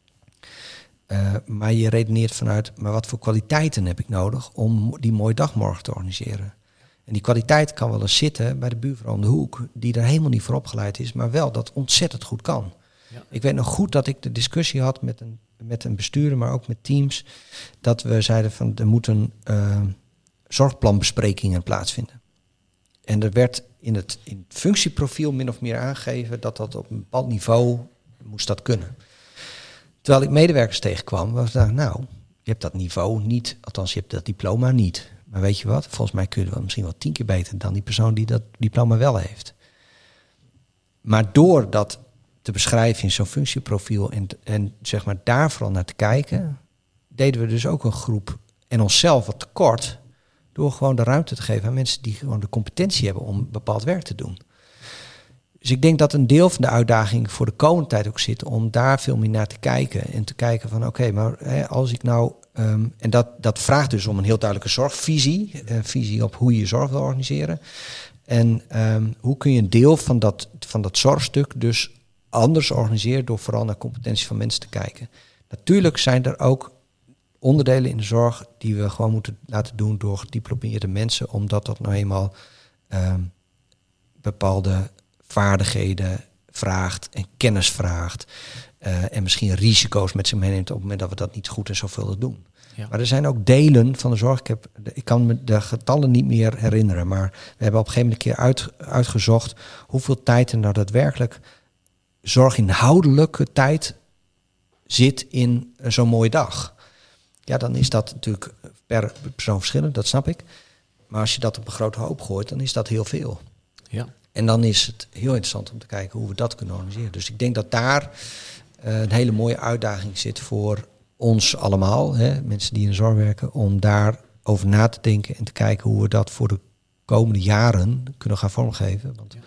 Maar je redeneert vanuit, maar wat voor kwaliteiten heb ik nodig om die mooie dag morgen te organiseren? En die kwaliteit kan wel eens zitten bij de buurvrouw om de hoek, die er helemaal niet voor opgeleid is, maar wel dat ontzettend goed kan. Ja. Ik weet nog goed dat ik de discussie had met een bestuurder, maar ook met teams, dat we zeiden van er moeten zorgplanbesprekingen plaatsvinden. En er werd in het functieprofiel min of meer aangegeven dat op een bepaald niveau moest dat kunnen. Terwijl ik medewerkers tegenkwam, was daar, nou, je hebt dat niveau niet, althans je hebt dat diploma niet. Maar weet je wat, volgens mij kun je wel misschien wel 10 keer beter dan die persoon die dat diploma wel heeft. Maar door dat te beschrijven in zo'n functieprofiel en zeg maar daar vooral naar te kijken, deden we dus ook een groep en onszelf wat tekort door gewoon de ruimte te geven aan mensen die gewoon de competentie hebben om bepaald werk te doen. Dus ik denk dat een deel van de uitdaging voor de komende tijd ook zit om daar veel meer naar te kijken. En te kijken van oké, maar als ik nou... en dat vraagt dus om een heel duidelijke zorgvisie. Visie op hoe je je zorg wil organiseren. En hoe kun je een deel van dat zorgstuk dus anders organiseren door vooral naar competentie van mensen te kijken. Natuurlijk zijn er ook onderdelen in de zorg die we gewoon moeten laten doen door gediplomeerde mensen. Omdat dat nou eenmaal bepaalde vaardigheden vraagt en kennis vraagt. En misschien risico's met zich meeneemt op het moment dat we dat niet goed en zoveel doen. Ja. Maar er zijn ook delen van de zorg. Ik kan me de getallen niet meer herinneren. Maar we hebben op een gegeven moment een keer uitgezocht hoeveel tijd er nou daadwerkelijk zorginhoudelijke tijd zit in zo'n mooie dag. Ja, dan is dat natuurlijk per persoon verschillend, dat snap ik. Maar als je dat op een grote hoop gooit, dan is dat heel veel. Ja. En dan is het heel interessant om te kijken hoe we dat kunnen organiseren. Dus ik denk dat daar een hele mooie uitdaging zit voor ons allemaal, mensen die in de zorg werken, om daar over na te denken en te kijken hoe we dat voor de komende jaren kunnen gaan vormgeven. Want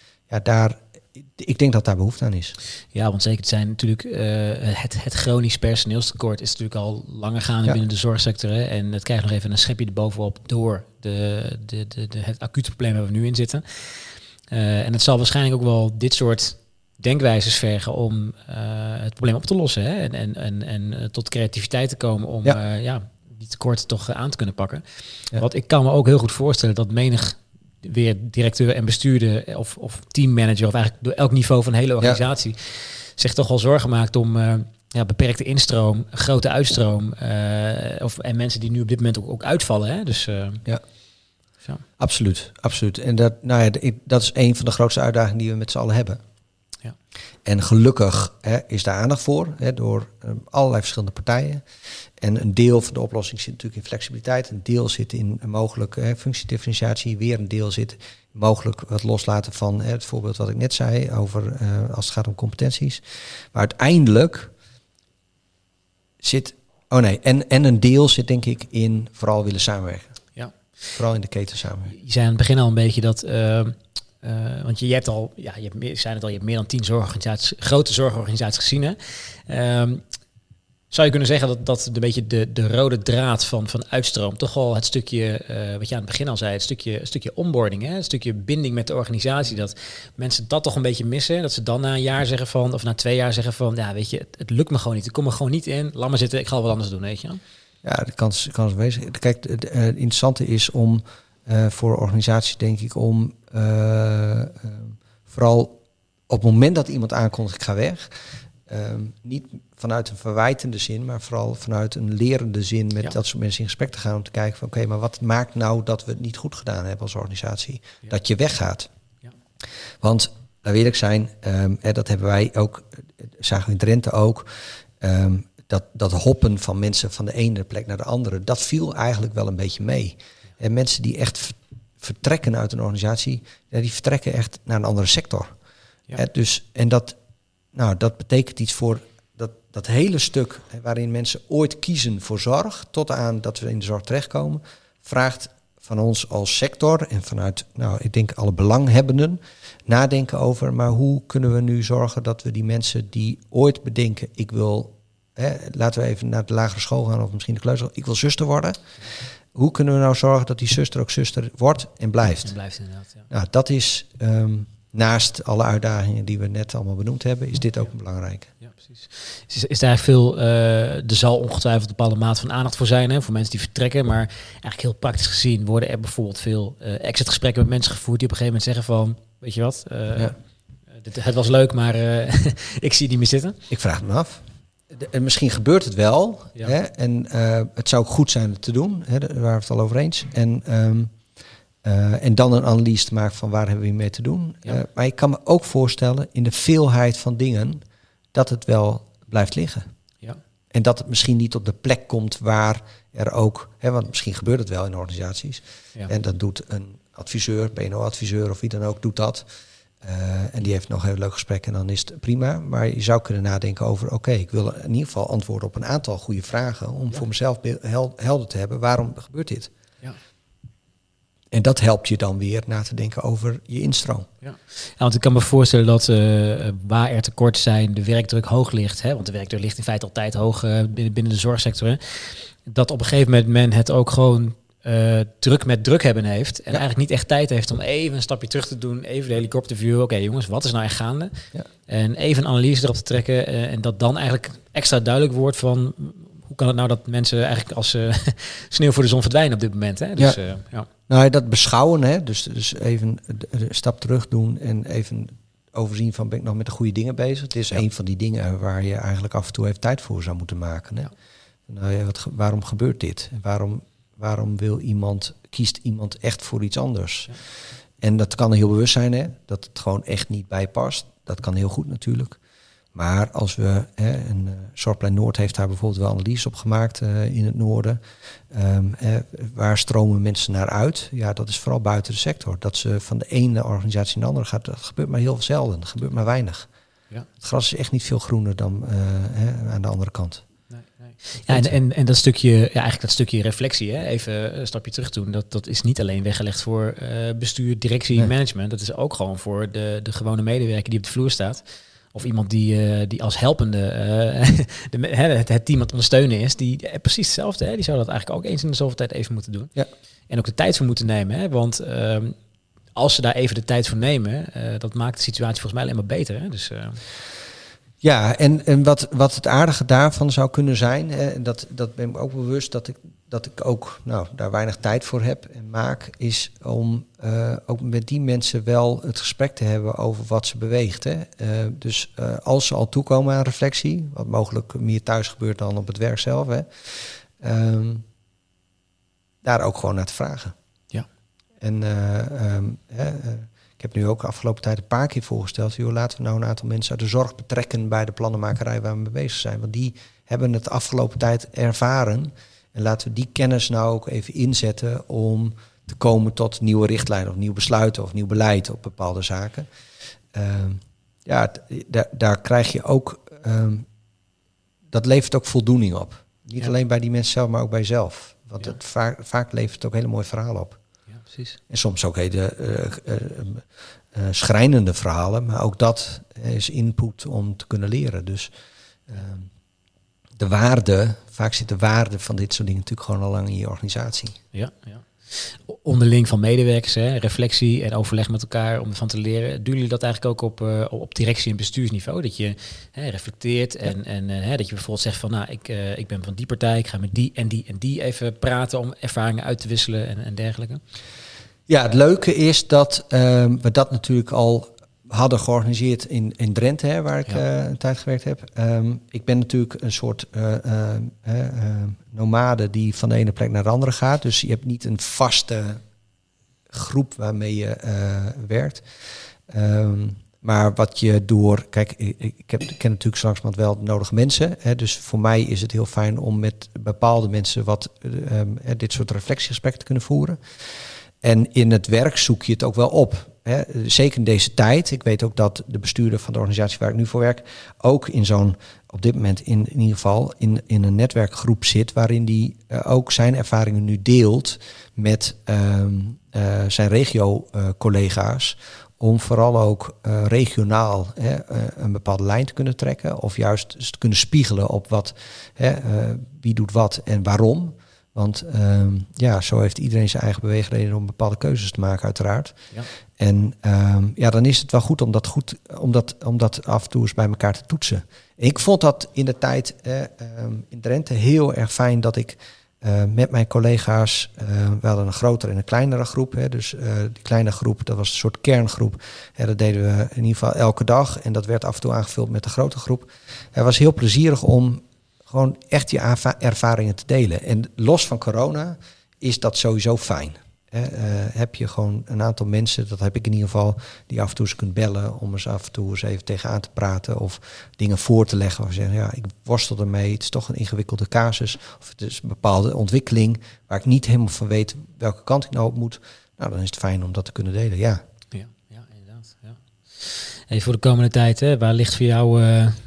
ik denk dat daar behoefte aan is. Ja, want zeker het zijn natuurlijk het chronisch personeelstekort is natuurlijk al langer gaande binnen de zorgsector. Hè? En het krijgt nog even een schepje erbovenop door het acute probleem waar we nu in zitten. En het zal waarschijnlijk ook wel dit soort denkwijzes vergen om het probleem op te lossen. Hè? En tot creativiteit te komen om die tekorten toch aan te kunnen pakken. Ja. Want ik kan me ook heel goed voorstellen dat menig weer directeur en bestuurder of teammanager of eigenlijk door elk niveau van de hele organisatie zich toch wel zorgen maakt om beperkte instroom, grote uitstroom en mensen die nu op dit moment ook uitvallen. Hè? Dus zo. Absoluut. En dat is een van de grootste uitdagingen die we met z'n allen hebben. Ja. En gelukkig is daar aandacht voor door allerlei verschillende partijen. En een deel van de oplossing zit natuurlijk in flexibiliteit. Een deel zit in mogelijk functiedifferentiatie. Weer een deel zit mogelijk het loslaten van het voorbeeld wat ik net zei over als het gaat om competenties. Maar uiteindelijk zit... En een deel zit denk ik in vooral willen samenwerken. Ja. Vooral in de keten samenwerken. Je zei aan het begin al een beetje dat... want je hebt al, je hebt meer dan 10 zorgorganisaties, grote zorgorganisaties gezien. Hè? Zou je kunnen zeggen dat een beetje de rode draad van uitstroom toch wel het stukje, wat je aan het begin al zei, het stukje onboarding, hè? Het stukje binding met de organisatie, dat mensen dat toch een beetje missen. Dat ze dan na een jaar zeggen van, of na 2 jaar zeggen van, ja weet je, het lukt me gewoon niet. Ik kom er gewoon niet in, laat maar zitten, ik ga wel wat anders doen, weet je. Ja, de kans is wezen. Kijk, het interessante is om voor organisaties denk ik om vooral op het moment dat iemand aankondigt ik ga weg, niet vanuit een verwijtende zin, maar vooral vanuit een lerende zin met dat soort mensen in gesprek te gaan om te kijken van oké, maar wat maakt nou dat we het niet goed gedaan hebben als organisatie? Ja. Dat je weggaat. Ja. Want, laten we eerlijk zijn, dat hebben wij ook, zagen we in Drenthe ook, dat hoppen van mensen van de ene plek naar de andere, dat viel eigenlijk wel een beetje mee. En mensen die echt vertrekken uit een organisatie, die vertrekken echt naar een andere sector. Ja. Dus, en dat dat betekent iets voor dat hele stuk waarin mensen ooit kiezen voor zorg, tot aan dat we in de zorg terechtkomen, vraagt van ons als sector en vanuit, ik denk alle belanghebbenden, nadenken over, maar hoe kunnen we nu zorgen dat we die mensen die ooit bedenken, ik wil, laten we even naar de lagere school gaan of misschien de kleuterschool, ik wil zuster worden. Hoe kunnen we nou zorgen dat die zuster ook zuster wordt en blijft? En blijft inderdaad, ja. Nou, dat is naast alle uitdagingen die we net allemaal benoemd hebben, is dit ook een belangrijke. Ja, precies. Is er eigenlijk veel, er zal ongetwijfeld een bepaalde maat van aandacht voor zijn, voor mensen die vertrekken, maar eigenlijk heel praktisch gezien worden er bijvoorbeeld veel exitgesprekken met mensen gevoerd die op een gegeven moment zeggen van, weet je wat, het was leuk, maar ik zie het niet meer zitten. Ik vraag het me af. En misschien gebeurt het wel. Ja. En het zou ook goed zijn het te doen. Daar waren we het al over eens. En dan een analyse te maken van waar hebben we mee te doen. Ja. Maar ik kan me ook voorstellen in de veelheid van dingen dat het wel blijft liggen. Ja. En dat het misschien niet op de plek komt waar er ook, want misschien gebeurt het wel in organisaties. Ja. En dat doet een adviseur, BNO-adviseur of wie dan ook doet dat. En die heeft nog een heel leuk gesprek en dan is het prima. Maar je zou kunnen nadenken over, oké, ik wil in ieder geval antwoorden op een aantal goede vragen om voor mezelf helder te hebben, waarom gebeurt dit? Ja. En dat helpt je dan weer na te denken over je instroom. Ja, want ik kan me voorstellen dat waar er tekorten zijn, de werkdruk hoog ligt. Want de werkdruk ligt in feite altijd hoog binnen de zorgsector. Hè, dat op een gegeven moment men het ook gewoon druk met druk hebben heeft. En eigenlijk niet echt tijd heeft om even een stapje terug te doen. Even de helikopterview. Oké, jongens, wat is nou echt gaande? Ja. En even een analyse erop te trekken. En dat dan eigenlijk extra duidelijk wordt van, hoe kan het nou dat mensen eigenlijk als sneeuw voor de zon verdwijnen op dit moment? Hè? Dus, ja. Nou, dat beschouwen, dus even een stap terug doen en even overzien van, ben ik nog met de goede dingen bezig? Het is een van die dingen waar je eigenlijk af en toe even tijd voor zou moeten maken. Hè? Ja. Nou, waarom gebeurt dit? Waarom kiest iemand echt voor iets anders? Ja. En dat kan heel bewust zijn, dat het gewoon echt niet bij past. Dat kan heel goed natuurlijk. Maar als we, Zorgplein Noord heeft daar bijvoorbeeld wel analyse op gemaakt in het noorden. Waar stromen mensen naar uit? Ja, dat is vooral buiten de sector. Dat ze van de ene organisatie naar de andere gaat, dat gebeurt maar heel zelden. Dat gebeurt maar weinig. Ja. Het gras is echt niet veel groener dan aan de andere kant. Ja, en dat stukje, eigenlijk dat stukje reflectie, even een stapje terug doen, dat is niet alleen weggelegd voor bestuur, directie, management. Dat is ook gewoon voor de gewone medewerker die op de vloer staat. Of iemand die als helpende het team aan het ondersteunen is, die precies hetzelfde. Die zou dat eigenlijk ook eens in de zoveel tijd even moeten doen. Ja. En ook de tijd voor moeten nemen. Want als ze daar even de tijd voor nemen, dat maakt de situatie volgens mij alleen maar beter. Hè? Dus, ja, en wat het aardige daarvan zou kunnen zijn, dat ben ik ook bewust dat ik ook daar weinig tijd voor heb en maak, is om ook met die mensen wel het gesprek te hebben over wat ze beweegt. Hè. Dus als ze al toekomen aan reflectie, wat mogelijk meer thuis gebeurt dan op het werk zelf, daar ook gewoon naar te vragen. Ja. En ik heb nu ook de afgelopen tijd een paar keer voorgesteld, laten we nou een aantal mensen uit de zorg betrekken bij de plannenmakerij waar we mee bezig zijn. Want die hebben het de afgelopen tijd ervaren. En laten we die kennis nou ook even inzetten om te komen tot nieuwe richtlijnen of nieuw besluiten of nieuw beleid op bepaalde zaken. Daar krijg je ook, dat levert ook voldoening op. Niet alleen bij die mensen zelf, maar ook bij jezelf. Want het vaak levert het ook hele mooie verhalen op. Ja, precies. En soms ook hele schrijnende verhalen, maar ook dat is input om te kunnen leren. Dus vaak zit de waarde van dit soort dingen natuurlijk gewoon al lang in je organisatie. Ja. Onderling van medewerkers, reflectie en overleg met elkaar om ervan te leren. Doen jullie dat eigenlijk ook op directie- en bestuursniveau? Dat je reflecteert en dat je bijvoorbeeld zegt van, ik ben van die partij, ik ga met die en die en die even praten om ervaringen uit te wisselen en dergelijke. Ja, het leuke is dat we dat natuurlijk al hadden georganiseerd in Drenthe, waar ik een tijd gewerkt heb. Ik ben natuurlijk een soort nomade die van de ene plek naar de andere gaat. Dus je hebt niet een vaste groep waarmee je werkt. Maar wat je kijk, ik ken natuurlijk zo langzamerhand wel de nodige mensen. Dus voor mij is het heel fijn om met bepaalde mensen dit soort reflectiegesprekken te kunnen voeren. En in het werk zoek je het ook wel op. zeker in deze tijd. Ik weet ook dat de bestuurder van de organisatie waar ik nu voor werk ook in zo'n, op dit moment in ieder geval, in een netwerkgroep zit waarin die ook zijn ervaringen nu deelt met zijn regio-collega's. Om vooral ook regionaal een bepaalde lijn te kunnen trekken. Of juist te kunnen spiegelen op wat, wie doet wat en waarom. Want zo heeft iedereen zijn eigen beweegreden om bepaalde keuzes te maken uiteraard. Ja. En dan is het wel goed om dat af en toe eens bij elkaar te toetsen. Ik vond dat in de tijd in Drenthe heel erg fijn dat ik met mijn collega's, we hadden een grotere en een kleinere groep. Dus die kleine groep, dat was een soort kerngroep. Dat deden we in ieder geval elke dag. En dat werd af en toe aangevuld met de grote groep. Het was heel plezierig om gewoon echt je ervaringen te delen. En los van corona is dat sowieso fijn. Heb je gewoon een aantal mensen, dat heb ik in ieder geval, die af en toe eens kunt bellen om eens af en toe eens even tegenaan te praten of dingen voor te leggen. Of zeggen, ik worstel ermee, het is toch een ingewikkelde casus. Of het is een bepaalde ontwikkeling waar ik niet helemaal van weet welke kant ik nou op moet. Nou, dan is het fijn om dat te kunnen delen, ja. Ja, inderdaad. Ja. Hey, voor de komende tijd, waar ligt voor jou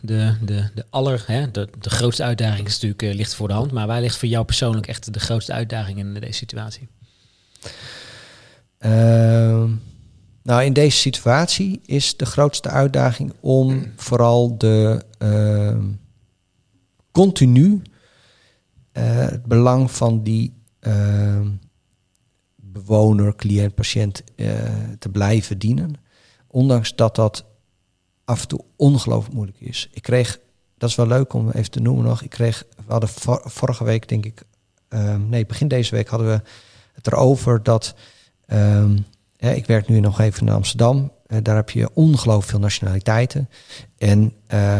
de grootste uitdaging? Is natuurlijk ligt voor de hand, maar waar ligt voor jou persoonlijk echt de grootste uitdaging in deze situatie? In deze situatie is de grootste uitdaging om vooral de continu het belang van die bewoner, cliënt, patiënt te blijven dienen. Ondanks dat af en toe ongelooflijk moeilijk is. Dat is wel leuk om even te noemen nog. We hadden vorige week, denk ik, begin deze week hadden we het erover dat ik werk nu nog even in Amsterdam. Daar heb je ongelooflijk veel nationaliteiten. En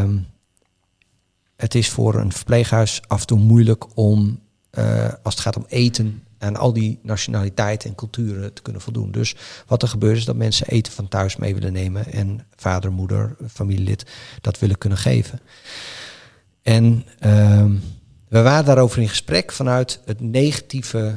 het is voor een verpleeghuis af en toe moeilijk om, als het gaat om eten, aan al die nationaliteiten en culturen te kunnen voldoen. Dus wat er gebeurt is dat mensen eten van thuis mee willen nemen en vader, moeder, familielid dat willen kunnen geven. En we waren daarover in gesprek vanuit het negatieve,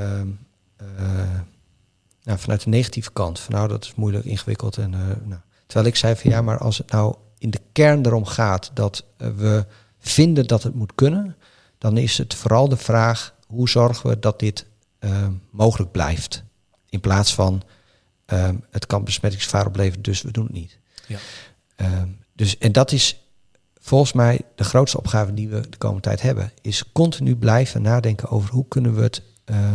vanuit de negatieve kant. Van dat is moeilijk, ingewikkeld. Terwijl ik zei van maar als het nou in de kern erom gaat dat we vinden dat het moet kunnen, dan is het vooral de vraag, hoe zorgen we dat dit mogelijk blijft? In plaats van het kan besmettingsgevaar opleveren, dus we doen het niet. Ja. En dat is volgens mij de grootste opgave die we de komende tijd hebben. Is continu blijven nadenken over hoe kunnen we het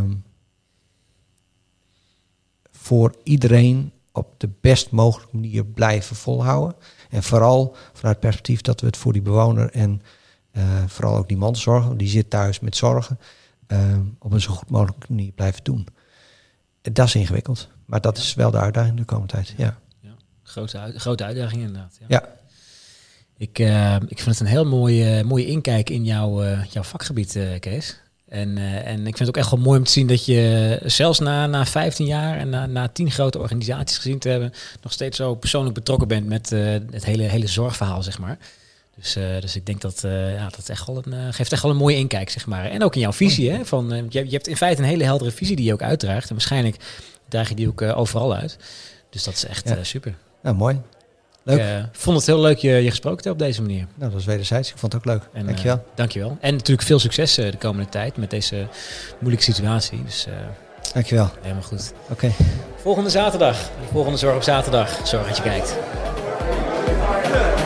voor iedereen op de best mogelijke manier blijven volhouden. En vooral vanuit het perspectief dat we het voor die bewoner en vooral ook die mantelzorger, die zit thuis met zorgen, op een zo goed mogelijke manier blijven doen. Dat is ingewikkeld, maar dat is wel de uitdaging de komende tijd. Ja. Grote uitdaging inderdaad. Ja. Ik vind het een heel mooie inkijk in jouw vakgebied, Kees. En ik vind het ook echt wel mooi om te zien dat je zelfs na 15 jaar en na 10 grote organisaties gezien te hebben, nog steeds zo persoonlijk betrokken bent met het hele zorgverhaal, zeg maar. Dus ik denk dat echt wel geeft echt wel een mooie inkijk, zeg maar. En ook in jouw visie, hè? Je hebt in feite een hele heldere visie die je ook uitdraagt. En waarschijnlijk draag je die ook overal uit. Dus dat is echt super. Ja, mooi. Leuk. Ik vond het heel leuk je gesproken te hebben op deze manier. Nou, dat is wederzijds. Ik vond het ook leuk. En, dankjewel. Dankjewel. En natuurlijk veel succes de komende tijd met deze moeilijke situatie. Dus, dankjewel. Helemaal goed. Oké. Volgende zaterdag. Volgende Zorg op zaterdag. Zorg dat je kijkt.